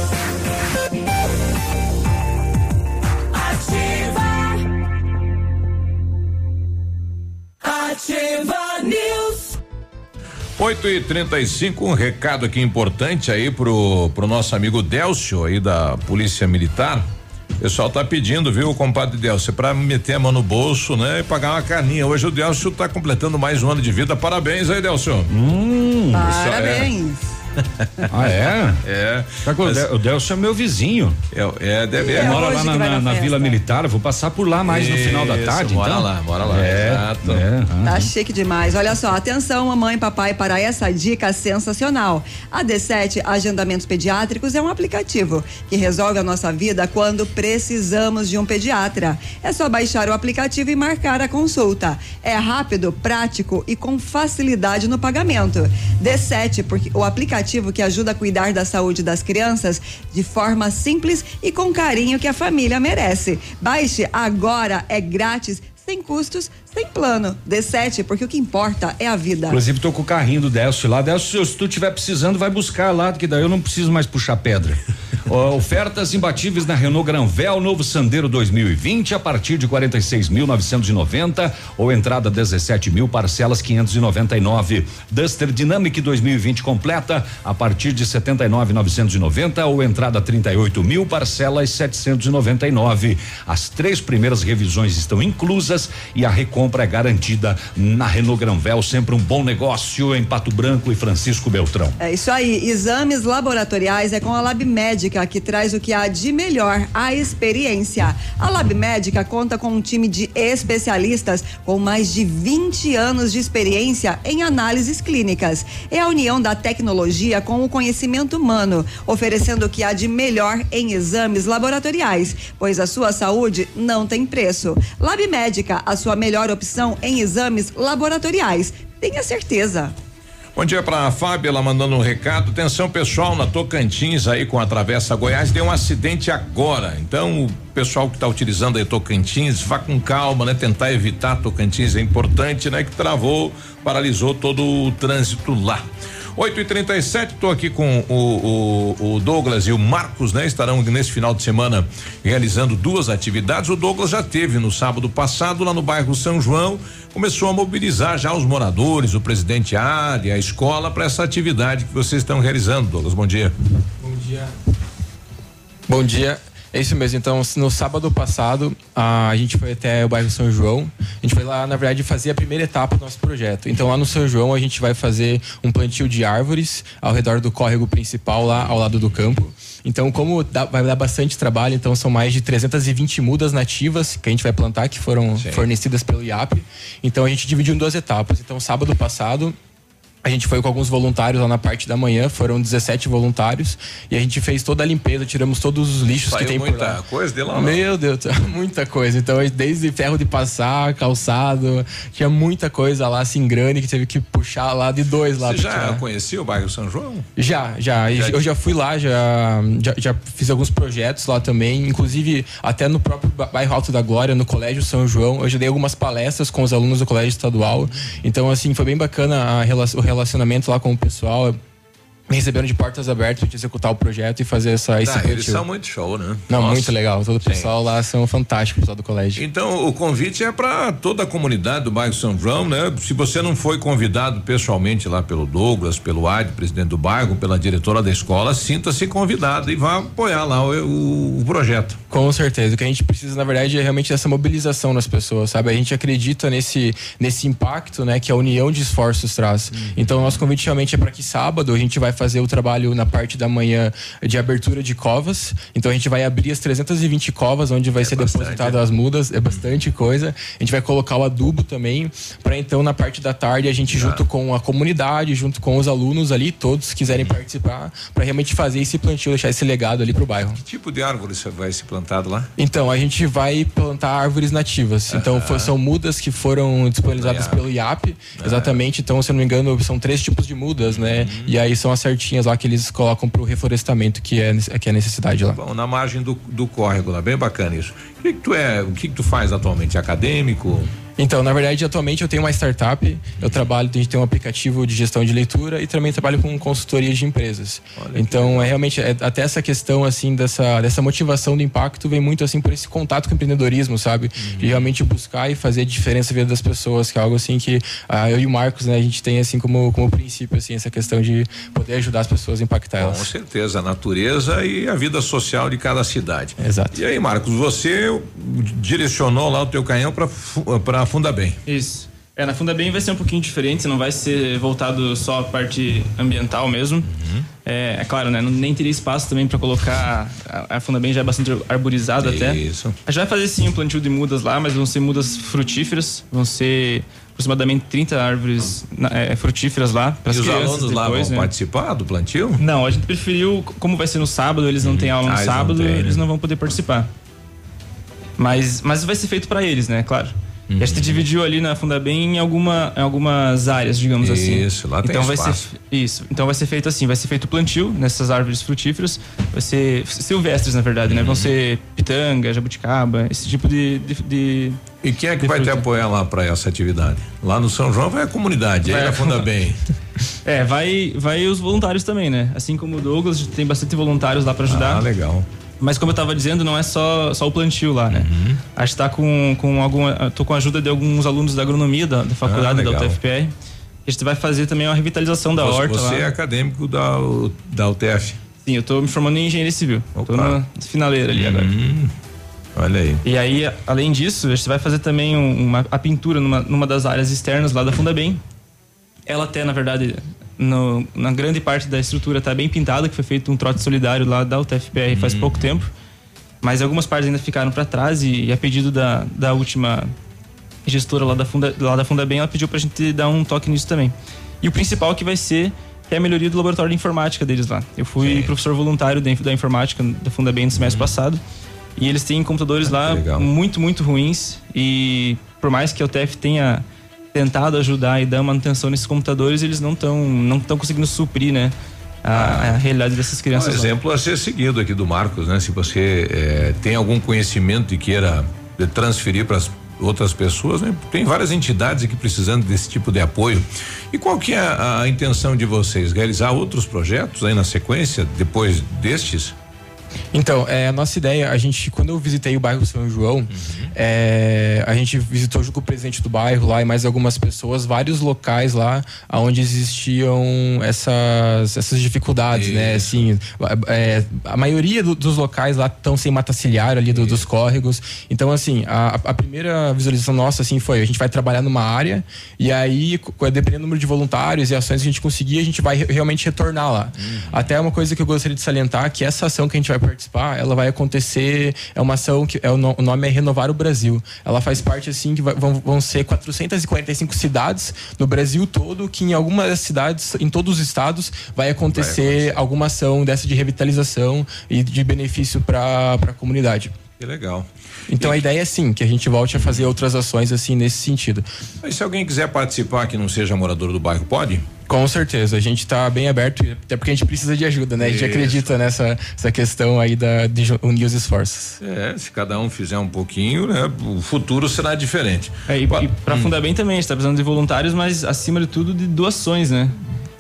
Ativa. Ativa News. oito e trinta e cinco, um recado aqui importante aí pro, pro nosso amigo Délcio aí da Polícia Militar. O pessoal tá pedindo, viu, compadre Délcio, pra meter a mão no bolso, né, e pagar uma carninha. Hoje o Délcio tá completando mais um ano de vida. Parabéns aí, Délcio. Hum, Parabéns. Ah, é? É. Tá, mas, o Délcio é meu vizinho. É, é deve é. Mora lá na, na, na Vila Militar, vou passar por lá mais Isso, no final da tarde, bora então. lá, bora lá. É, exato. É, tá chique demais. Olha só, atenção, mamãe e papai, para essa dica sensacional. A D sete Agendamentos Pediátricos é um aplicativo que resolve a nossa vida quando precisamos de um pediatra. É só baixar o aplicativo e marcar a consulta. É rápido, prático e com facilidade no pagamento. D sete, porque o aplicativo que ajuda a cuidar da saúde das crianças de forma simples e com carinho que a família merece. Baixe agora, é grátis, sem custos, sem plano. D sete, porque o que importa é a vida. Inclusive, tô com o carrinho do Délcio lá. Délcio, se tu tiver precisando, vai buscar lá, que daí eu não preciso mais puxar pedra. oh, ofertas imbatíveis na Renault Granvel, novo Sandero dois mil e vinte, a partir de quarenta e seis mil novecentos e noventa ou entrada dezessete mil, parcelas quinhentos e noventa e nove. Duster Dynamic dois mil e vinte completa, a partir de setenta e nove mil novecentos e noventa ou entrada trinta e oito mil, parcelas setecentos e noventa e nove. As três primeiras revisões estão inclusas e a recompra é garantida na Renault Granvel, sempre um bom negócio em Pato Branco e Francisco Beltrão. É isso aí, exames laboratoriais é com a Lab Médica, que traz o que há de melhor, a experiência. A Lab Médica conta com um time de especialistas com mais de vinte anos de experiência em análises clínicas. É a união da tecnologia com o conhecimento humano, oferecendo o que há de melhor em exames laboratoriais, pois a sua saúde não tem preço. Lab Médica, a sua melhor opção em exames laboratoriais. Tenha certeza. Bom dia para a Fábio, ela mandando um recado. Atenção, pessoal, na Tocantins aí com a Travessa Goiás deu um acidente agora. Então, o pessoal que está utilizando aí Tocantins, vá com calma, né? Tentar evitar Tocantins é importante, né? Que travou, paralisou todo o trânsito lá. oito e trinta e sete, estou aqui com o, o, o Douglas e o Marcos, né? Estarão nesse final de semana realizando duas atividades. O Douglas já teve no sábado passado lá no bairro São João, começou a mobilizar já os moradores, o presidente área, a escola para essa atividade que vocês estão realizando. Douglas, bom dia. Bom dia. Bom dia. É isso mesmo, então no sábado passado a gente foi até o bairro São João, a gente foi lá na verdade fazer a primeira etapa do nosso projeto. Então lá no São João a gente vai fazer um plantio de árvores ao redor do córrego principal lá ao lado do campo. Então como dá, vai dar bastante trabalho, então são mais de trezentas e vinte mudas nativas que a gente vai plantar, que foram Sim. fornecidas pelo I A P. Então a gente dividiu em duas etapas. Então sábado passado a gente foi com alguns voluntários lá na parte da manhã, foram dezessete voluntários e a gente fez toda a limpeza, tiramos todos os lixos Saiu que tem por lá. Muita coisa de lá? Meu Deus, muita coisa. Então, desde ferro de passar, calçado, tinha muita coisa lá, assim, grande, que teve que puxar lá de dois lá. Você já tirar. Conhecia o bairro São João? Já, já. já eu já fui lá, já, já, já fiz alguns projetos lá também, inclusive até no próprio bairro Alto da Glória, no Colégio São João, eu já dei algumas palestras com os alunos do Colégio Estadual. Então, assim, foi bem bacana a relação, o relacionamento lá com o pessoal. me receberam de portas abertas pra gente executar o projeto e fazer essa esse ah, eles são muito show, né? Não, Nossa. muito legal. Todo o pessoal Sim. lá são fantásticos, o pessoal do colégio. Então, o convite é para toda a comunidade do bairro São João, né? Se você não foi convidado pessoalmente lá pelo Douglas, pelo Adi, presidente do bairro, pela diretora da escola, sinta-se convidado e vá apoiar lá o, o, o projeto. Com certeza. O que a gente precisa, na verdade, é realmente dessa mobilização nas pessoas, sabe? A gente acredita nesse, nesse impacto, né? Que a união de esforços traz. Uhum. Então, o nosso convite realmente é para que sábado a gente vai fazer o trabalho na parte da manhã de abertura de covas. Então a gente vai abrir as trezentas e vinte covas onde vai é ser depositado as mudas, é bastante coisa. A gente vai colocar o adubo também, para então na parte da tarde a gente ah. junto com a comunidade, junto com os alunos ali, todos quiserem participar, para realmente fazer esse plantio, deixar esse legado ali pro bairro. Que tipo de árvore vai ser plantado lá? Então, a gente vai plantar árvores nativas. Ah. Então, for, são mudas que foram disponibilizadas pelo I A P, ah. exatamente. Então, se eu não me engano, são três tipos de mudas, né? Uhum. E aí são as certinhas lá que eles colocam pro reflorestamento, que é, que é necessidade lá. Bom, na margem do, do córrego lá, bem bacana isso. O que, que tu é, o que, que tu faz atualmente? Acadêmico? Então, na verdade, atualmente eu tenho uma startup, eu trabalho, a gente tem um aplicativo de gestão de leitura e também trabalho com consultoria de empresas. Olha, então, é realmente, é, até essa questão, assim, dessa, dessa motivação do impacto vem muito, assim, por esse contato com o empreendedorismo, sabe? Uhum. De realmente buscar e fazer diferença na vida das pessoas, que é algo, assim, que ah, eu e o Marcos, né, a gente tem, assim, como, como princípio, assim, essa questão de poder ajudar as pessoas a impactar elas. Com certeza, a natureza e a vida social de cada cidade. Exato. E aí, Marcos, você direcionou lá o teu canhão para para Fundabem. Isso. É, na Fundabem vai ser um pouquinho diferente, não vai ser voltado só à parte ambiental mesmo. Uhum. É, é claro, né? Não, nem teria espaço também para colocar. A, a Fundabem já é bastante arborizada até. Isso. A gente vai fazer sim um plantio de mudas lá, mas vão ser mudas frutíferas, vão ser aproximadamente trinta árvores é, frutíferas lá. E os alunos lá depois, vão né? participar do plantio? Não, a gente preferiu, como vai ser no sábado, eles não uhum. têm aula no ah, sábado, não tem, eles né? não vão poder participar. Mas, mas vai ser feito para eles, né? Claro. Uhum. E a gente dividiu ali na Fundabem em, alguma, em algumas áreas, digamos isso, assim. Isso, lá tem então vai espaço. ser Isso, então vai ser feito assim, vai ser feito plantio nessas árvores frutíferas, vai ser silvestres, na verdade, uhum. né? Vão ser pitanga, jabuticaba, esse tipo de... de, de e quem é que vai fruta. te apoiar lá para essa atividade? Lá no São João vai a comunidade, vai aí na Fundabem. É, vai, vai os voluntários também, né? Assim como o Douglas, tem bastante voluntários lá para ajudar. Ah, legal. Mas como eu estava dizendo, não é só, só o plantio lá, né? Uhum. A gente tá com, com alguma. Tô com a ajuda de alguns alunos da agronomia da, da faculdade ah, da U T F P R. A gente vai fazer também uma revitalização da você, horta. Você lá. é acadêmico da, da U T F? Sim, eu tô me formando em engenharia civil. Opa. Tô na finaleira ali uhum. agora. Olha aí. E aí, além disso, a gente vai fazer também uma, a pintura numa, numa das áreas externas lá da Fundabem. Ela até, na verdade, no, na grande parte da estrutura tá bem pintada, que foi feito um trote solidário lá da U T F P R hum. faz pouco tempo. Mas algumas partes ainda ficaram para trás e, e a pedido da, da última gestora lá da, Funda, lá da Fundabem, ela pediu pra gente dar um toque nisso também. E o principal que vai ser que é a melhoria do laboratório de informática deles lá. Eu fui Sim. professor voluntário da, da informática da Fundabem no semestre hum. passado. E eles têm computadores ah, lá legal. muito, muito ruins. E por mais que a U T F tenha tentado ajudar e dar manutenção nesses computadores, eles não estão não estão conseguindo suprir, né, a, ah, a realidade dessas crianças. Um exemplo lá. a ser seguido aqui do Marcos, né? Se você é, tem algum conhecimento e queira transferir para as outras pessoas, né? Tem várias entidades aqui precisando desse tipo de apoio. E qual que é a, a intenção de vocês? Realizar outros projetos aí na sequência, depois destes? Então, é, a nossa ideia, a gente, quando eu visitei o bairro São João, uhum. é, a gente visitou junto com o presidente do bairro lá e mais algumas pessoas, vários locais lá onde existiam essas, essas dificuldades, Isso. né? Assim, é, a maioria do, dos locais lá estão sem mata ciliar ali do, dos córregos. Então, assim, a, a primeira visualização nossa, assim, foi, a gente vai trabalhar numa área e aí, dependendo do número de voluntários e ações que a gente conseguir, a gente vai realmente retornar lá. Uhum. Até uma coisa que eu gostaria de salientar, que essa ação que a gente vai participar, ela vai acontecer, é uma ação que é o, no, o nome é Renovar o Brasil. Ela faz parte, assim, que vai, vão, vão ser quatrocentas e quarenta e cinco cidades no Brasil todo, que em algumas cidades, em todos os estados, vai acontecer, vai acontecer. alguma ação dessa de revitalização e de benefício para a comunidade. Que legal. Então e... a ideia é sim, que a gente volte a fazer outras ações assim nesse sentido. Mas se alguém quiser participar que não seja morador do bairro, pode? Com certeza, a gente está bem aberto, até porque a gente precisa de ajuda, né? A gente Isso. acredita nessa essa questão aí da, de unir os esforços. É, se cada um fizer um pouquinho, né? O futuro será diferente. É, e, e para hum. Fundabem também, a gente está precisando de voluntários, mas acima de tudo de doações, né?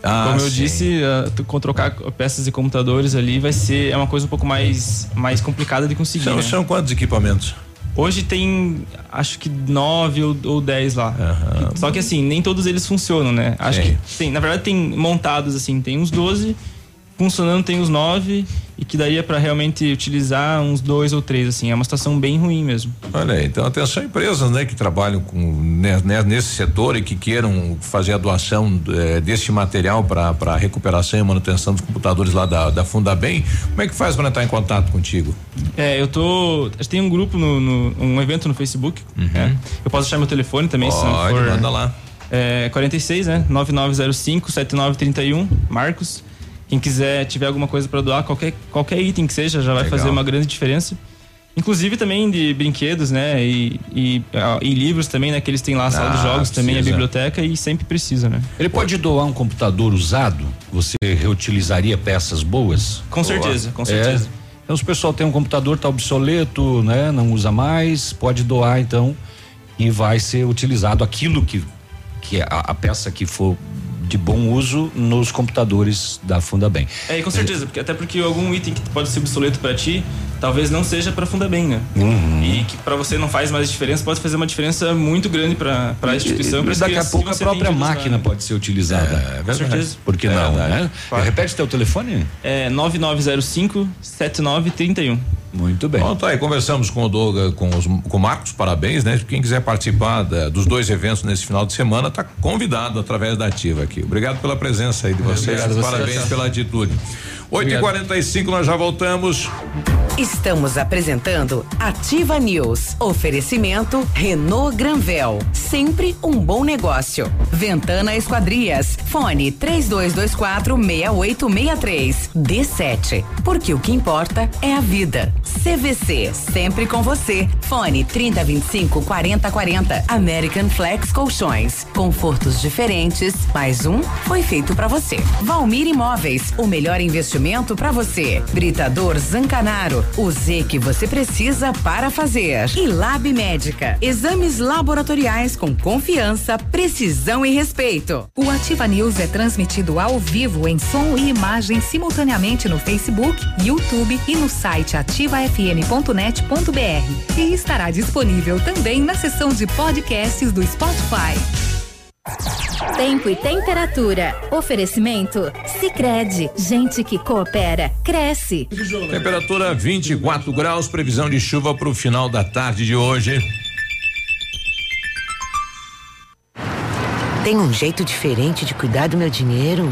Ah, Como eu sim. disse, uh, tu, com trocar peças de computadores ali vai ser é uma coisa um pouco mais, mais complicada de conseguir. São, né? são quantos equipamentos? Hoje tem, acho que nove ou, ou dez lá. Uhum. Só que assim, nem todos eles funcionam, né? Acho sim. que tem, na verdade tem montados assim, tem uns doze, funcionando tem uns nove e que daria para realmente utilizar uns dois ou três, assim, é uma situação bem ruim mesmo. Olha aí, então atenção empresas, né, que trabalham com né, nesse setor e que queiram fazer a doação eh, desse material para para recuperação e manutenção dos computadores lá da da Fundabem, como é que faz para entrar em contato contigo? É, eu tô, tem um grupo no, no um evento no Facebook, uhum. é, eu posso deixar meu telefone também, Pode, se não for, manda lá. É, quarenta e seis, né, nove nove zero cinco sete nove três um, Marcos. Quem quiser, tiver alguma coisa para doar, qualquer, qualquer item que seja, já vai Legal. fazer uma grande diferença. Inclusive também de brinquedos, né? E, e, e livros também, né? Que eles têm lá a sala ah, de jogos, precisa. também a biblioteca e sempre precisa, né? Ele pode doar um computador usado? Você reutilizaria peças boas? Com Boa. certeza, com certeza. É. Então, se o pessoal tem um computador, tá obsoleto, né? Não usa mais, pode doar então e vai ser utilizado aquilo que, que a, a peça que for de bom uso nos computadores da Fundabem. É, com certeza, porque até porque algum item que pode ser obsoleto para ti, talvez não seja para Fundabem, né? Uhum. E que para você não faz mais diferença, pode fazer uma diferença muito grande para para a instituição. E, e daqui a pouco a própria máquina pode ser utilizada. É, com certeza. Por que é, não, é, né? Claro. Repete teu telefone? É nove nove zero cinco sete nove três um. Muito bem. Bom, tá aí, conversamos com o Douglas, com, os, com o Marcos, parabéns, né? Quem quiser participar da, dos dois eventos nesse final de semana, tá convidado através da Ativa aqui. Obrigado pela presença aí de vocês, Obrigado, parabéns você. pela atitude. oito e quarenta e cinco, nós já voltamos. Estamos apresentando Ativa News. Oferecimento Renault Granvel, sempre um bom negócio. Ventana Esquadrias, fone três dois dois quatro seis oito seis três. D sete, porque o que importa é a vida. C V C, sempre com você. Fone trinta vinte e cinco quarenta quarenta. American Flex Colchões, confortos diferentes, mais um foi feito pra você. Valmir Imóveis, o melhor investimento pra você. Britador Zancanaro, o Z que você precisa para fazer. E Lab Médica, exames laboratoriais com confiança, precisão e respeito. O Ativa News é transmitido ao vivo em som e imagem simultaneamente no Facebook, YouTube e no site ativa f m ponto net ponto b r. E estará disponível também na seção de podcasts do Spotify. Tempo e temperatura. Oferecimento Sicredi, gente que coopera, cresce. Temperatura vinte e quatro graus, previsão de chuva para o final da tarde de hoje. Tem um jeito diferente de cuidar do meu dinheiro?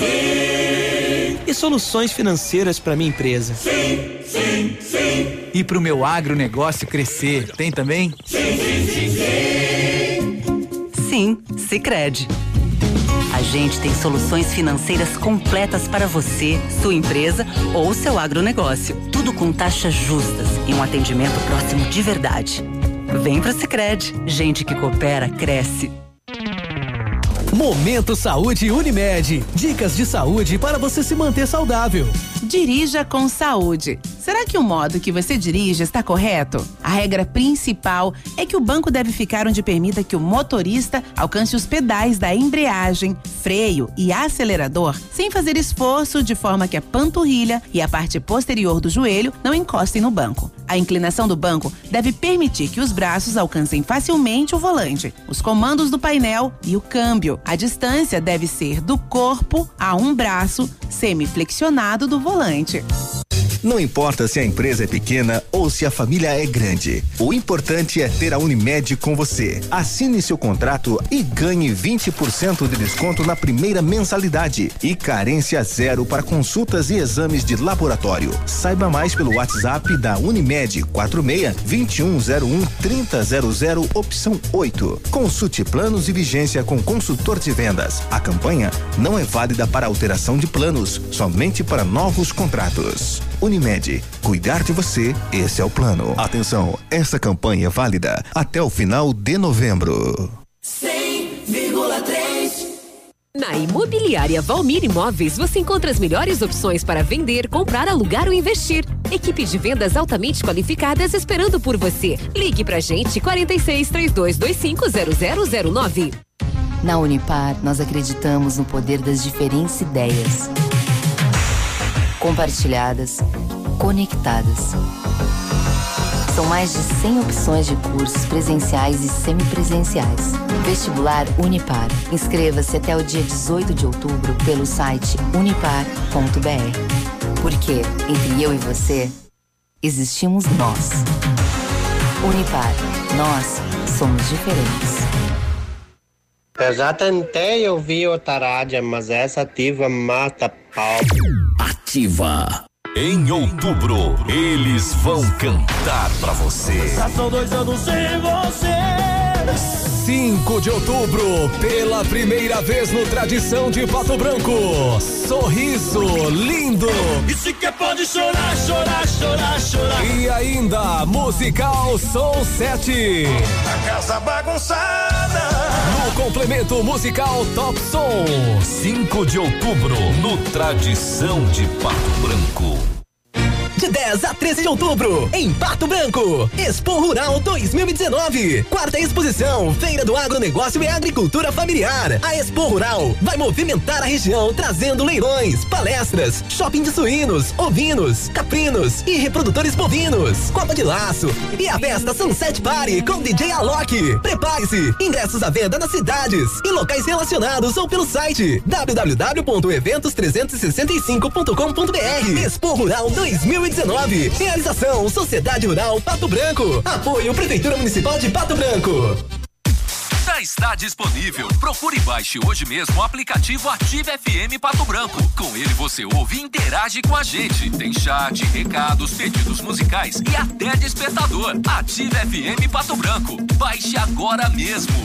Sim. E soluções financeiras para minha empresa? Sim, sim, sim. E para o meu agronegócio crescer, tem também? Sim, sim, sim, sim. Sim, Sicredi. A gente tem soluções financeiras completas para você, sua empresa ou seu agronegócio. Tudo com taxas justas e um atendimento próximo de verdade. Vem pro Sicredi. Gente que coopera, cresce. Momento Saúde Unimed. Dicas de saúde para você se manter saudável. Dirija com saúde. Será que o modo que você dirige está correto? A regra principal é que o banco deve ficar onde permita que o motorista alcance os pedais da embreagem, freio e acelerador sem fazer esforço, de forma que a panturrilha e a parte posterior do joelho não encostem no banco. A inclinação do banco deve permitir que os braços alcancem facilmente o volante, os comandos do painel e o câmbio. A distância deve ser do corpo a um braço semiflexionado do volante. Não importa se a empresa é pequena ou se a família é grande. O importante é ter a Unimed com você. Assine seu contrato e ganhe vinte por cento de desconto na primeira mensalidade e carência zero para consultas e exames de laboratório. Saiba mais pelo WhatsApp da Unimed quatro seis, dois um zero um, três zero zero zero, opção oito. Consulte planos e vigência com consultor de vendas. A campanha não é válida para alteração de planos, somente para novos contratos. Unimed, cuidar de você, esse é o plano. Atenção, essa campanha é válida até o final de novembro. cem vírgula três. Na Imobiliária Valmir Imóveis, você encontra as melhores opções para vender, comprar, alugar ou investir. Equipe de vendas altamente qualificadas esperando por você. Ligue pra gente quarenta e seis, três dois dois cinco, zero zero zero nove. Na Unipar, nós acreditamos no poder das diferentes ideias. Compartilhadas, conectadas. São mais de cem opções de cursos presenciais e semipresenciais. Vestibular Unipar. Inscreva-se até o dia dezoito de outubro pelo site unipar ponto b r. Porque entre eu e você, existimos nós. Unipar. Nós somos diferentes. Eu já tentei ouvir outra rádio, mas essa ativa mata pau. Ativa. Em outubro, eles vão cantar pra você. Já são dois anos sem você. cinco de outubro, pela primeira vez no Tradição de Pato Branco. Sorriso lindo. E se quer pode chorar, chorar, chorar, chorar. E ainda, musical Soul sete. A casa bagunçada. No complemento musical Top Som. cinco de outubro, no Tradição de Pato Branco. De dez a treze de outubro, em Pato Branco, Expo Rural dois mil e dezenove, quarta exposição, Feira do Agronegócio e Agricultura Familiar. A Expo Rural vai movimentar a região, trazendo leilões, palestras, shopping de suínos, ovinos, caprinos e reprodutores bovinos, Copa de Laço e a festa Sunset Party com D J Alok. Prepare-se, ingressos à venda nas cidades e locais relacionados ou pelo site w w w ponto eventos trezentos e sessenta e cinco ponto com ponto b r. Expo Rural dois mil e dezenove. Realização Sociedade Rural Pato Branco. Apoio Prefeitura Municipal de Pato Branco. Já está disponível. Procure e baixe hoje mesmo o aplicativo Ativa F M Pato Branco. Com ele você ouve e interage com a gente. Tem chat, recados, pedidos musicais e até despertador. Ativa F M Pato Branco. Baixe agora mesmo.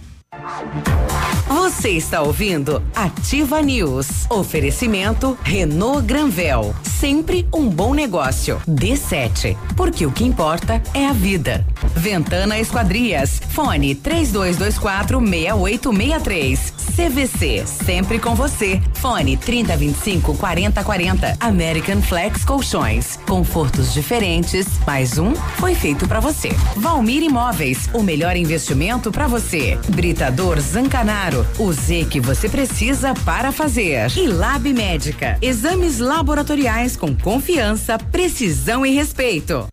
Você está ouvindo Ativa News. Oferecimento Renault Granvel. Sempre um bom negócio. D sete. Porque o que importa é a vida. Ventana Esquadrias. Fone três dois dois quatro, seis oito seis três. C V C. Sempre com você. Fone trinta, vinte e cinco, quarenta, quarenta. American Flex Colchões. Confortos diferentes. Mais um foi feito pra você. Valmir Imóveis. O melhor investimento pra você. Britador Zancanaro. O Z que você precisa para fazer. E Lab Médica. Exames laboratoriais com confiança, precisão e respeito.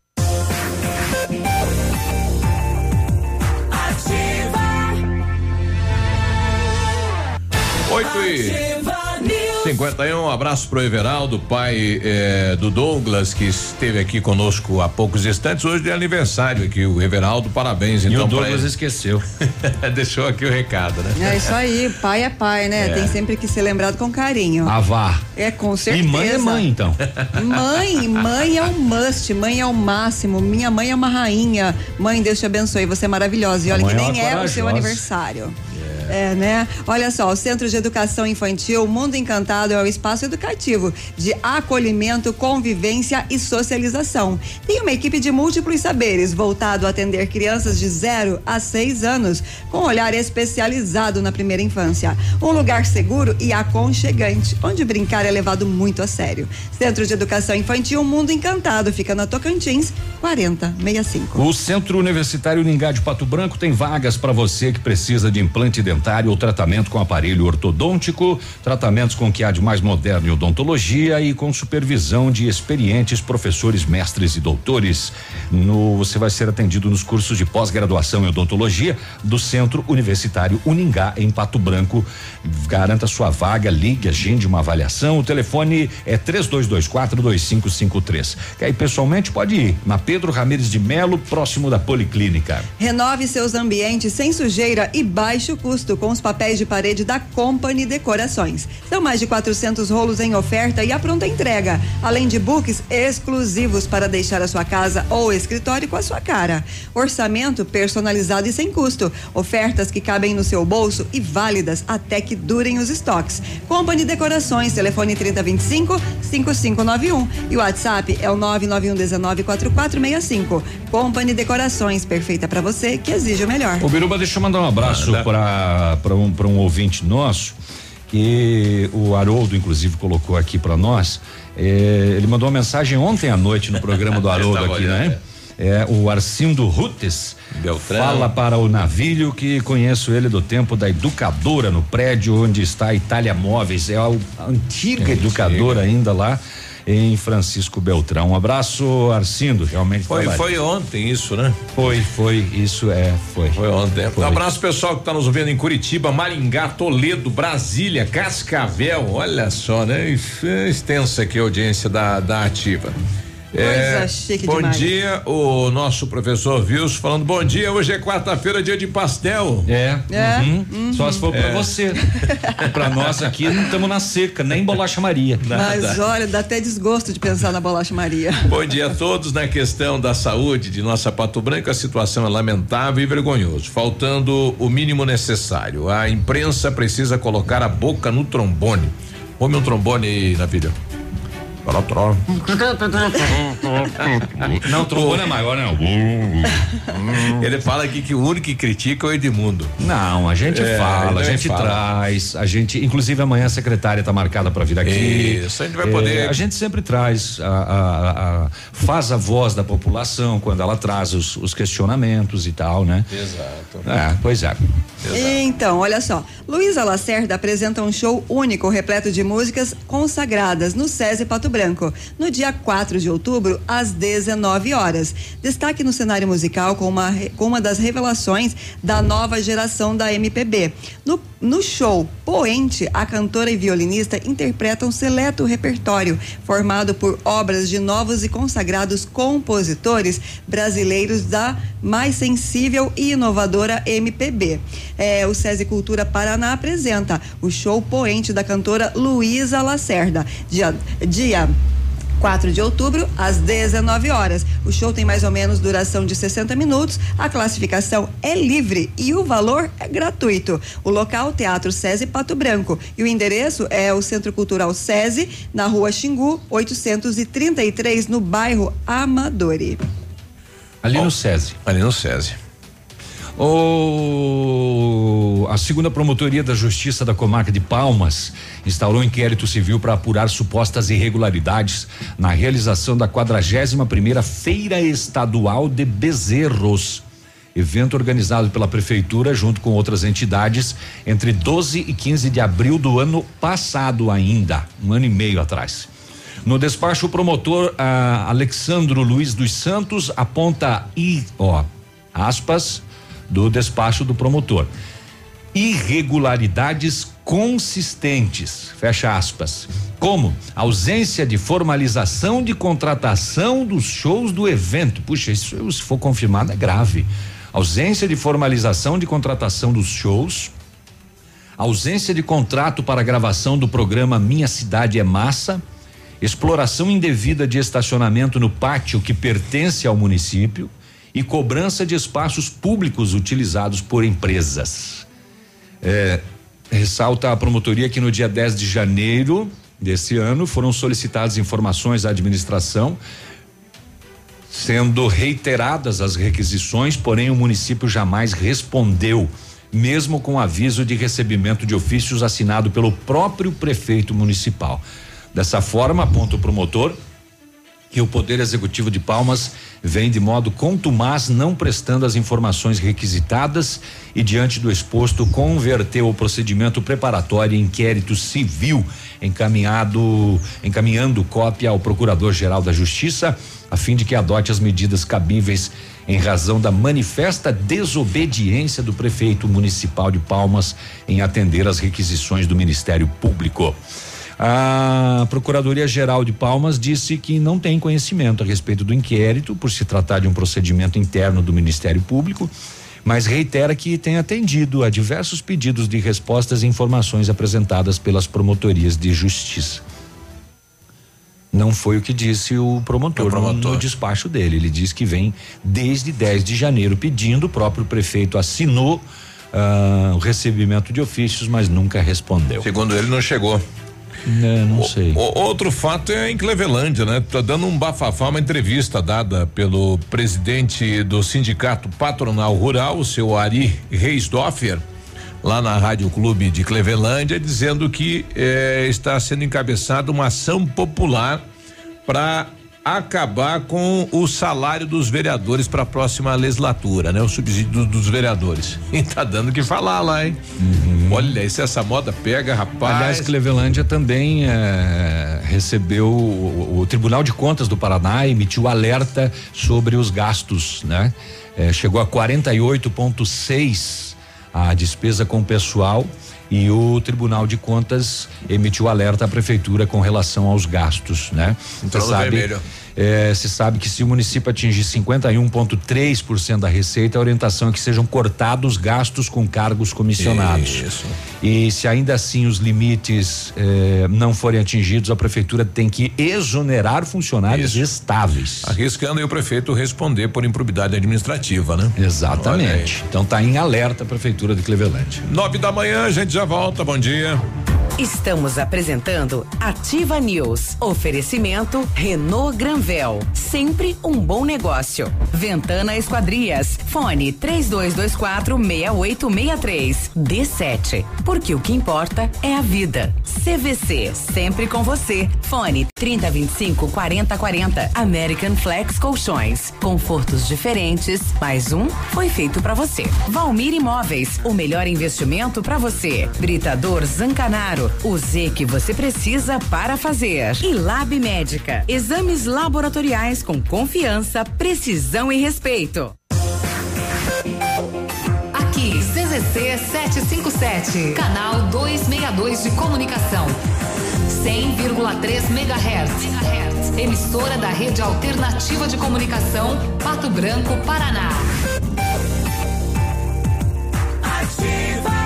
Oito e cinquenta e um, um abraço pro Everaldo, pai eh, do Douglas, que esteve aqui conosco há poucos instantes. Hoje é aniversário aqui, o Everaldo, parabéns. E então, o Douglas esqueceu. Deixou aqui o recado, né? É isso aí, pai é pai, né? É. Tem sempre que ser lembrado com carinho. Avá. É, com certeza. E mãe é mãe, então. Mãe, mãe é um must, mãe é o máximo. Minha mãe é uma rainha. Mãe, Deus te abençoe, você é maravilhosa. E olha que nem é o seu aniversário. É, né? Olha só, o Centro de Educação Infantil Mundo Encantado é o espaço educativo de acolhimento, convivência e socialização. Tem uma equipe de múltiplos saberes voltado a atender crianças de zero a seis anos, com um olhar especializado na primeira infância. Um lugar seguro e aconchegante, onde brincar é levado muito a sério. Centro de Educação Infantil Mundo Encantado, fica na Tocantins, quarenta sessenta e cinco. O Centro Universitário Uningá de Pato Branco tem vagas para você que precisa de implante dentário ou tratamento com aparelho ortodôntico, tratamentos com o que há de mais moderno em odontologia e com supervisão de experientes professores, mestres e doutores. No, você vai ser atendido nos cursos de pós-graduação em odontologia do Centro Universitário Uningá em Pato Branco. Garanta sua vaga, ligue, agende uma avaliação. O telefone é três dois dois quatro, dois cinco cinco três. Que aí pessoalmente pode ir na Pedro Ramires de Melo, próximo da Policlínica. Renove seus ambientes sem sujeira e baixo custo com os papéis de parede da Company Decorações. São mais de quatrocentos rolos em oferta e a pronta entrega, além de books exclusivos para deixar a sua casa ou escritório com a sua cara. Orçamento personalizado e sem custo. Ofertas que cabem no seu bolso e válidas até que durem os estoques. Company Decorações, telefone trinta, vinte e cinco, cinquenta e cinco noventa e um e o WhatsApp é o nove nove um um nove quatro quatro seis cinco. Company Decorações, perfeita para você que exige o melhor. Ô Biruba, deixa eu mandar um abraço ah, para para um, para um ouvinte nosso, que o Haroldo inclusive colocou aqui para nós. É, ele mandou uma mensagem ontem à noite no programa do Haroldo aqui, né? É o Arcindo Rutes. Beltrão. Fala para o Navilho que conheço ele do tempo da educadora no prédio onde está a Itália Móveis. É a, a antiga é educadora antiga. ainda lá em Francisco Beltrão. Um abraço, Arcindo, realmente foi foi ontem isso, né? Foi, foi, isso é, foi. Foi ontem. Foi. Um abraço pessoal que está nos vendo em Curitiba, Maringá, Toledo, Brasília, Cascavel, olha só, né? Extensa aqui a audiência da, da Ativa. É, bom demais. dia, o nosso professor Wilson falando bom dia, hoje é quarta-feira, dia de pastel. É, é. Uhum. Uhum. Só se for pra É. você. Pra nós aqui não estamos na seca, nem bolacha Maria. Mas olha, dá até desgosto de pensar na bolacha Maria. Bom dia a todos. Na questão da saúde de nossa Pato Branco, a situação é lamentável e vergonhosa, faltando o mínimo necessário. A imprensa precisa colocar a boca no trombone. Põe um trombone aí, na filha. Não, o trombone é maior, não. Ele fala aqui que o único que critica é o Edmundo. Não, a gente é, fala, a gente fala. traz, a gente, inclusive amanhã a secretária está marcada para vir aqui. Isso, a gente vai é, poder. A gente sempre traz, a, a, a, faz a voz da população quando ela traz os, os questionamentos e tal, né? Exato. É, pois é. Exato. Então, olha só, Luísa Lacerda apresenta um show único, repleto de músicas consagradas no SESI Pato Branco, no dia quatro de outubro, às dezenove horas. Destaque no cenário musical com uma, com uma das revelações da nova geração da M P B. No, no show Poente, a cantora e violinista interpreta um seleto repertório formado por obras de novos e consagrados compositores brasileiros da mais sensível e inovadora M P B. É, o SESI Cultura Paraná apresenta o show Poente da cantora Luísa Lacerda, dia, dia quatro de outubro, às dezenove horas. O show tem mais ou menos duração de sessenta minutos, a classificação é livre e o valor é gratuito. O local, Teatro SESI Pato Branco, e o endereço é o Centro Cultural SESI, na Rua Xingu, oitocentos e trinta e três, no bairro Amadori. Ali oh, no SESI. Ali no SESI. O, a segunda promotoria da Justiça da Comarca de Palmas instaurou um inquérito civil para apurar supostas irregularidades na realização da quadragésima primeira Feira Estadual de Bezerros, evento organizado pela prefeitura junto com outras entidades entre doze e quinze de abril do ano passado ainda, um ano e meio atrás. No despacho, o promotor ah, Alexandro Luiz dos Santos aponta e, ó, aspas, do despacho do promotor: irregularidades consistentes, fecha aspas, como ausência de formalização de contratação dos shows do evento. Puxa, isso se for confirmado é grave. Ausência de formalização de contratação dos shows, ausência de contrato para gravação do programa Minha Cidade é Massa, exploração indevida de estacionamento no pátio que pertence ao município e cobrança de espaços públicos utilizados por empresas. É, ressalta a promotoria que no dia dez de janeiro desse ano foram solicitadas informações à administração, sendo reiteradas as requisições, porém o município jamais respondeu, mesmo com aviso de recebimento de ofícios assinado pelo próprio prefeito municipal. Dessa forma, aponta o promotor que o Poder Executivo de Palmas vem de modo contumaz não prestando as informações requisitadas e, diante do exposto, converteu o procedimento preparatório em inquérito civil, encaminhado, encaminhando cópia ao Procurador-Geral da Justiça, a fim de que adote as medidas cabíveis em razão da manifesta desobediência do prefeito municipal de Palmas em atender às requisições do Ministério Público. A Procuradoria-Geral de Palmas disse que não tem conhecimento a respeito do inquérito, por se tratar de um procedimento interno do Ministério Público, mas reitera que tem atendido a diversos pedidos de respostas e informações apresentadas pelas promotorias de justiça. Não foi o que disse o promotor, o promotor. No, no despacho dele. Ele diz que vem desde dez de janeiro pedindo, o próprio prefeito assinou uh, o recebimento de ofícios, mas nunca respondeu. Segundo ele, não chegou. Não, não o, sei. O, outro fato é em Clevelândia, né? Tá dando um bafafá, uma entrevista dada pelo presidente do Sindicato Patronal Rural, o seu Ari Reisdorfer, lá na Rádio Clube de Clevelândia, dizendo que eh, está sendo encabeçada uma ação popular para acabar com o salário dos vereadores para a próxima legislatura, né? O subsídio do, dos vereadores. E tá dando o que falar lá, hein? Uhum. Olha, se essa moda pega, rapaz. Aliás, Clevelândia também é, recebeu o, o Tribunal de Contas do Paraná emitiu alerta sobre os gastos, né? É, chegou a quarenta e oito vírgula seis a despesa com o pessoal. E o Tribunal de Contas emitiu alerta à prefeitura com relação aos gastos, né? Entrou no vermelho. É, se sabe que se o município atingir cinquenta e um vírgula três por cento da receita, a orientação é que sejam cortados gastos com cargos comissionados. Isso. E se ainda assim os limites eh, não forem atingidos, a prefeitura tem que exonerar funcionários Isso. estáveis. Arriscando aí o prefeito responder por improbidade administrativa, né? Exatamente. Então tá em alerta a prefeitura de Clevelândia. Nove da manhã, a gente já volta. Bom dia. Estamos apresentando Ativa News. Oferecimento Renault Granvel. Sempre um bom negócio. Ventana Esquadrias. Fone três dois dois quatro seis oito seis três. D sete. Porque o que importa é a vida. C V C. Sempre com você. Fone trinta, vinte e cinco, quarenta, quarenta. American Flex Colchões. Confortos diferentes. Mais um foi feito pra você. Valmir Imóveis. O melhor investimento pra você. Britador Zancanaro. O Z que você precisa para fazer. E Lab Médica. Exames laboratoriais com confiança, precisão e respeito. Aqui, C Z C setecentos e cinquenta e sete, canal duzentos e sessenta e dois de comunicação. cem vírgula três megahertz. Emissora da Rede Alternativa de Comunicação, Pato Branco, Paraná. Ativa.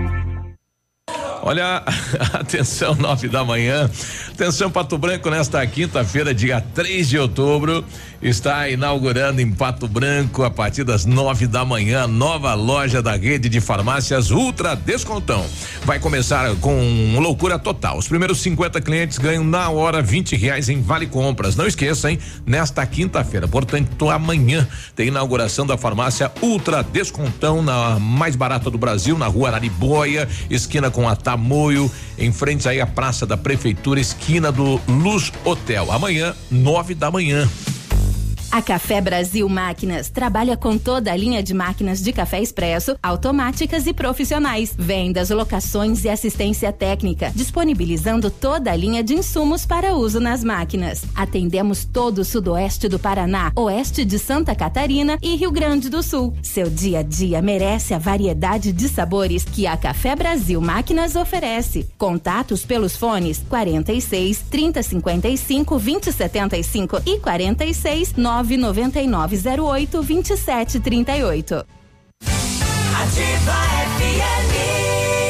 Olha, atenção, nove da manhã. Atenção, Pato Branco, nesta quinta-feira, dia três de outubro, está inaugurando em Pato Branco, a partir das nove da manhã, a nova loja da rede de farmácias Ultra Descontão. Vai começar com loucura total. Os primeiros cinquenta clientes ganham na hora vinte reais em vale compras. Não esqueça, hein? Nesta quinta-feira, portanto, amanhã, tem inauguração da farmácia Ultra Descontão, na mais barata do Brasil, na rua Arariboia, esquina com a Tamoio, em frente aí à Praça da Prefeitura, esquina do Luz Hotel. Amanhã, nove da manhã. A Café Brasil Máquinas trabalha com toda a linha de máquinas de café expresso, automáticas e profissionais. Vendas, locações e assistência técnica, disponibilizando toda a linha de insumos para uso nas máquinas. Atendemos todo o sudoeste do Paraná, oeste de Santa Catarina e Rio Grande do Sul. Seu dia a dia merece a variedade de sabores que a Café Brasil Máquinas oferece. Contatos pelos fones quarenta e seis, trinta, cinquenta e cinco, vinte, setenta e cinco e quarenta e seis, nove nove nove zero oito, vinte e sete, trinta e oito. Ativa F M.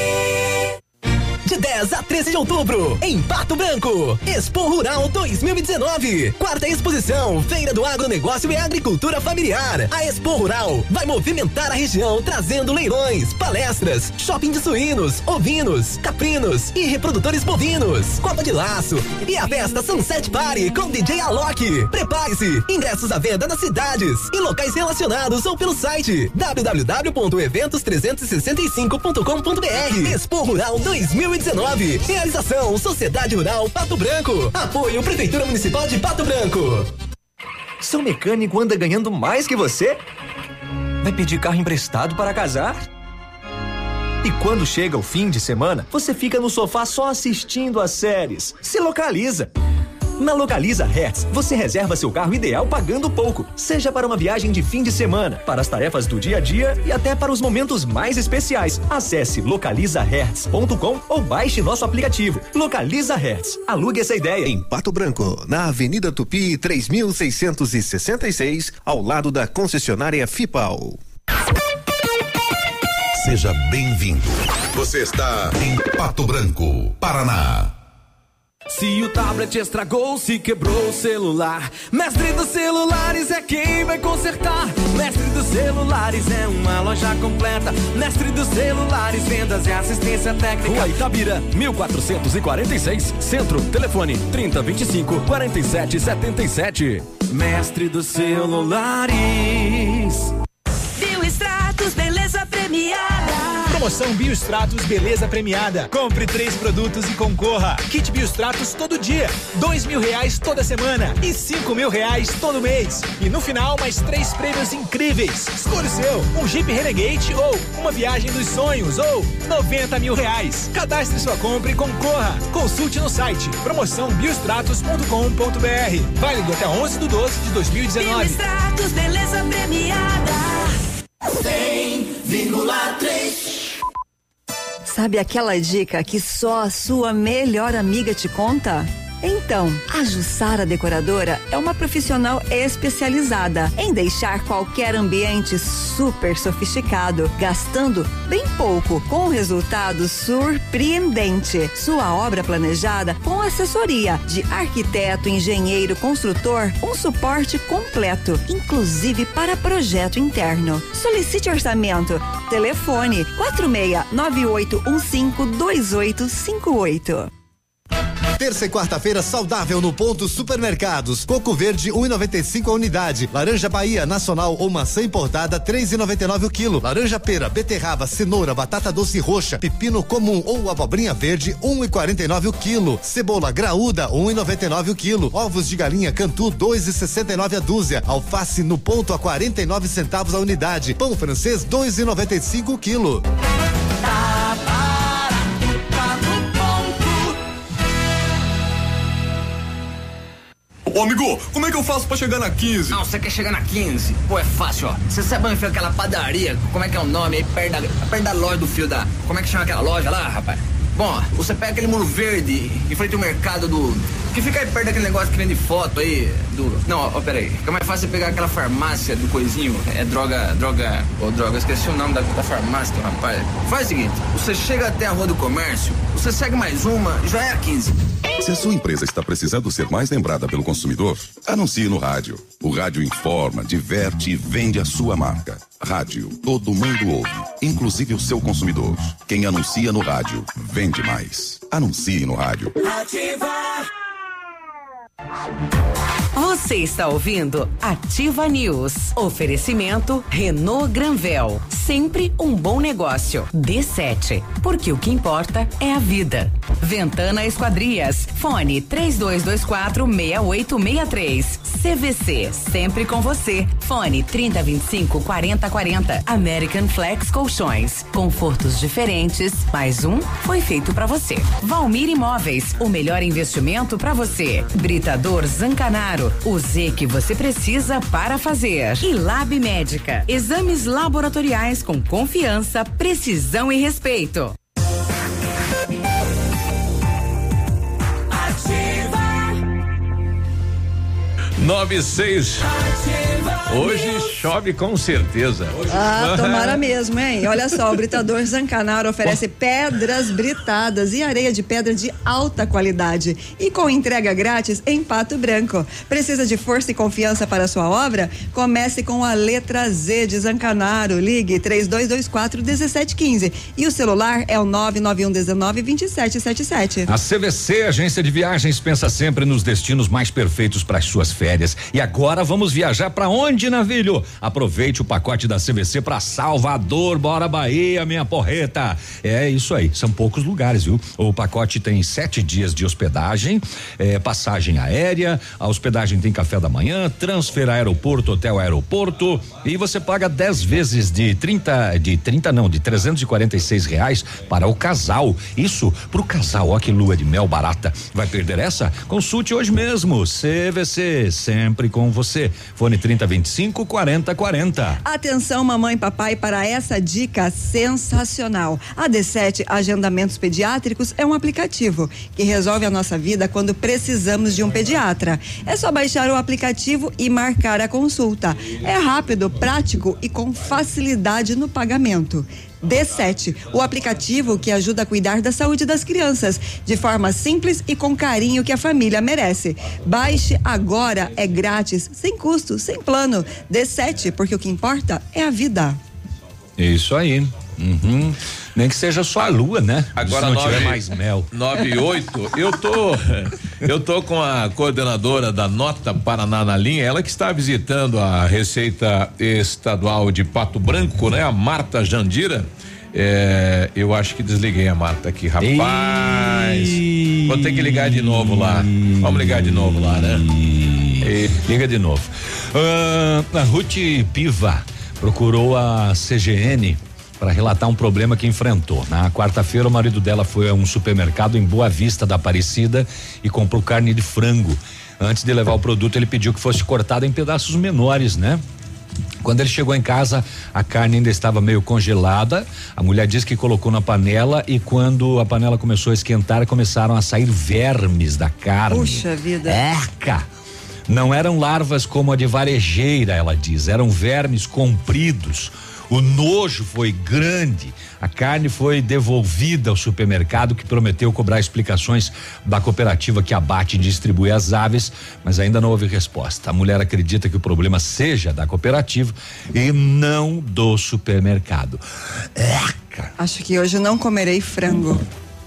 De dez a treze de outubro, em Pato Branco, Expo Rural dois mil e dezenove. Quarta exposição, Feira do Agronegócio e Agricultura Familiar. A Expo Rural vai movimentar a região, trazendo leilões, palestras, shopping de suínos, ovinos, caprinos e reprodutores bovinos, Copa de Laço e a festa Sunset Party com D J Alok. Prepare-se, ingressos à venda nas cidades e locais relacionados ou pelo site w w w ponto eventos trezentos e sessenta e cinco ponto com ponto b r. Expo Rural dois mil e dezenove. Realização Sociedade Rural Pato Branco. Apoio Prefeitura Municipal de Pato Branco. Seu mecânico anda ganhando mais que você? Vai pedir carro emprestado para casar? E quando chega o fim de semana, você fica no sofá só assistindo às séries. Se localiza. Na Localiza Hertz, você reserva seu carro ideal pagando pouco, seja para uma viagem de fim de semana, para as tarefas do dia a dia e até para os momentos mais especiais. Acesse localiza hertz ponto com ou baixe nosso aplicativo. Localiza Hertz. Alugue essa ideia. Em Pato Branco, na Avenida Tupi, três mil seiscentos e sessenta e seis, ao lado da concessionária Fipal. Seja bem-vindo. Você está em Pato Branco, Paraná. Se o tablet estragou, se quebrou o celular, Mestre dos Celulares é quem vai consertar. Mestre dos Celulares é uma loja completa. Mestre dos Celulares, vendas e assistência técnica. Rua Itabira, mil quatrocentos e quarenta e seis, Centro. Telefone trinta, vinte e cinco, quarenta e sete, setenta e sete. Mestre dos Celulares. Biostratos, beleza premiada. Promoção Biostratos Beleza Premiada. Compre três produtos e concorra. Kit Biostratos todo dia, dois mil reais toda semana e cinco mil reais todo mês. E no final, mais três prêmios incríveis. Escolha o seu, um Jeep Renegade ou uma viagem dos sonhos ou noventa mil reais. Cadastre sua compra e concorra. Consulte no site promoção biostratos ponto com ponto br. Válido até onze de doze de dois mil e dezenove. Biostratos Beleza Premiada. cem vírgula três. Sabe aquela dica que só a sua melhor amiga te conta? Então, a Jussara Decoradora é uma profissional especializada em deixar qualquer ambiente super sofisticado, gastando bem pouco, com um resultado surpreendente. Sua obra planejada com assessoria de arquiteto, engenheiro, construtor, um suporte completo, inclusive para projeto interno. Solicite orçamento. Telefone quatro seis nove oito um cinco dois oito cinco oito. Terça e quarta-feira saudável no Ponto Supermercados. Coco verde um e noventa e cinco a unidade. Laranja Bahia nacional ou maçã importada três e noventa e nove o quilo. Laranja pera, beterraba, cenoura, batata doce roxa, pepino comum ou abobrinha verde um e quarenta e nove o quilo. Cebola graúda um e noventa e nove o quilo. Ovos de galinha Cantu dois e sessenta e nove a dúzia. Alface no ponto a quarenta e nove centavos a unidade. Pão francês dois e noventa e cinco o quilo. Ô amigo, como é que eu faço pra chegar na quinze? Não, você quer chegar na quinze? Pô, é fácil, ó. Você sabe onde fica aquela padaria? Como é que é o nome aí? Perto da, perto da loja do fio da... Como é que chama aquela loja lá, rapaz? Bom, ó, você pega aquele muro verde em frente ao mercado do... Que fica aí perto daquele negócio que vende foto aí do... Não, ó, ó peraí. Fica mais fácil você pegar aquela farmácia do coisinho. É droga... Droga... Ô, droga, eu esqueci o nome da, da farmácia, rapaz. Faz o seguinte, você chega até a Rua do Comércio, você segue mais uma, já é a quinze. Se a sua empresa está precisando ser mais lembrada pelo consumidor, anuncie no rádio. O rádio informa, diverte e vende a sua marca. Rádio, todo mundo ouve, inclusive o seu consumidor. Quem anuncia no rádio, vende mais. Anuncie no rádio. Ativa. Você está ouvindo Ativa News. Oferecimento Renault Granvel. Sempre um bom negócio. D sete. Porque o que importa é a vida. Ventana Esquadrias. Fone três dois dois quatro seis oito seis três. C V C. Sempre com você. Fone trinta vinte e cinco quarenta quarenta. American Flex Colchões. Confortos diferentes. Mais um foi feito pra você. Valmir Imóveis. O melhor investimento pra você. Britador Zancanaro. O Z que você precisa para fazer. E Lab Médica. Exames laboratoriais com confiança, precisão e respeito. Nove e seis. Hoje chove com certeza. Ah, tomara mesmo, hein? Olha só, o Britador Zancanaro oferece pedras britadas e areia de pedra de alta qualidade e com entrega grátis em Pato Branco. Precisa de força e confiança para a sua obra? Comece com a letra Z de Zancanaro. Ligue três dois dois quatro um sete um cinco e o celular é o nove nove um um nove dois sete sete sete. A C V C, agência de viagens, pensa sempre nos destinos mais perfeitos para as suas férias. E agora vamos viajar para onde, Navilho? Aproveite o pacote da C V C para Salvador, bora Bahia, minha porreta. É isso aí, são poucos lugares, viu? O pacote tem sete dias de hospedagem, é, passagem aérea, a hospedagem tem café da manhã, transfer aeroporto, hotel aeroporto e você paga dez vezes de trinta, de trinta não, de trezentos e quarenta e seis reais para o casal. Isso pro casal, ó que lua de mel barata. Vai perder essa? Consulte hoje mesmo. C V C, sempre com você. Fone trinta vinte e cinco quarenta quarenta. Atenção, mamãe e papai, para essa dica sensacional. A D sete Agendamentos Pediátricos é um aplicativo que resolve a nossa vida quando precisamos de um pediatra. É só baixar o aplicativo e marcar a consulta. É rápido, prático e com facilidade no pagamento. D sete, o aplicativo que ajuda a cuidar da saúde das crianças de forma simples e com carinho que a família merece. Baixe agora, é grátis, sem custo, sem plano. D sete, porque o que importa é a vida. Isso aí. Uhum. Nem que seja só a lua, né? Agora se não nove, tiver mais mel. nove e oito, eu tô eu tô com a coordenadora da Nota Paraná na linha, ela que está visitando a Receita Estadual de Pato Branco, né? A Marta Jandira. É, eu acho que desliguei a Marta aqui, rapaz. E... Vou ter que ligar de novo lá. Vamos ligar de novo lá, né? E... Liga de novo. Uh, a Ruth Piva procurou a C G N para relatar um problema que enfrentou. Na quarta-feira, o marido dela foi a um supermercado em Boa Vista da Aparecida e comprou carne de frango. Antes de levar o produto, ele pediu que fosse cortado em pedaços menores, né? Quando ele chegou em casa, a carne ainda estava meio congelada. A mulher disse que colocou na panela e quando a panela começou a esquentar, começaram a sair vermes da carne. Puxa vida. Eca! Não eram larvas como a de varejeira, ela diz, eram vermes compridos. O nojo foi grande. A carne foi devolvida ao supermercado, que prometeu cobrar explicações da cooperativa que abate e distribui as aves, mas ainda não houve resposta. A mulher acredita que o problema seja da cooperativa e não do supermercado. Eca. Acho que hoje não comerei frango.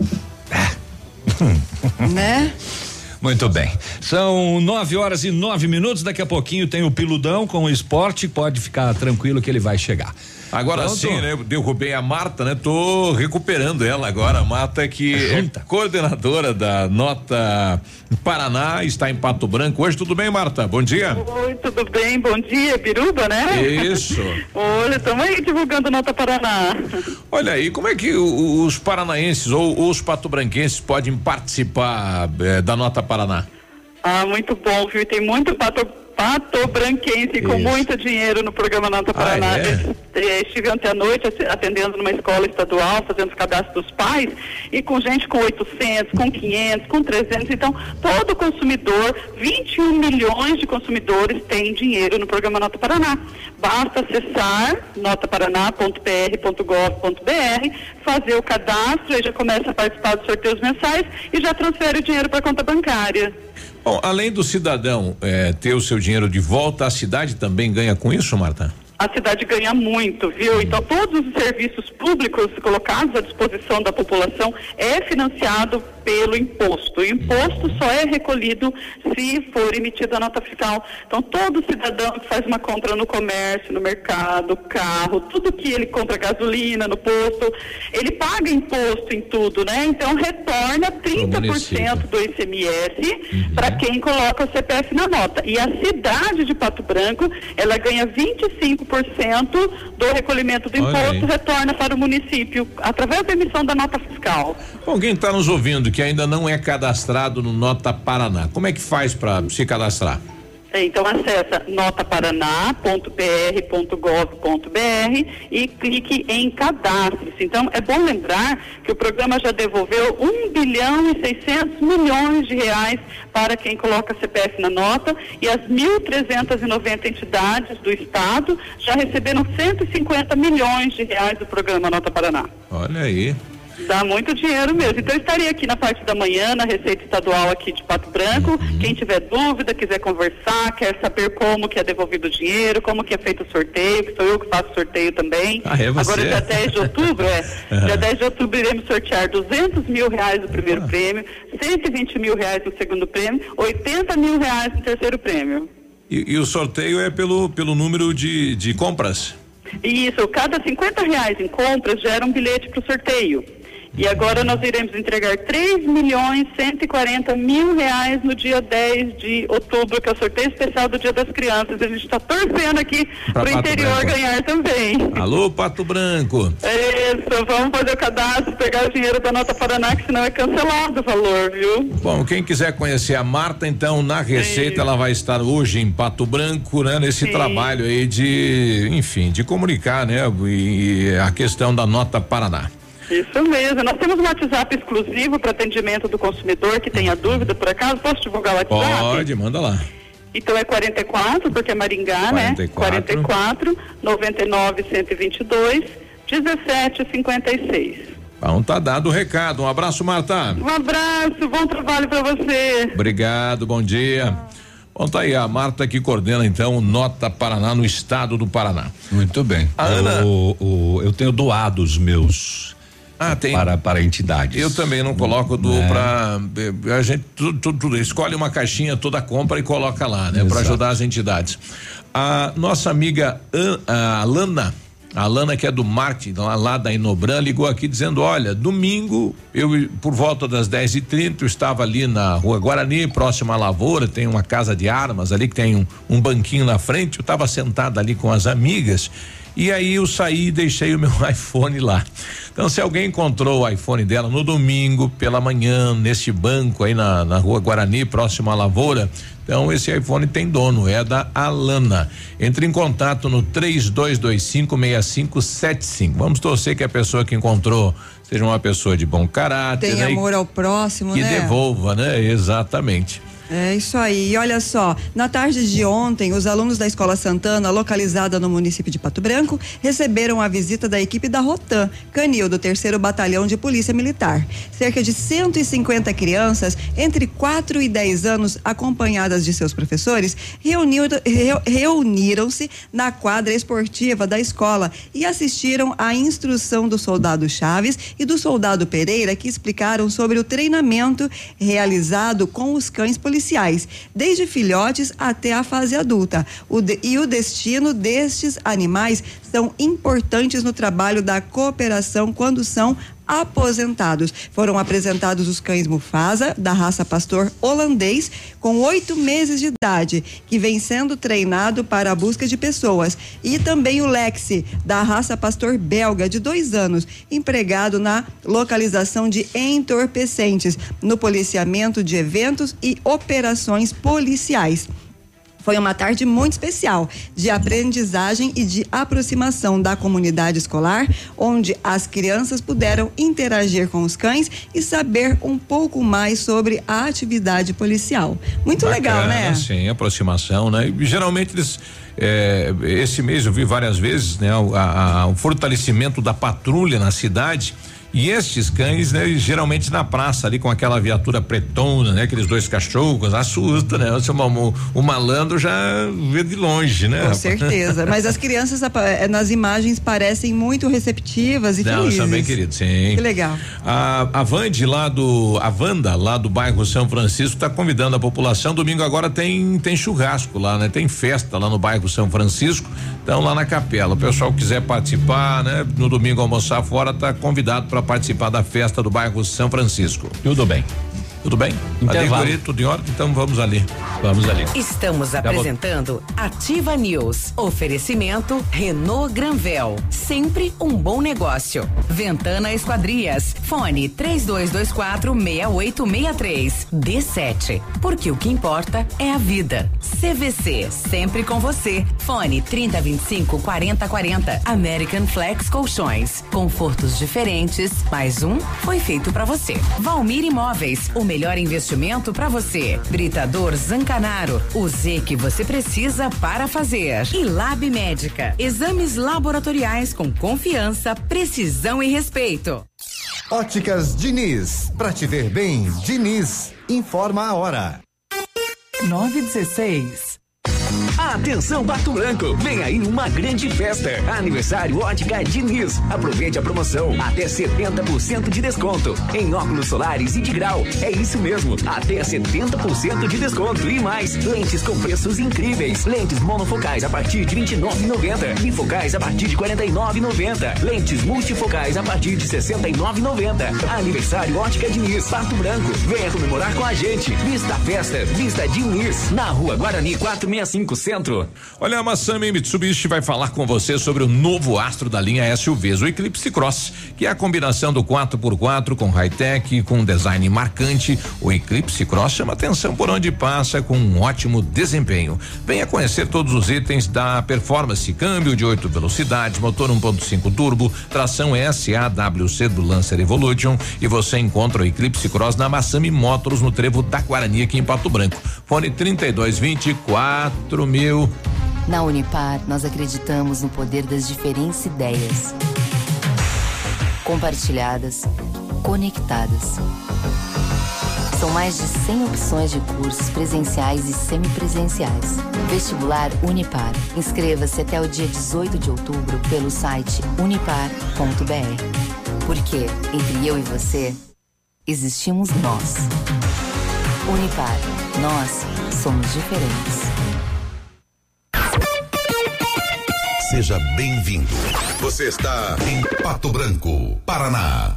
Né? Muito bem. São nove horas e nove minutos. Daqui a pouquinho tem o Piludão com o esporte. Pode ficar tranquilo que ele vai chegar. Agora Pronto. sim, né? Eu derrubei a Marta, né? Tô recuperando ela agora. A Marta que Junta. é coordenadora da Nota Paraná, está em Pato Branco. Hoje tudo bem, Marta? Bom dia. Oi, tudo bem? Bom dia, Biruba, né? Isso. Olha, estamos aí divulgando Nota Paraná. Olha aí, como é que o, os paranaenses ou, ou os patobranquenses podem participar eh, da Nota Paraná? Ah, muito bom, viu? Tem muito pato patobranquense com muito dinheiro no programa Nota Paraná. Ah, é? Eu estive ontem à noite atendendo numa escola estadual, fazendo os cadastros dos pais, e com gente com oitocentos, com quinhentos, com trezentos. Então, todo consumidor, vinte e um milhões de consumidores têm dinheiro no programa Nota Paraná. Basta acessar nota paraná ponto p r ponto gov ponto b r, fazer o cadastro, aí já começa a participar dos sorteios mensais e já transfere o dinheiro para a conta bancária. Bom, além do cidadão eh, ter o seu dinheiro de volta, a cidade também ganha com isso, Marta? A cidade ganha muito, viu? Então, todos os serviços públicos colocados à disposição da população é financiado pelo imposto. O imposto só é recolhido se for emitida a nota fiscal. Então, todo cidadão que faz uma compra no comércio, no mercado, carro, tudo que ele compra, gasolina no posto, ele paga imposto em tudo, né? Então, retorna trinta por cento do I C M S uhum. para quem coloca o C P F na nota. E a cidade de Pato Branco, ela ganha vinte e cinco por cento do recolhimento do imposto, retorna para o município através da emissão da nota fiscal. Bom, quem está nos ouvindo que ainda não é cadastrado no Nota Paraná, como é que faz para se cadastrar? Então acessa nota paraná ponto p r ponto gov ponto b r e clique em cadastre-se. Então é bom lembrar que o programa já devolveu um bilhão e seiscentos milhões de reais para quem coloca C P F na nota, e as mil trezentas e noventa entidades do estado já receberam cento e cinquenta milhões de reais do programa Nota Paraná. Olha aí. Dá muito dinheiro mesmo. Então eu estaria aqui na parte da manhã, na Receita Estadual aqui de Pato Branco. Uhum. Quem tiver dúvida, quiser conversar, quer saber como que é devolvido o dinheiro, como que é feito o sorteio, que sou eu que faço sorteio também. Ah, é você? Agora dia dez de outubro, é. Uhum. Dia dez de outubro iremos sortear duzentos mil reais no primeiro ah. prêmio, cento e vinte mil reais no segundo prêmio, oitenta mil reais no terceiro prêmio. E, e o sorteio é pelo, pelo número de, de compras? Isso, cada cinquenta reais em compras gera um bilhete para o sorteio. E agora nós iremos entregar três milhões cento e quarenta mil reais no dia dez de outubro, que é o sorteio especial do Dia das Crianças. A gente está torcendo aqui para o interior Branco. Ganhar também. Alô, Pato Branco. Isso, vamos fazer o cadastro, pegar o dinheiro da Nota Paraná, que senão é cancelado o valor, viu? Bom, quem quiser conhecer a Marta, então, na Receita, Sim. ela vai estar hoje em Pato Branco, né? Nesse Sim. trabalho aí de, enfim, de comunicar, né? E, e a questão da Nota Paraná. Isso mesmo. Nós temos um WhatsApp exclusivo para atendimento do consumidor que tenha dúvida, por acaso. Posso divulgar o WhatsApp? Pode, manda lá. Então é quarenta e quatro, porque é Maringá, quarenta e quatro. né? quarenta e quatro, noventa e nove, cento e vinte e dois, dezessete, cinquenta e seis. Então tá dado o recado. Um abraço, Marta. Um abraço, bom trabalho para você. Obrigado, bom dia. Bom, tá aí a Marta que coordena então Nota Paraná no estado do Paraná. Muito bem. Ana. O, o, eu tenho doado os meus Ah, tem. Para, para entidades. Eu também não coloco do é. para a gente tudo, tudo, tudo escolhe uma caixinha toda compra e coloca lá, né? Para ajudar as entidades. A nossa amiga An, a Alana, A Alana, que é do marketing lá, lá da Inobran, ligou aqui dizendo: olha, domingo, eu por volta das dez e trinta, eu estava ali na Rua Guarani, próximo à lavoura, tem uma casa de armas ali que tem um, um banquinho na frente. Eu estava sentado ali com as amigas. E aí eu saí e deixei o meu iPhone lá. Então, se alguém encontrou o iPhone dela no domingo, pela manhã, nesse banco aí na, na Rua Guarani, próximo à lavoura, então esse iPhone tem dono, é da Alana. Entre em contato no três dois dois cinco, seis cinco sete cinco. Vamos torcer que a pessoa que encontrou seja uma pessoa de bom caráter. Tem amor ao próximo, que né? Que devolva, né? Exatamente. É isso aí. E olha só, na tarde de ontem, os alunos da Escola Santana, localizada no município de Pato Branco, receberam a visita da equipe da Rotan, Canil, do terceiro Batalhão de Polícia Militar. Cerca de cento e cinquenta crianças, entre quatro e dez anos, acompanhadas de seus professores, reuniu, reu, reuniram-se na quadra esportiva da escola e assistiram à instrução do soldado Chaves e do soldado Pereira, que explicaram sobre o treinamento realizado com os cães policiais. Desde filhotes até a fase adulta. O de, e o destino destes animais são importantes no trabalho da cooperação quando são aposentados. Foram apresentados os cães Mufasa, da raça pastor holandês, com oito meses de idade, que vem sendo treinado para a busca de pessoas. E também o Lexi, da raça pastor belga, de dois anos, empregado na localização de entorpecentes, no policiamento de eventos e operações policiais. Foi uma tarde muito especial de aprendizagem e de aproximação da comunidade escolar, onde as crianças puderam interagir com os cães e saber um pouco mais sobre a atividade policial. Muito Bacana, legal, né? Sim, aproximação, né? E geralmente eles, é, esse mês eu vi várias vezes, né? O, a, a, o fortalecimento da patrulha na cidade. E estes cães, né, geralmente na praça ali com aquela viatura pretona, né, aqueles dois cachorros, assusta, né? O, o malandro já vê de longe, né? Com certeza. Mas as crianças nas imagens parecem muito receptivas e Não, felizes. são bem queridos, sim. Que legal. A, a Vande lá do, a Wanda lá do bairro São Francisco está convidando a população. Domingo agora tem tem churrasco lá, né? Tem festa lá no bairro São Francisco. Então lá na capela. O pessoal quiser participar, né? No domingo almoçar fora, tá convidado para participar da festa do bairro São Francisco. Tudo bem. Tudo bem? Intervalo. Ali, tudo em ordem? Então vamos ali. Vamos ali. Estamos apresentando Ativa News. Oferecimento Renault Granvel. Sempre um bom negócio. Ventana Esquadrias. Fone três dois dois quatro, seis oito seis três. D sete. Porque o que importa é a vida. C V C. Sempre com você. Fone trinta, vinte e cinco, quarenta, quarenta. American Flex Colchões. Confortos diferentes. Mais um foi feito pra você. Valmir Imóveis. O melhor investimento para você. Britador Zancanaro, o Z que você precisa para fazer. E Lab Médica, exames laboratoriais com confiança, precisão e respeito. Óticas Diniz, pra te ver bem, Diniz, informa a hora. nove e dezesseis. Atenção, Pato Branco, vem aí uma grande festa, aniversário Ótica Diniz. Aproveite a promoção, até setenta por cento de desconto em óculos solares e de grau. É isso mesmo, até setenta por cento de desconto e mais, lentes com preços incríveis, lentes monofocais a partir de vinte e nove reais e noventa centavos, bifocais a partir de quarenta e nove reais e noventa centavos, lentes multifocais a partir de sessenta e nove reais e noventa centavos. Aniversário Ótica Diniz, Pato Branco, venha comemorar com a gente. Vista a festa, Vista Diniz, na Rua Guarani quatrocentos e sessenta e cinco Centro. Olha, a Massami Mitsubishi vai falar com você sobre o novo astro da linha S U Vs, o Eclipse Cross, que é a combinação do quatro por quatro com high-tech, com um design marcante. O Eclipse Cross chama atenção por onde passa, com um ótimo desempenho. Venha conhecer todos os itens da performance: câmbio de oito velocidades, motor um ponto cinco turbo, tração S A W C do Lancer Evolution, e você encontra o Eclipse Cross na Massami Motors, no Trevo da Guarani, aqui em Pato Branco. Fone trinta e dois, vinte, quatro mil. Na Unipar, nós acreditamos no poder das diferentes ideias. Compartilhadas, conectadas. São mais de cem opções de cursos presenciais e semipresenciais. Vestibular Unipar. Inscreva-se até o dia dezoito de outubro pelo site unipar ponto b r. Porque entre eu e você, existimos nós. Unipar. Nós somos diferentes. Seja bem-vindo. Você está em Pato Branco, Paraná.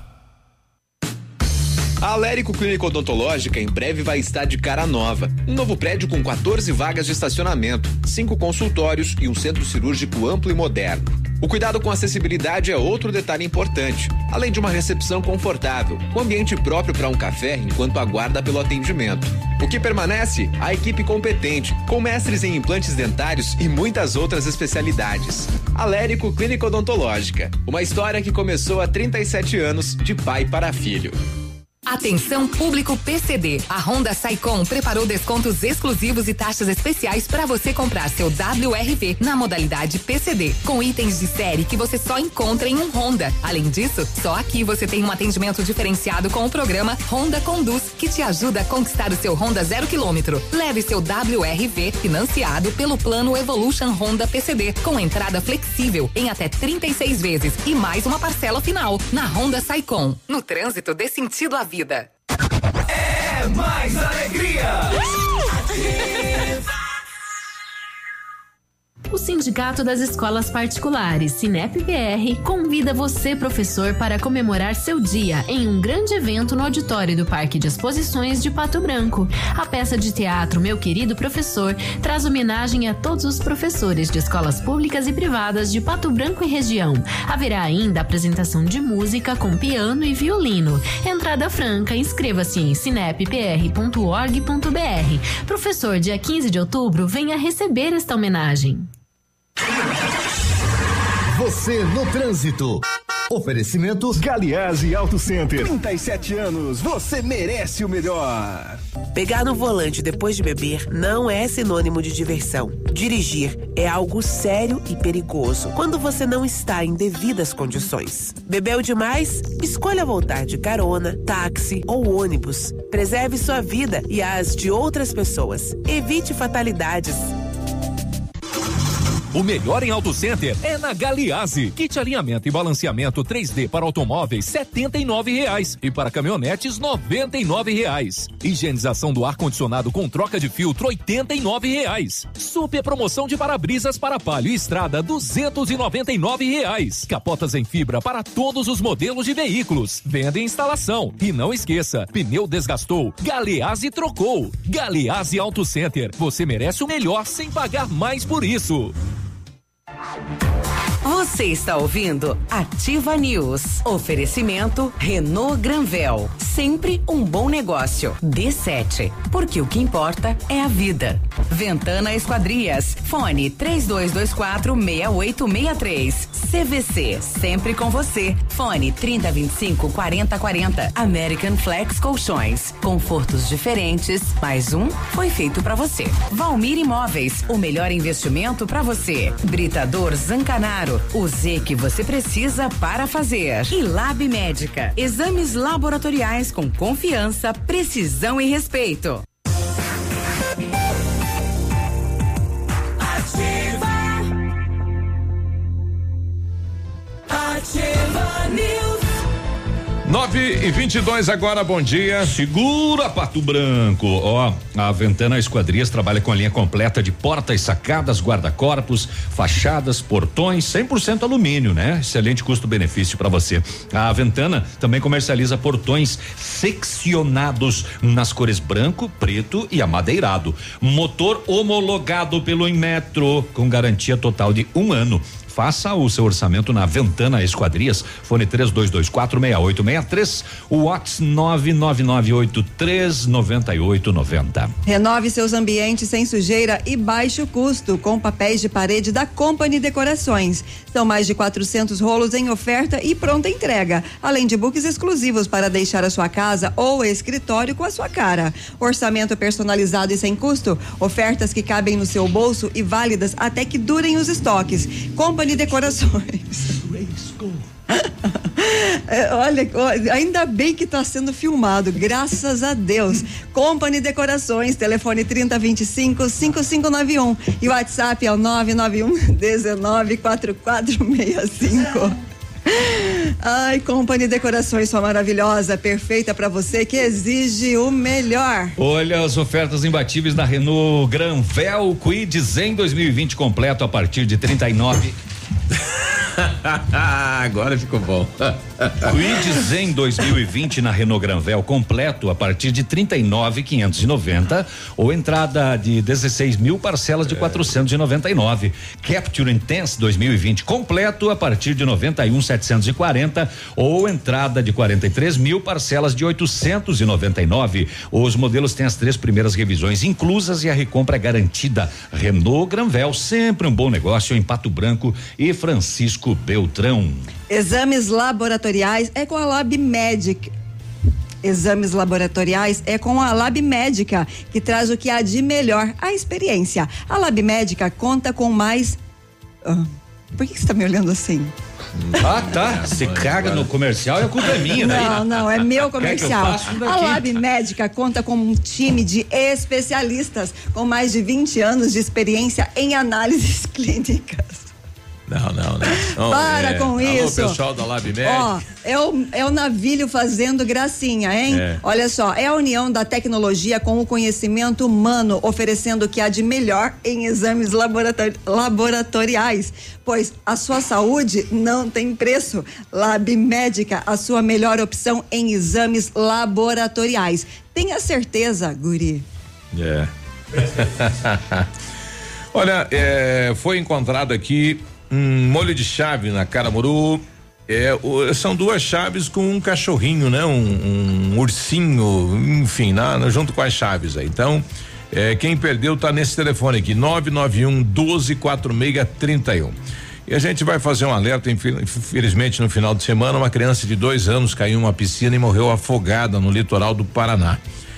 A Alérico Clínica Odontológica em breve vai estar de cara nova. Um novo prédio com quatorze vagas de estacionamento, cinco consultórios e um centro cirúrgico amplo e moderno. O cuidado com a acessibilidade é outro detalhe importante, além de uma recepção confortável, com ambiente próprio para um café enquanto aguarda pelo atendimento. O que permanece? A equipe competente, com mestres em implantes dentários e muitas outras especialidades. Alérico Clínica Odontológica, uma história que começou há trinta e sete anos, de pai para filho. Atenção público P C D. A Honda Saicom preparou descontos exclusivos e taxas especiais para você comprar seu W R V na modalidade P C D, com itens de série que você só encontra em um Honda. Além disso, só aqui você tem um atendimento diferenciado com o programa Honda Conduz, que te ajuda a conquistar o seu Honda zero quilômetro. Leve seu W R V financiado pelo plano Evolution Honda P C D, com entrada flexível em até trinta e seis vezes e mais uma parcela final na Honda Saicom. No trânsito, dê sentido à vida. É mais alegria. O Sindicato das Escolas Particulares, Sinep P R, convida você, professor, para comemorar seu dia em um grande evento no auditório do Parque de Exposições de Pato Branco. A peça de teatro Meu Querido Professor traz homenagem a todos os professores de escolas públicas e privadas de Pato Branco e região. Haverá ainda apresentação de música com piano e violino. Entrada franca, inscreva-se em sinep p r ponto org ponto b r. Professor, dia quinze de outubro, venha receber esta homenagem. Você no trânsito. Oferecimentos Galiase Auto Center. trinta e sete anos, você merece o melhor. Pegar no volante depois de beber não é sinônimo de diversão. Dirigir é algo sério e perigoso quando você não está em devidas condições. Bebeu demais? Escolha voltar de carona, táxi ou ônibus. Preserve sua vida e as de outras pessoas. Evite fatalidades. O melhor em Auto Center é na Galiase. Kit alinhamento e balanceamento três D para automóveis, setenta e nove reais. E para caminhonetes, noventa e nove reais. Higienização do ar-condicionado com troca de filtro, oitenta e nove reais. Super promoção de para-brisas para Palio e Estrada, duzentos e noventa e nove reais. Capotas em fibra para todos os modelos de veículos. Venda e instalação. E não esqueça, pneu desgastou, Galiase trocou. Galiase Auto Center. Você merece o melhor sem pagar mais por isso. Você está ouvindo Ativa News. Oferecimento Renault Granvel. Sempre um bom negócio. D sete. Porque o que importa é a vida. Ventana Esquadrias. Fone três dois dois quatro, seis oito seis três. C V C. Sempre com você. Fone trinta, vinte e cinco, quarenta, quarenta. American Flex Colchões. Confortos diferentes. Mais um foi feito pra você. Valmir Imóveis. O melhor investimento pra você. Britador Zancanaro. O Z que você precisa para fazer. E Lab Médica. Exames laboratoriais com confiança, precisão e respeito. Ativa. Ativa News. nove e vinte e dois agora, bom dia. Segura, Pato Branco. Ó, a Ventana Esquadrias trabalha com a linha completa de portas, sacadas, guarda-corpos, fachadas, portões, cem por cento alumínio, né? Excelente custo-benefício para você. A Ventana também comercializa portões seccionados nas cores branco, preto e amadeirado. Motor homologado pelo Inmetro, com garantia total de um ano. Faça o seu orçamento na Ventana Esquadrias, fone três dois dois quatro, seis oito seis três, o WhatsApp nove nove nove oito três nove oito nove zero. Renove seus ambientes sem sujeira e baixo custo com papéis de parede da Company Decorações. São mais de quatrocentos rolos em oferta e pronta entrega, além de books exclusivos para deixar a sua casa ou escritório com a sua cara. Orçamento personalizado e sem custo, ofertas que cabem no seu bolso e válidas até que durem os estoques. Company Decorações. Olha, ainda bem que está sendo filmado, graças a Deus. Company Decorações, telefone trinta, vinte e cinco, cinquenta e cinco noventa e um e o WhatsApp é o nove nove um, dezenove, quarenta e quatro sessenta e cinco. Ai, Company Decorações, sua maravilhosa, perfeita para você que exige o melhor. Olha as ofertas imbatíveis da Renault Granvel Kwid Zen dois mil e vinte completo a partir de trinta e nove Agora ficou bom. Quid Zen dois mil e vinte na Renault Granvel completo a partir de trinta e nove mil quinhentos e noventa ou entrada de dezesseis mil, parcelas de quatrocentos e noventa e nove. Capture Intense dois mil e vinte completo a partir de noventa e um mil setecentos e quarenta ou entrada de quarenta e três mil, parcelas de oitocentos e noventa e nove. Os modelos têm as três primeiras revisões inclusas e a recompra é garantida. Renault Granvel, sempre um bom negócio em Pato Branco e Francisco Beltrão. Exames laboratoriais é com a Lab Medic. Exames laboratoriais é com a Lab Médica, que traz o que há de melhor, a experiência. A Lab Médica conta com mais... Ah, por que, que você está me olhando assim? Ah, tá. Você caga no comercial e a culpa é minha, né? Não, não, é meu comercial. A Lab Médica conta com um time de especialistas com mais de vinte anos de experiência em análises clínicas. Não, não, não. não Para é. com Alô, isso. pessoal da Lab Med. Ó, é o, é o navilho fazendo gracinha, hein? É. Olha só, é a união da tecnologia com o conhecimento humano, oferecendo o que há de melhor em exames laboratori- laboratoriais, pois a sua saúde não tem preço. Lab Médica, a sua melhor opção em exames laboratoriais. Tenha certeza, guri. É. Olha, é, foi encontrado aqui um molho de chave na Caramuru. É, o, são duas chaves com um cachorrinho, né? Um, um ursinho, enfim, na, junto com as chaves aí. Então, é, quem perdeu tá nesse telefone aqui, nove nove um, doze, quarenta e seis, trinta e um. E a gente vai fazer um alerta, infelizmente no final de semana, uma criança de dois anos caiu em uma piscina e morreu afogada no litoral do Paraná.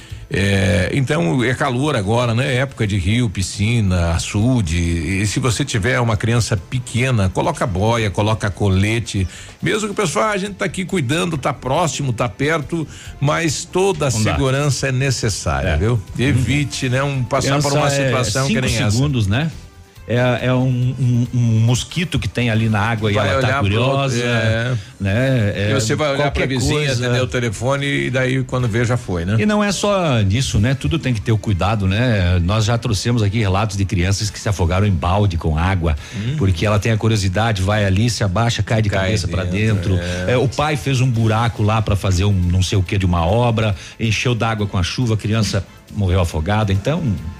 É, então é calor agora, né? Época de rio, piscina, açude. E se você tiver uma criança pequena, coloca boia, coloca colete. Mesmo que o pessoal, ah, a gente tá aqui cuidando, tá próximo, tá perto, mas toda a Não segurança dá. é necessária, é. viu? Evite, hum. né? Um passar criança por uma situação é que nem cinco segundos, essa. né? É, é um, um, um mosquito que tem ali na água vai e ela tá curiosa, pro, é. né? É, e você vai olhar pra vizinha, coisa. atender o telefone e daí quando vê já foi, né? E não é só disso, né? Tudo tem que ter o cuidado, né? Nós já trouxemos aqui relatos de crianças que se afogaram em balde com água, hum. porque ela tem a curiosidade, vai ali, se abaixa, cai de cai cabeça para dentro. É. É, o pai fez um buraco lá para fazer um não sei o que de uma obra, encheu d'água com a chuva, a criança morreu afogada, então...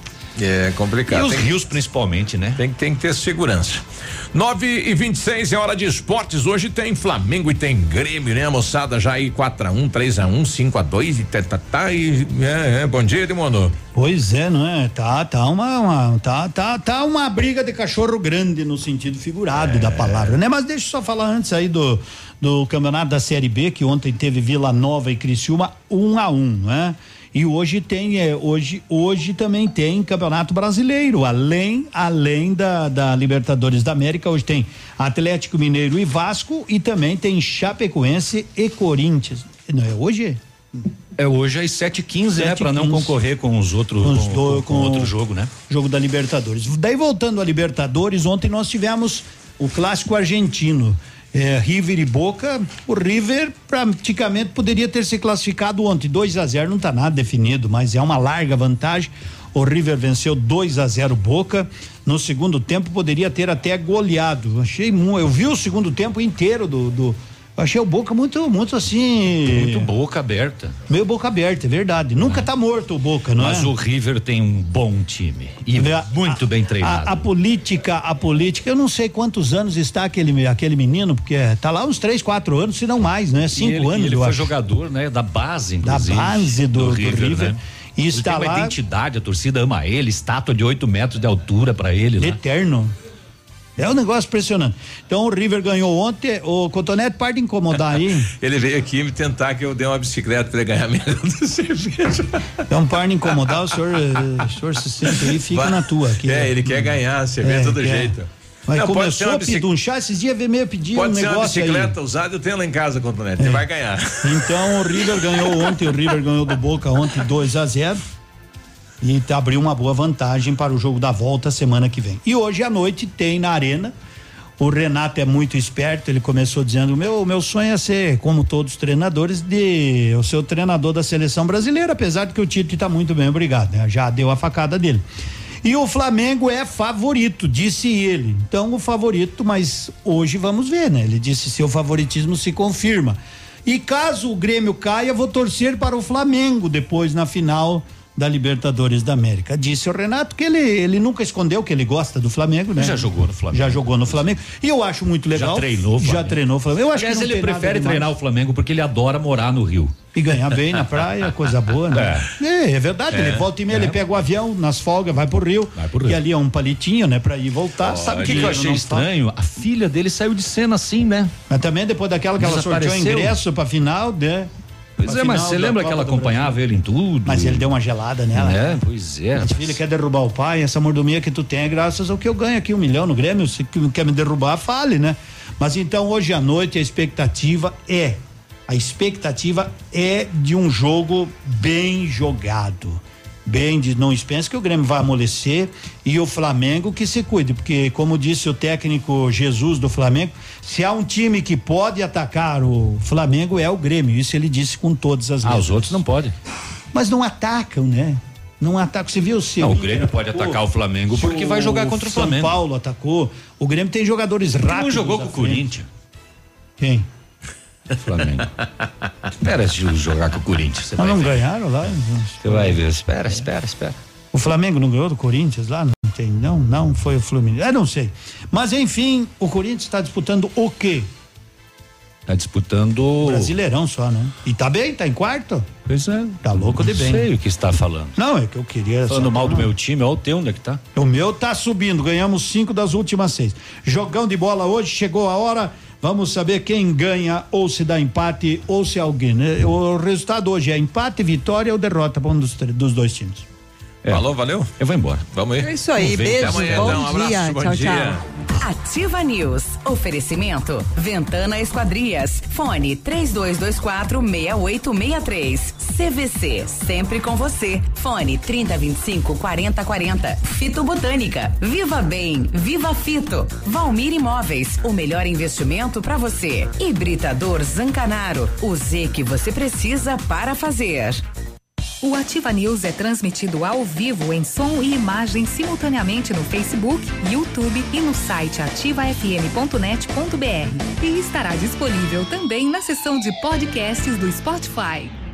É complicado. E os tem, rios principalmente, né? Tem, tem que ter segurança. nove e vinte e seis é hora de esportes. Hoje tem Flamengo e tem Grêmio, né, moçada? Já aí quatro a um, três a um, cinco a dois e tá, tá, tá e é, é, bom dia, Edmundo. Pois é, não é? Tá, tá uma, uma tá, tá, tá uma briga de cachorro grande no sentido figurado é. da palavra, né? Mas deixa eu só falar antes aí do do campeonato da Série B, que ontem teve Vila Nova e Criciúma um a um, né? E hoje tem, é, hoje, hoje também tem Campeonato Brasileiro, além, além da, da Libertadores da América, hoje tem Atlético Mineiro e Vasco e também tem Chapecoense e Corinthians. Não é hoje? É hoje às sete e quinze, né? Para não concorrer com os outros, com, os do, com, com outro jogo, né? Jogo da Libertadores. Daí voltando à Libertadores, ontem nós tivemos o clássico argentino. É, River e Boca, o River praticamente poderia ter se classificado ontem, dois a zero, não está nada definido, mas é uma larga vantagem. O River venceu dois a zero Boca. No segundo tempo poderia ter até goleado. Achei muito, eu vi o segundo tempo inteiro do, do achei o Boca muito, muito assim. Muito boca aberta. Meio boca aberta, é verdade. Nunca tá morto o Boca, não Mas é? Mas o River tem um bom time e a, muito a, bem treinado. A, a política, a política, eu não sei quantos anos está aquele, aquele menino, porque tá lá uns três, quatro anos, se não mais, né? Cinco ele, anos. Ele eu foi acho. jogador, né? Da base, inclusive. Da base do, do River. Do River. Né? E ele está tem uma lá, identidade, a torcida ama ele, estátua de oito metros de altura para ele. Lá. Eterno. É um negócio impressionante. Então o River ganhou ontem, o Cotonete para de incomodar aí. Ele veio aqui me tentar que eu dê uma bicicleta para ele ganhar menos de cerveja. Então para de incomodar, o senhor, o senhor se senta aí e fica Vai. na tua. Aqui, é, ele quer ganhar a cerveja de é, todo quer. jeito. Mas não, começou a pedir um chá, esses dias veio meio pedir pode um ser negócio uma bicicleta aí. usada, eu tenho lá em casa, Cotonete, é. ele vai ganhar. Então o River ganhou ontem, o River ganhou do Boca ontem dois a zero. E abriu uma boa vantagem para o jogo da volta semana que vem. E hoje à noite tem na Arena. O Renato é muito esperto, ele começou dizendo: meu, meu sonho é ser, como todos os treinadores, de o seu treinador da seleção brasileira, apesar de que o Tite está muito bem, obrigado, né? Já deu a facada dele. E o Flamengo é favorito, disse ele. Então o favorito, mas hoje vamos ver, né? Ele disse seu favoritismo se confirma. E caso o Grêmio caia, vou torcer para o Flamengo depois na final da Libertadores da América. Disse o Renato que ele, ele nunca escondeu que ele gosta do Flamengo, né? Já jogou no Flamengo. Já jogou no Flamengo. E eu acho muito legal. Já treinou o Flamengo. Já treinou o Flamengo. Eu acho Aliás, que ele prefere treinar o Flamengo porque ele adora morar no Rio. E ganhar bem na praia, coisa boa, né? É, é, é verdade, É, ele volta e meia, é. ele pega o avião nas folgas, vai pro Rio, Vai pro Rio. e ali é um palitinho, né, pra ir voltar. Sabe o que, Dinheiro que eu achei não estranho? A filha dele saiu de cena assim, né? Mas também depois daquela que ela sorteou Desapareceu. ingresso pra final, né? Pois Pra é, mas final você da lembra que Copa ela do acompanhava ele em tudo? Mas ele deu uma gelada nela. É, pois é. A filha quer derrubar o pai, essa mordomia que tu tem é graças ao que eu ganho aqui um milhão no Grêmio, se que quer me derrubar, fale, né? Mas então hoje à noite a expectativa é, a expectativa é de um jogo bem jogado. Bem, de, não pense que o Grêmio vai amolecer e o Flamengo que se cuide, porque como disse o técnico Jesus do Flamengo, se há um time que pode atacar o Flamengo é o Grêmio, isso ele disse com todas as Ah, letras. os outros não podem. Mas não atacam, né? Não atacam, você viu o seu. Não, o Grêmio pode atacar o Flamengo porque vai jogar contra o Flamengo. São Paulo atacou, o Grêmio tem jogadores Por que rápidos. não jogou à com o frente. Corinthians? Quem? Flamengo. Espera de jogar com o Corinthians. Você Mas vai não ver. ganharam lá? Você vai ver. Espera, espera, espera. O Flamengo não ganhou do Corinthians lá? Não tem, não, não, foi o Fluminense. Eu não sei. Mas enfim, o Corinthians está disputando o quê? Tá disputando. Brasileirão só, né? E tá bem, tá em quarto? Pois é. Tá louco de bem. Não sei o que está falando. Não, é que eu queria. Falando só- mal do meu time, olha o teu, onde é que tá? O meu tá subindo, ganhamos cinco das últimas seis. Jogão de bola hoje, chegou a hora. Vamos saber quem ganha ou se dá empate ou se alguém, né? O resultado hoje é empate, vitória ou derrota para um dos, tre- dos dois times. É. Falou, valeu? Eu vou embora. Vamos aí. É isso aí, Vamos ver. beijo, Até amanhã, bom então. Um abraço, dia, bom tchau, dia. tchau. Ativa News. Oferecimento. Ventana Esquadrias. Fone três dois dois quatro seis oito seis três. C V C. Sempre com você. Fone trinta, vinte e cinco, quarenta, quarenta. Fito Botânica. Viva Bem. Viva Fito. Valmir Imóveis. O melhor investimento para você. Hibridador Zancanaro. O Z que você precisa para fazer. O Ativa News é transmitido ao vivo em som e imagem simultaneamente no Facebook, YouTube e no site ativa f m ponto net ponto b r. E estará disponível também na seção de podcasts do Spotify.